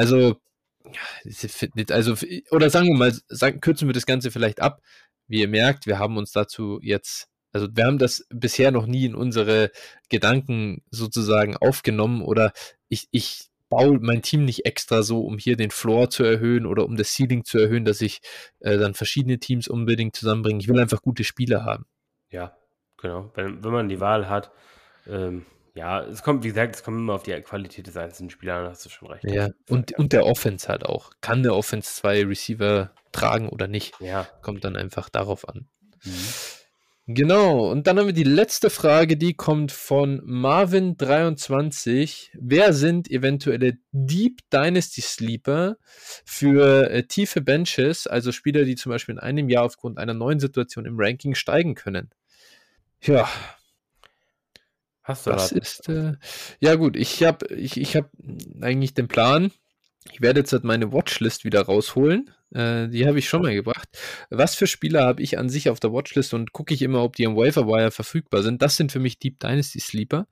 [SPEAKER 1] oder sagen wir mal, kürzen wir das Ganze vielleicht ab. Wie ihr merkt, wir haben uns dazu jetzt, also wir haben das bisher noch nie in unsere Gedanken sozusagen aufgenommen oder ich baue mein Team nicht extra so, um hier den Floor zu erhöhen oder um das Ceiling zu erhöhen, dass ich dann verschiedene Teams unbedingt zusammenbringe. Ich will einfach gute Spieler haben.
[SPEAKER 2] Ja, genau. Wenn man die Wahl hat, es kommt immer auf die Qualität des einzelnen Spielers an, hast du schon recht.
[SPEAKER 1] Ja, und der Offense halt auch. Kann der Offense 2 Receiver tragen oder nicht?
[SPEAKER 2] Ja.
[SPEAKER 1] Kommt dann einfach darauf an. Genau, und dann haben wir die letzte Frage, die kommt von Marvin23. Wer sind eventuelle Deep Dynasty Sleeper für tiefe Benches, also Spieler, die zum Beispiel in einem Jahr aufgrund einer neuen Situation im Ranking steigen können? Ja.
[SPEAKER 2] Hast du
[SPEAKER 1] das? Ist, ja gut, ich hab eigentlich den Plan, ich werde jetzt halt meine Watchlist wieder rausholen. Die habe ich schon mal gebracht. Was für Spieler habe ich an sich auf der Watchlist und gucke ich immer, ob die am Waiver-Wire verfügbar sind. Das sind für mich Deep Dynasty Sleeper.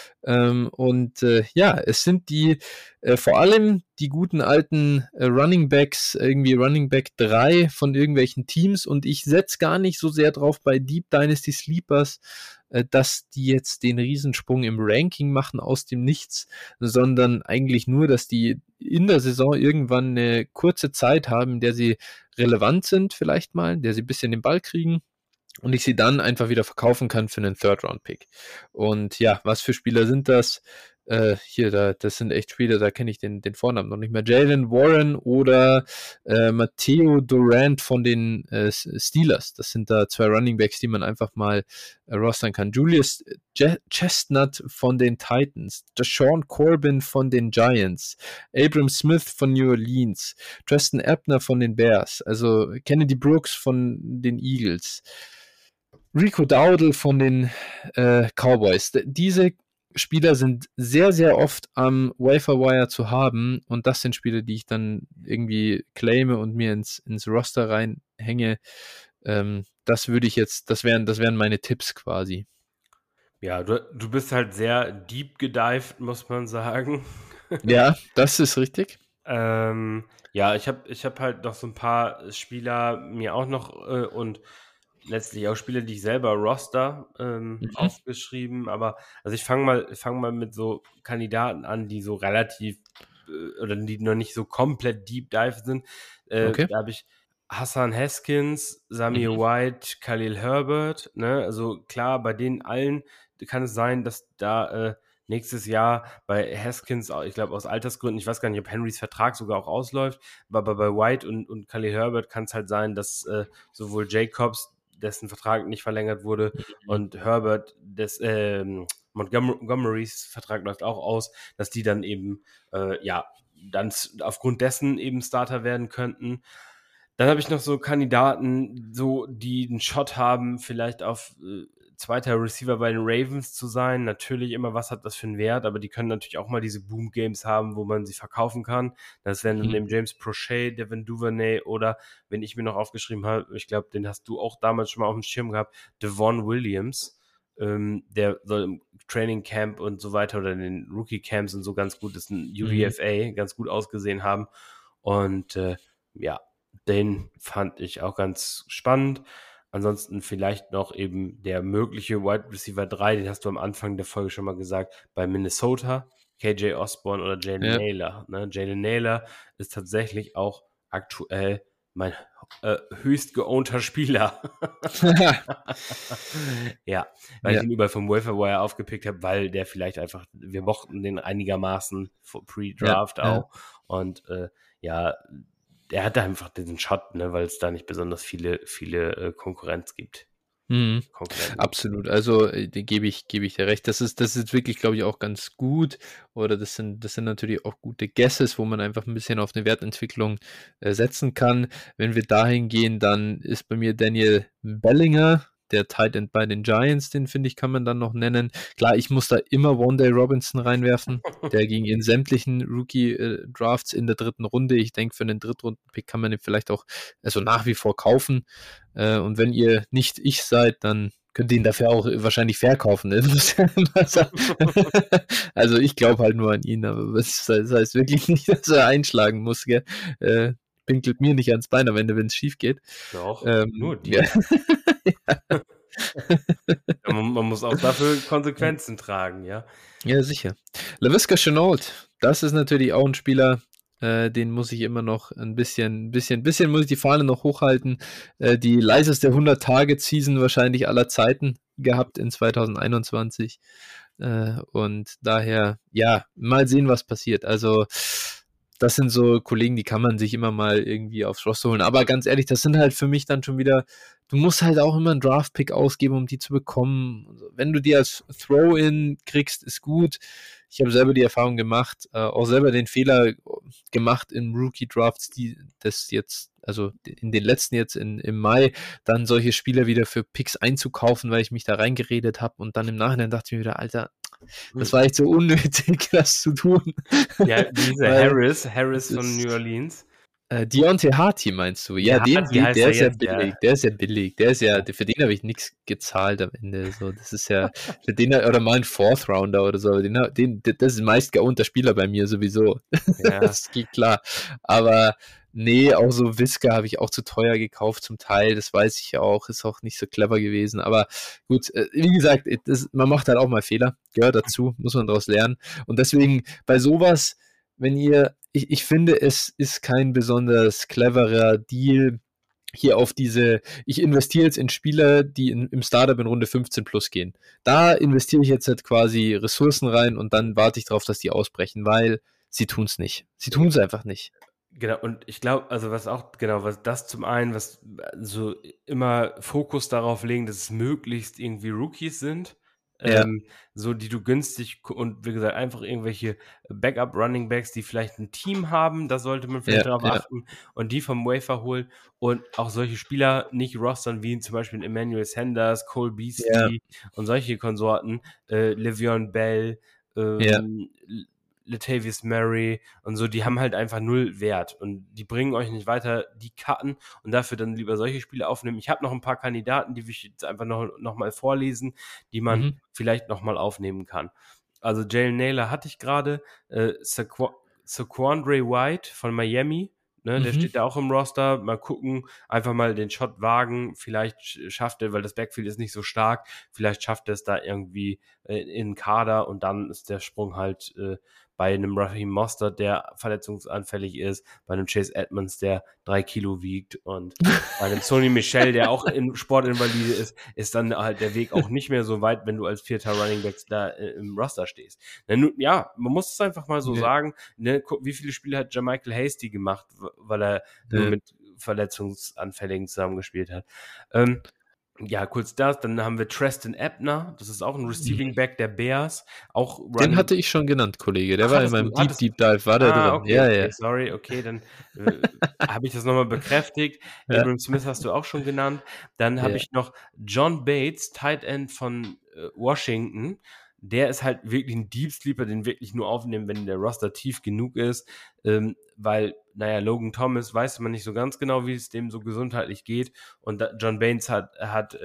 [SPEAKER 1] Es sind die vor allem die guten alten Running Backs, irgendwie Running Back 3 von irgendwelchen Teams und ich setze gar nicht so sehr drauf bei Deep Dynasty Sleepers, dass die jetzt den Riesensprung im Ranking machen aus dem Nichts, sondern eigentlich nur, dass die in der Saison irgendwann eine kurze Zeit haben, in der sie relevant sind vielleicht mal, in der sie ein bisschen den Ball kriegen und ich sie dann einfach wieder verkaufen kann für einen Third-Round-Pick. Und ja, was für Spieler sind das? Das sind echt Spieler, da kenne ich den Vornamen noch nicht mehr. Jalen Warren oder Matteo Durant von den Steelers. Das sind da 2 Runningbacks, die man einfach mal rostern kann. Julius Chestnut von den Titans, Deshaun Corbin von den Giants, Abram Smith von New Orleans, Tristan Ebner von den Bears, also Kennedy Brooks von den Eagles, Rico Dowdle von den Cowboys. Diese Spieler sind sehr, sehr oft am Waferwire zu haben und das sind Spieler, die ich dann irgendwie claime und mir ins Roster reinhänge. Das wären meine Tipps quasi.
[SPEAKER 2] Ja, du bist halt sehr deep gedived, muss man sagen.
[SPEAKER 1] Ja, das ist richtig.
[SPEAKER 2] Ja, ich hab halt noch so ein paar Spieler mir auch noch und letztlich auch Spieler, die ich selber roster aufgeschrieben, aber also ich fange mal mit so Kandidaten an, die so relativ oder die noch nicht so komplett Deep Dive sind.
[SPEAKER 1] Okay.
[SPEAKER 2] Da habe ich Hassan Haskins, Samir White, Khalil Herbert, ne? Also klar, bei denen allen kann es sein, dass da nächstes Jahr bei Haskins, ich glaube aus Altersgründen, ich weiß gar nicht, ob Henrys Vertrag sogar auch ausläuft, aber bei White und Khalil Herbert kann es halt sein, dass sowohl Jacobs, dessen Vertrag nicht verlängert wurde, und Herbert, Montgomerys Vertrag läuft auch aus, dass die dann eben, dann aufgrund dessen eben Starter werden könnten. Dann habe ich noch so Kandidaten, so die einen Shot haben, vielleicht auf zweiter Receiver bei den Ravens zu sein. Natürlich immer, was hat das für einen Wert, aber die können natürlich auch mal diese Boom-Games haben, wo man sie verkaufen kann. Das wären neben James Prochet, Devin Duvernay oder, wenn ich mir noch aufgeschrieben habe, ich glaube, den hast du auch damals schon mal auf dem Schirm gehabt, Devon Williams. Der soll im Training Camp und so weiter oder in den Rookie Camps und so ganz gut, ist ein UDFA, ganz gut ausgesehen haben. Und den fand ich auch ganz spannend. Ansonsten vielleicht noch eben der mögliche Wide Receiver 3, den hast du am Anfang der Folge schon mal gesagt, bei Minnesota, KJ Osborne oder Jalen Naylor. Ne? Jalen Naylor ist tatsächlich auch aktuell mein höchst geownter Spieler. Ja, weil ich ihn überall vom Waferwire aufgepickt habe, weil der vielleicht einfach, wir mochten den einigermaßen pre-Draft auch. Und der hat einfach diesen Shot, ne, weil es da nicht besonders viele Konkurrenz gibt.
[SPEAKER 1] Absolut, also gebe ich dir recht. Das ist wirklich, glaube ich, auch ganz gut. Oder das sind natürlich auch gute Guesses, wo man einfach ein bisschen auf eine Wertentwicklung setzen kann. Wenn wir dahin gehen, dann ist bei mir Daniel Bellinger, der Tight End bei den Giants, den finde ich, kann man dann noch nennen. Klar, ich muss da immer Wan'Dale Robinson reinwerfen. Der ging in sämtlichen Rookie-Drafts in der 3. Runde. Ich denke, für einen Drittrunden-Pick kann man den vielleicht auch nach wie vor kaufen. Und wenn ihr nicht ich seid, dann könnt ihr ihn dafür auch wahrscheinlich verkaufen. Ne? Also ich glaube halt nur an ihn, aber das heißt wirklich nicht, dass er einschlagen muss. Gell? Pinkelt mir nicht ans Bein am Ende, wenn es schief geht.
[SPEAKER 2] Doch, nur die. Ja. Man muss auch dafür Konsequenzen tragen, ja.
[SPEAKER 1] Ja, sicher. Laviska Shenault, das ist natürlich auch ein Spieler, den muss ich immer noch ein bisschen muss ich die Fahne noch hochhalten. Die leiseste 100-Target-Season wahrscheinlich aller Zeiten gehabt in 2021. Und daher, ja, mal sehen, was passiert. Also das sind so Kollegen, die kann man sich immer mal irgendwie aufs Roster holen. Aber ganz ehrlich, das sind halt für mich dann schon wieder, du musst halt auch immer einen Draft-Pick ausgeben, um die zu bekommen. Wenn du die als Throw-In kriegst, ist gut. Ich habe selber die Erfahrung gemacht, auch selber den Fehler gemacht in Rookie-Drafts, also in den letzten jetzt im Mai, dann solche Spieler wieder für Picks einzukaufen, weil ich mich da reingeredet habe und dann im Nachhinein dachte ich mir wieder, Alter, das war echt so unnötig, das zu tun.
[SPEAKER 2] Ja, dieser Harris von New Orleans.
[SPEAKER 1] Deontay Harty meinst du? Ja, der ist ja billig. Der ist ja billig. Für den habe ich nichts gezahlt am Ende. So, das ist ja, für den, oder mal ein Fourth Rounder oder so. Das ist meist geownter Spieler bei mir sowieso. Ja. Das geht klar. Aber nee, auch so Visca habe ich auch zu teuer gekauft zum Teil. Das weiß ich ja auch. Ist auch nicht so clever gewesen. Aber gut, wie gesagt, man macht halt auch mal Fehler. Gehört dazu. Muss man daraus lernen. Und deswegen bei sowas, wenn ihr, ich finde, es ist kein besonders cleverer Deal, hier auf ich investiere jetzt in Spieler, die im Startup in Runde 15 plus gehen. Da investiere ich jetzt halt quasi Ressourcen rein und dann warte ich darauf, dass die ausbrechen, weil sie tun es nicht. Sie tun es einfach nicht.
[SPEAKER 2] Genau, und ich glaube, also was das zum einen, was so immer Fokus darauf legen, dass es möglichst irgendwie Rookies sind, so die du günstig und wie gesagt, einfach irgendwelche Backup-Running-Backs, die vielleicht ein Team haben, da sollte man vielleicht darauf achten und die vom Wafer holen und auch solche Spieler nicht rostern wie zum Beispiel Emmanuel Sanders, Cole Beasley und solche Konsorten, Le'Veon Bell, Latavius Murray und so, die haben halt einfach null Wert und die bringen euch nicht weiter, die cutten und dafür dann lieber solche Spiele aufnehmen. Ich habe noch ein paar Kandidaten, die will ich jetzt einfach noch mal vorlesen, die man vielleicht noch mal aufnehmen kann. Also Jalen Naylor hatte ich gerade, Saquandre White von Miami, ne, der steht da auch im Roster. Mal gucken, einfach mal den Shot wagen. Vielleicht schafft er, weil das Backfield ist nicht so stark, vielleicht schafft er es da irgendwie in den Kader und dann ist der Sprung halt bei einem Raheem Mostert, der verletzungsanfällig ist, bei einem Chase Edmonds, der 3 Kilo wiegt und bei einem Sony Michel, der auch im Sportinvalide ist dann halt der Weg auch nicht mehr so weit, wenn du als 4. Running Back da im Roster stehst. Ja, man muss es einfach mal so sagen, ne, wie viele Spiele hat Jermichael Hasty gemacht, weil er nur mit Verletzungsanfälligen zusammengespielt hat. Ja, kurz das, dann haben wir Treston Ebner, das ist auch ein Receiving Back der Bears. Auch
[SPEAKER 1] den hatte ich schon genannt, Kollege, der war in meinem Deep Dive, war der drin.
[SPEAKER 2] Okay, sorry, okay, dann habe ich das nochmal bekräftigt. Abram Smith hast du auch schon genannt. Dann habe ich noch John Bates, Tight End von Washington. Der ist halt wirklich ein Deep Sleeper, den wirklich nur aufnehmen, wenn der Roster tief genug ist, weil, Logan Thomas weiß man nicht so ganz genau, wie es dem so gesundheitlich geht und John Bates hat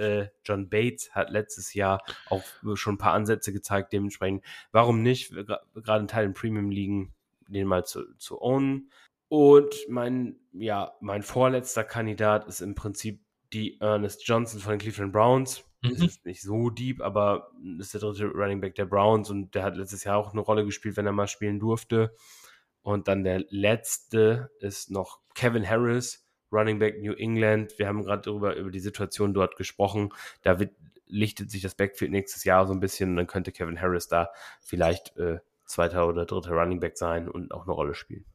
[SPEAKER 2] letztes Jahr auch schon ein paar Ansätze gezeigt, dementsprechend, warum nicht, gerade in Teilen Premium-Ligen, den mal zu ownen. Und mein vorletzter Kandidat ist im Prinzip die Ernest Johnson von den Cleveland Browns. Ist jetzt nicht so deep, aber ist der 3. Running Back der Browns und der hat letztes Jahr auch eine Rolle gespielt, wenn er mal spielen durfte. Und dann der letzte ist noch Kevin Harris, Running Back New England. Wir haben gerade über die Situation dort gesprochen. Da lichtet sich das Backfield nächstes Jahr so ein bisschen und dann könnte Kevin Harris da vielleicht 2. oder 3. Running Back sein und auch eine Rolle spielen.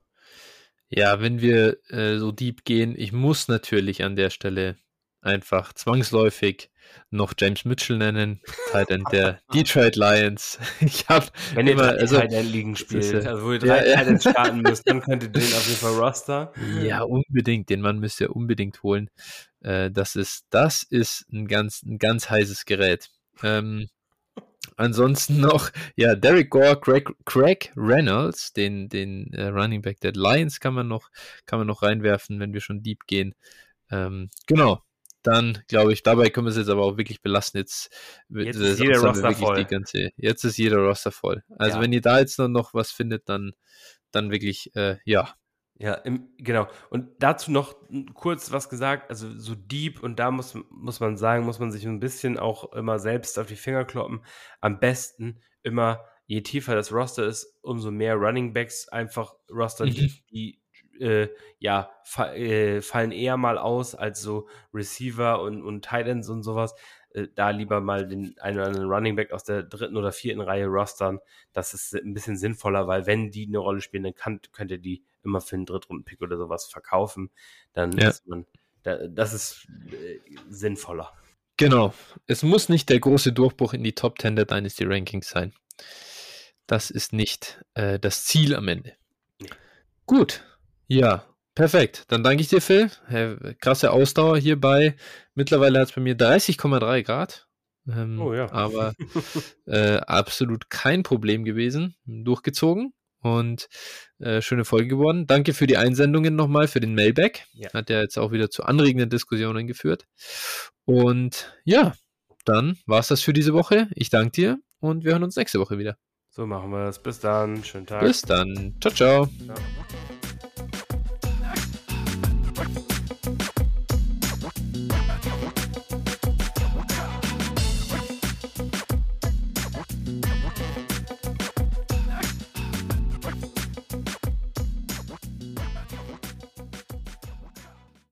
[SPEAKER 1] Ja, wenn wir so deep gehen, ich muss natürlich an der Stelle einfach zwangsläufig noch James Mitchell nennen, Tight End der Detroit Lions.
[SPEAKER 2] Wenn ihr 3 Tight End Ligen spielt, also wo ihr 3 Tight Ends starten müsst, dann könnt ihr den auf jeden Fall Roster.
[SPEAKER 1] Ja, unbedingt, den Mann müsst ihr unbedingt holen. Das ist ein ganz heißes Gerät. Ansonsten noch, Derek Gore, Craig Reynolds, den Running Back der Lions kann man noch reinwerfen, wenn wir schon deep gehen. Genau. Dann glaube ich, dabei können wir es jetzt aber auch wirklich belassen. Jetzt
[SPEAKER 2] ist jeder Roster voll.
[SPEAKER 1] Jetzt ist jeder Roster voll. Also wenn ihr da jetzt noch was findet, dann wirklich, ja.
[SPEAKER 2] Ja, genau. Und dazu noch kurz was gesagt, also so deep und da muss man sagen, muss man sich ein bisschen auch immer selbst auf die Finger kloppen. Am besten immer, je tiefer das Roster ist, umso mehr Running Backs einfach rostern, die fallen eher mal aus als so Receiver und Tight Ends und sowas. Da lieber mal den einen oder anderen Running Back aus der 3. oder 4. Reihe rostern. Das ist ein bisschen sinnvoller, weil wenn die eine Rolle spielen, dann könnt ihr die immer für einen Drittrunden-Pick oder sowas verkaufen. Dann ist das ist sinnvoller.
[SPEAKER 1] Genau. Es muss nicht der große Durchbruch in die Top 10 der Dynasty Rankings sein. Das ist nicht das Ziel am Ende. Nee. Gut. Ja, perfekt. Dann danke ich dir, Phil. Krasse Ausdauer hierbei. Mittlerweile hat es bei mir 30,3 Grad. Aber absolut kein Problem gewesen. Durchgezogen und schöne Folge geworden. Danke für die Einsendungen nochmal, für den Mailback. Ja. Hat ja jetzt auch wieder zu anregenden Diskussionen geführt. Und ja, dann war es das für diese Woche. Ich danke dir und wir hören uns nächste Woche wieder.
[SPEAKER 2] So machen wir es. Bis dann. Schönen Tag.
[SPEAKER 1] Bis dann. Ciao, ciao. Ja.